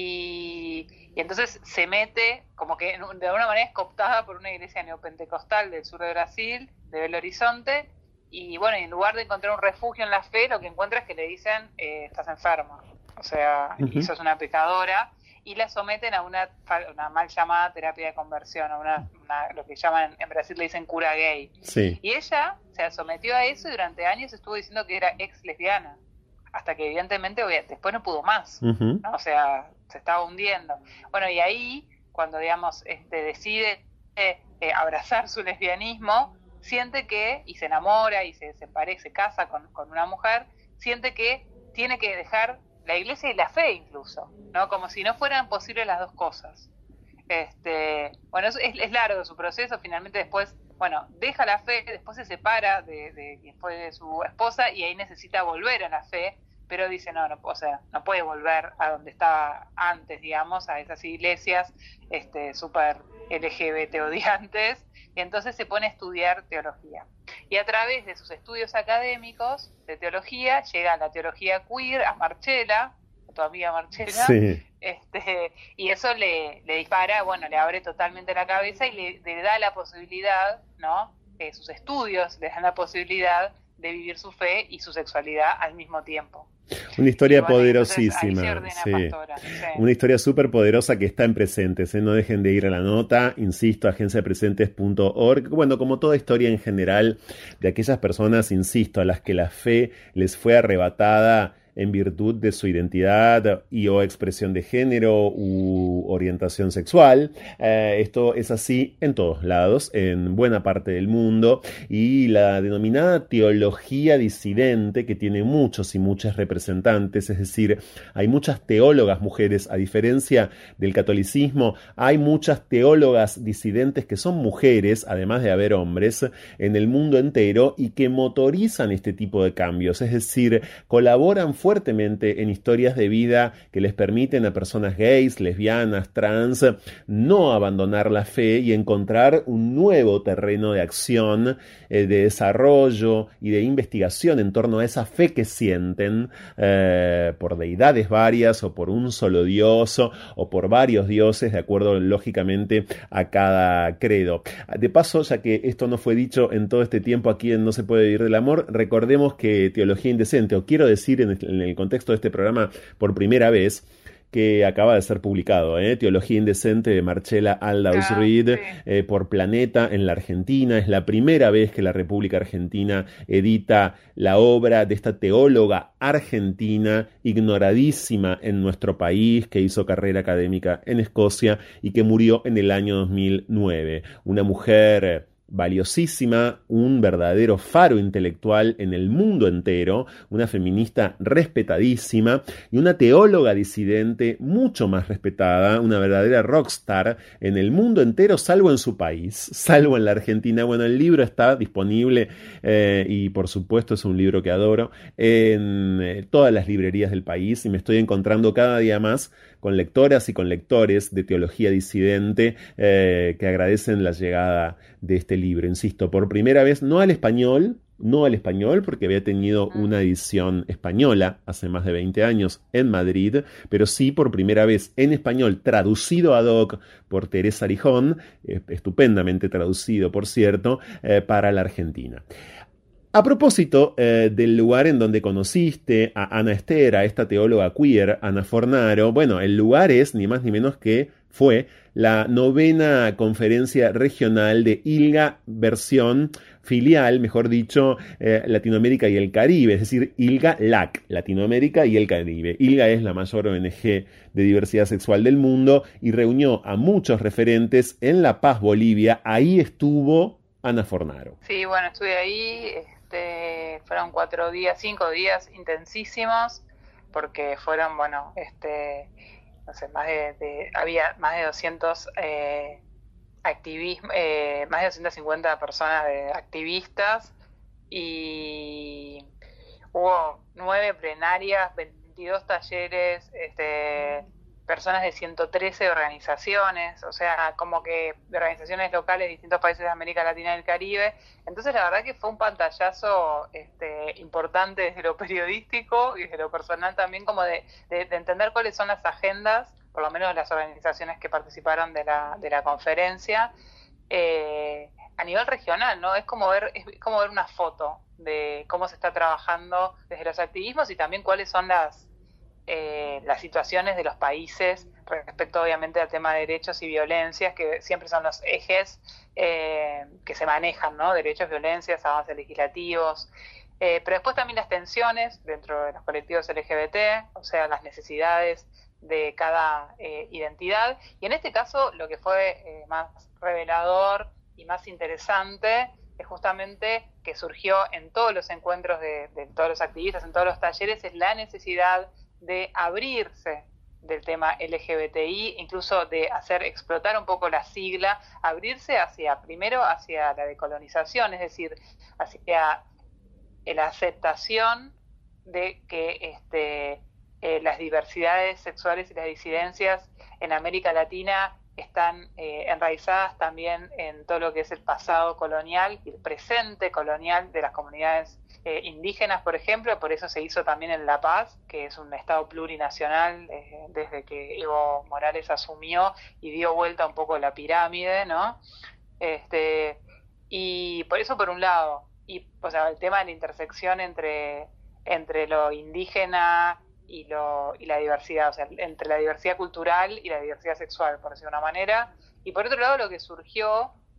y, y entonces se mete como que de alguna manera es cooptada por una iglesia neopentecostal del sur de Brasil, de Belo Horizonte, y bueno, y en lugar de encontrar un refugio en la fe, lo que encuentra es que le dicen eh, estás enferma, o sea, uh-huh. y sos una pecadora, y la someten a una, una mal llamada terapia de conversión, a una, una, lo que llaman en Brasil le dicen cura gay. Sí. Y ella se sometió a eso y durante años estuvo diciendo que era ex lesbiana, hasta que evidentemente después no pudo más, uh-huh. ¿no? O sea, se estaba hundiendo. Bueno, y ahí, cuando digamos este, decide eh, eh, abrazar su lesbianismo, siente que, y se enamora y se, se, pare, se casa con, con una mujer, siente que tiene que dejar la iglesia y la fe incluso, ¿no? Como si no fueran posibles las dos cosas. Este, bueno, es, es largo su proceso, finalmente después, bueno, deja la fe, después se separa de, de quien fue de su esposa y ahí necesita volver a la fe, pero dice, no, no, o sea, no puede volver a donde estaba antes, digamos, a esas iglesias este, súper L G B T odiantes, y entonces se pone a estudiar teología. Y a través de sus estudios académicos de teología, llega a la teología queer, a Marchela, a tu amiga Marchela, sí. este, y eso le, le dispara, bueno, le abre totalmente la cabeza y le, le da la posibilidad, ¿no? Eh, sus estudios le dan la posibilidad de vivir su fe y su sexualidad al mismo tiempo. Una historia bueno, poderosísima, sí. sí. Una historia súper poderosa que está en Presentes, ¿eh? No dejen de ir a la nota, insisto, agencia presentes punto org. Bueno, como toda historia en general de aquellas personas, insisto, a las que la fe les fue arrebatada en virtud de su identidad y o expresión de género u orientación sexual. Eh, esto es así en todos lados, en buena parte del mundo, y la denominada teología disidente, que tiene muchos y muchas representantes, es decir, hay muchas teólogas mujeres, a diferencia del catolicismo, hay muchas teólogas disidentes que son mujeres, además de haber hombres, en el mundo entero, y que motorizan este tipo de cambios, es decir, colaboran fuertemente en historias de vida que les permiten a personas gays, lesbianas, trans, no abandonar la fe y encontrar un nuevo terreno de acción, eh, de desarrollo y de investigación en torno a esa fe que sienten, eh, por deidades varias o por un solo dios o por varios dioses, de acuerdo lógicamente a cada credo. De paso, ya que esto no fue dicho en todo este tiempo aquí en No se puede vivir del amor, recordemos que Teología Indecente, o quiero decir en el, en el contexto de este programa por primera vez, que acaba de ser publicado, ¿eh? Teología Indecente de Marcela Aldous Ah, Reed, sí. eh, por Planeta en la Argentina. Es la primera vez que la República Argentina edita la obra de esta teóloga argentina, ignoradísima en nuestro país, que hizo carrera académica en Escocia y que murió en el año dos mil nueve. Una mujer valiosísima, un verdadero faro intelectual en el mundo entero, una feminista respetadísima y una teóloga disidente mucho más respetada, una verdadera rockstar en el mundo entero, salvo en su país, salvo en la Argentina. Bueno, el libro está disponible eh, y por supuesto es un libro que adoro en eh, todas las librerías del país, y me estoy encontrando cada día más con lectoras y con lectores de teología disidente eh, que agradecen la llegada de este libro, insisto, por primera vez, no al español, no al español, porque había tenido una edición española hace más de veinte años en Madrid, pero sí por primera vez en español, traducido ad hoc por Teresa Arijón, eh, estupendamente traducido, por cierto, eh, para la Argentina. A propósito eh, del lugar en donde conociste a Ana Ester, a esta teóloga queer, Ana Fornaro, bueno, el lugar es ni más ni menos que fue la novena conferencia regional de ILGA versión filial, mejor dicho, eh, Latinoamérica y el Caribe, es decir, ILGA-LAC, Latinoamérica y el Caribe. ILGA es la mayor O N G de diversidad sexual del mundo y reunió a muchos referentes en La Paz, Bolivia. Ahí estuvo Ana Fornaro. Sí, bueno, estuve ahí, este, fueron cuatro días, cinco días intensísimos, porque fueron, bueno, este, no sé, más de, de había más de doscientos eh, activismo, eh, más de doscientas cincuenta personas de activistas, y hubo nueve plenarias, veintidós talleres, este, personas de ciento trece organizaciones, o sea, como que de organizaciones locales de distintos países de América Latina y el Caribe. Entonces la verdad que fue un pantallazo este, importante desde lo periodístico y desde lo personal también, como de, de, de entender cuáles son las agendas, por lo menos las organizaciones que participaron de la, de la conferencia, eh, a nivel regional, ¿no? Es como ver, es como ver una foto de cómo se está trabajando desde los activismos y también cuáles son las Eh, las situaciones de los países respecto obviamente al tema de derechos y violencias, que siempre son los ejes eh, que se manejan, ¿no? Derechos, violencias, avances legislativos, eh, pero después también las tensiones dentro de los colectivos L G B T, o sea, las necesidades de cada eh, identidad, y en este caso lo que fue eh, más revelador y más interesante es justamente que surgió en todos los encuentros de, de todos los activistas, en todos los talleres, es la necesidad de abrirse del tema L G B T I, incluso de hacer explotar un poco la sigla, abrirse hacia, primero hacia la decolonización, es decir, hacia la aceptación de que este, eh, las diversidades sexuales y las disidencias en América Latina están eh, enraizadas también en todo lo que es el pasado colonial y el presente colonial de las comunidades eh, indígenas, por ejemplo. Por eso se hizo también en La Paz, que es un estado plurinacional eh, desde que Evo Morales asumió y dio vuelta un poco la pirámide, ¿no? Este, y por eso, por un lado, y o sea, el tema de la intersección entre, entre lo indígena y, lo, y la diversidad, o sea, entre la diversidad cultural y la diversidad sexual, por decirlo de una manera. Y por otro lado, lo que surgió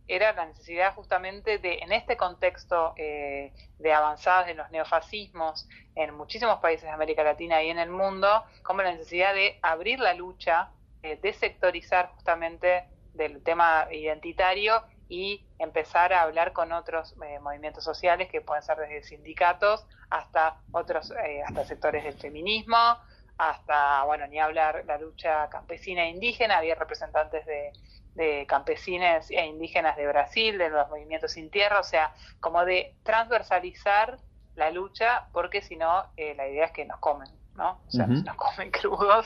era la necesidad justamente de, en este contexto eh, de avanzadas de los neofascismos en muchísimos países de América Latina y en el mundo, como la necesidad de abrir la lucha, eh, de sectorizar justamente del tema identitario y empezar a hablar con otros eh, movimientos sociales que pueden ser desde sindicatos hasta otros, eh, hasta sectores del feminismo, hasta, bueno, ni hablar la lucha campesina e indígena. Había representantes de, de campesines e indígenas de Brasil, de los movimientos sin tierra, o sea, como de transversalizar la lucha, porque si no, eh, la idea es que nos comen, ¿no? O sea, uh-huh. nos comen crudos.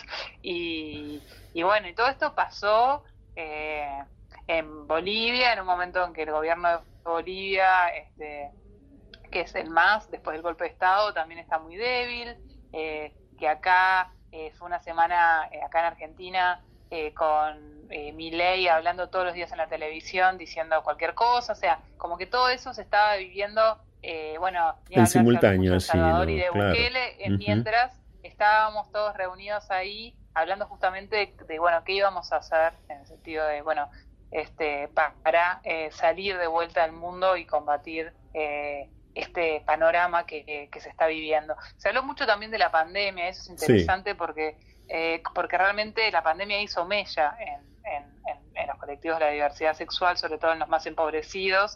Y, y bueno, y todo esto pasó eh, en Bolivia, en un momento en que el gobierno de Bolivia, este, que es el MAS, después del golpe de Estado, también está muy débil, eh, que acá eh, fue una semana, eh, acá en Argentina, eh, con eh, Milei hablando todos los días en la televisión, diciendo cualquier cosa, o sea, como que todo eso se estaba viviendo, eh, bueno, en simultáneo, sí, Salvador no, y de claro. Bukele, eh, uh-huh. mientras estábamos todos reunidos ahí, hablando justamente de, de, bueno, qué íbamos a hacer, en el sentido de, bueno, este para eh, salir de vuelta al mundo y combatir eh, este panorama que, que, que se está viviendo. Se habló mucho también de la pandemia, eso es interesante sí. porque eh, porque realmente la pandemia hizo mella en, en, en, en los colectivos de la diversidad sexual, sobre todo en los más empobrecidos,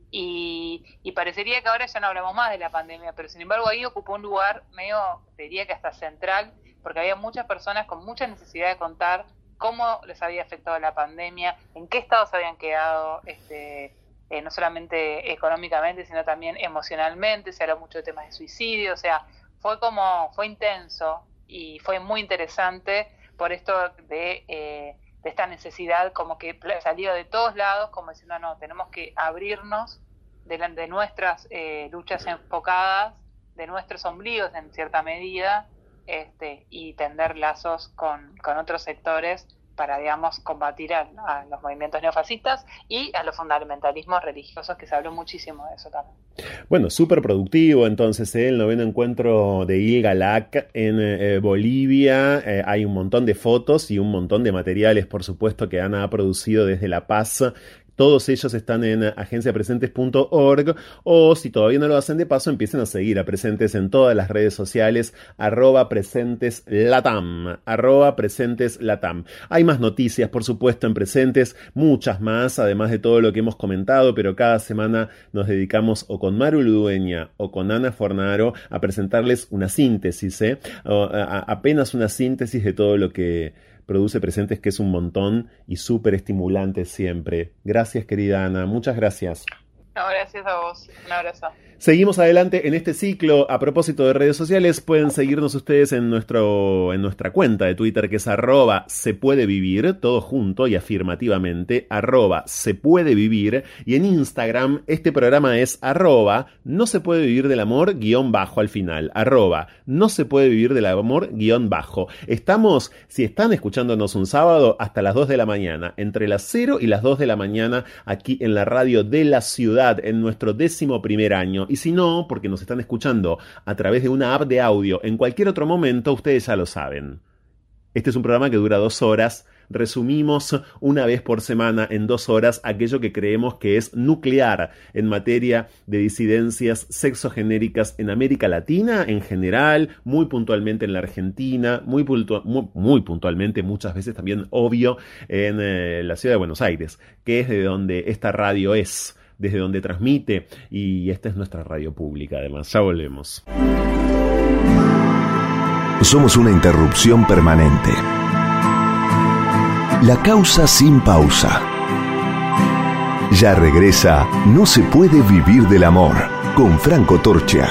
y, y parecería que ahora ya no hablamos más de la pandemia, pero sin embargo ahí ocupó un lugar medio, diría que hasta central, porque había muchas personas con mucha necesidad de contar cómo les había afectado la pandemia, en qué estados habían quedado, este Eh, no solamente económicamente, sino también emocionalmente. Se habló mucho de temas de suicidio, o sea, fue como, fue intenso y fue muy interesante por esto de, eh, de esta necesidad como que salió de todos lados, como diciendo, no, tenemos que abrirnos de, la, de nuestras eh, luchas enfocadas, de nuestros ombligos en cierta medida, este, y tender lazos con, con otros sectores para, digamos, combatir a, a los movimientos neofascistas y a los fundamentalismos religiosos, que se habló muchísimo de eso también. Bueno, súper productivo entonces ¿eh? el noveno encuentro de ILGALAC en eh, Bolivia. Eh, hay un montón de fotos y un montón de materiales, por supuesto, que Ana ha producido desde La Paz. Todos ellos están en agencia presentes punto org, o si todavía no lo hacen de paso, empiecen a seguir a Presentes en todas las redes sociales, arroba presenteslatam, arroba presenteslatam. Hay más noticias, por supuesto, en Presentes, muchas más, además de todo lo que hemos comentado, pero cada semana nos dedicamos o con Maru Ludueña o con Ana Fornaro a presentarles una síntesis, ¿eh? O, a, apenas una síntesis de todo lo que produce Presentes, que es un montón y súper estimulante siempre. Gracias, querida Ana. Muchas gracias. No, gracias a vos. Un abrazo. Seguimos adelante en este ciclo. A propósito de redes sociales, pueden seguirnos ustedes en nuestro en nuestra cuenta de Twitter, que es arroba se puede vivir, todo junto y afirmativamente, arroba se puede vivir. Y en Instagram, este programa es arroba no se puede vivir del amor guión bajo al final. Arroba no se puede vivir del amor guión bajo. Estamos, si están escuchándonos un sábado, hasta las dos de la mañana, entre las cero y las dos de la mañana, aquí en la radio de la ciudad, en nuestro décimo primer año. Y si no, porque nos están escuchando a través de una app de audio en cualquier otro momento, ustedes ya lo saben. Este es un programa que dura dos horas. Resumimos una vez por semana en dos horas aquello que creemos que es nuclear en materia de disidencias sexogenéricas en América Latina en general, muy puntualmente en la Argentina, muy, puntu- muy, muy puntualmente, muchas veces también obvio, en eh, la ciudad de Buenos Aires, que es de donde esta radio es, desde donde transmite, y esta es nuestra radio pública además. Ya volvemos. Somos una interrupción permanente. La causa sin pausa. Ya regresa No se puede vivir del amor, con Franco Torcha.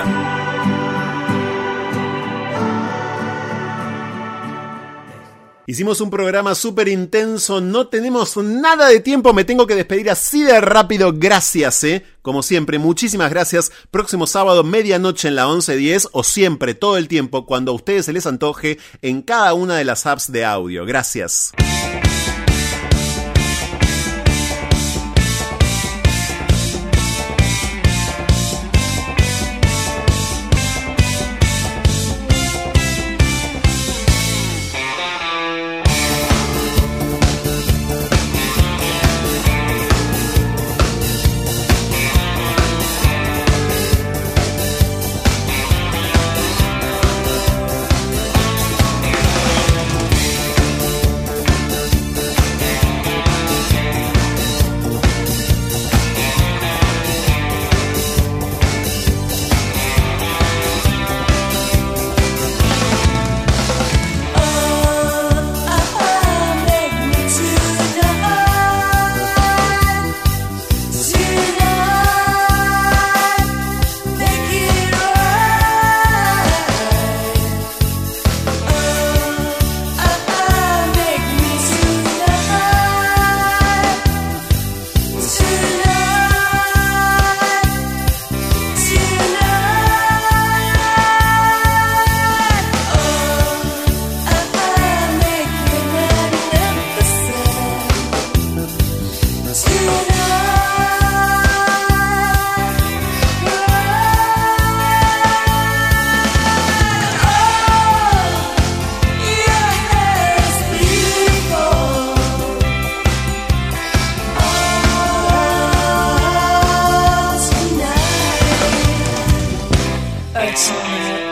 Hicimos un programa súper intenso, no tenemos nada de tiempo, me tengo que despedir así de rápido, gracias, eh. Como siempre, muchísimas gracias. Próximo sábado, medianoche en la once diez, o siempre, todo el tiempo, cuando a ustedes se les antoje, en cada una de las apps de audio. Gracias. Excellent.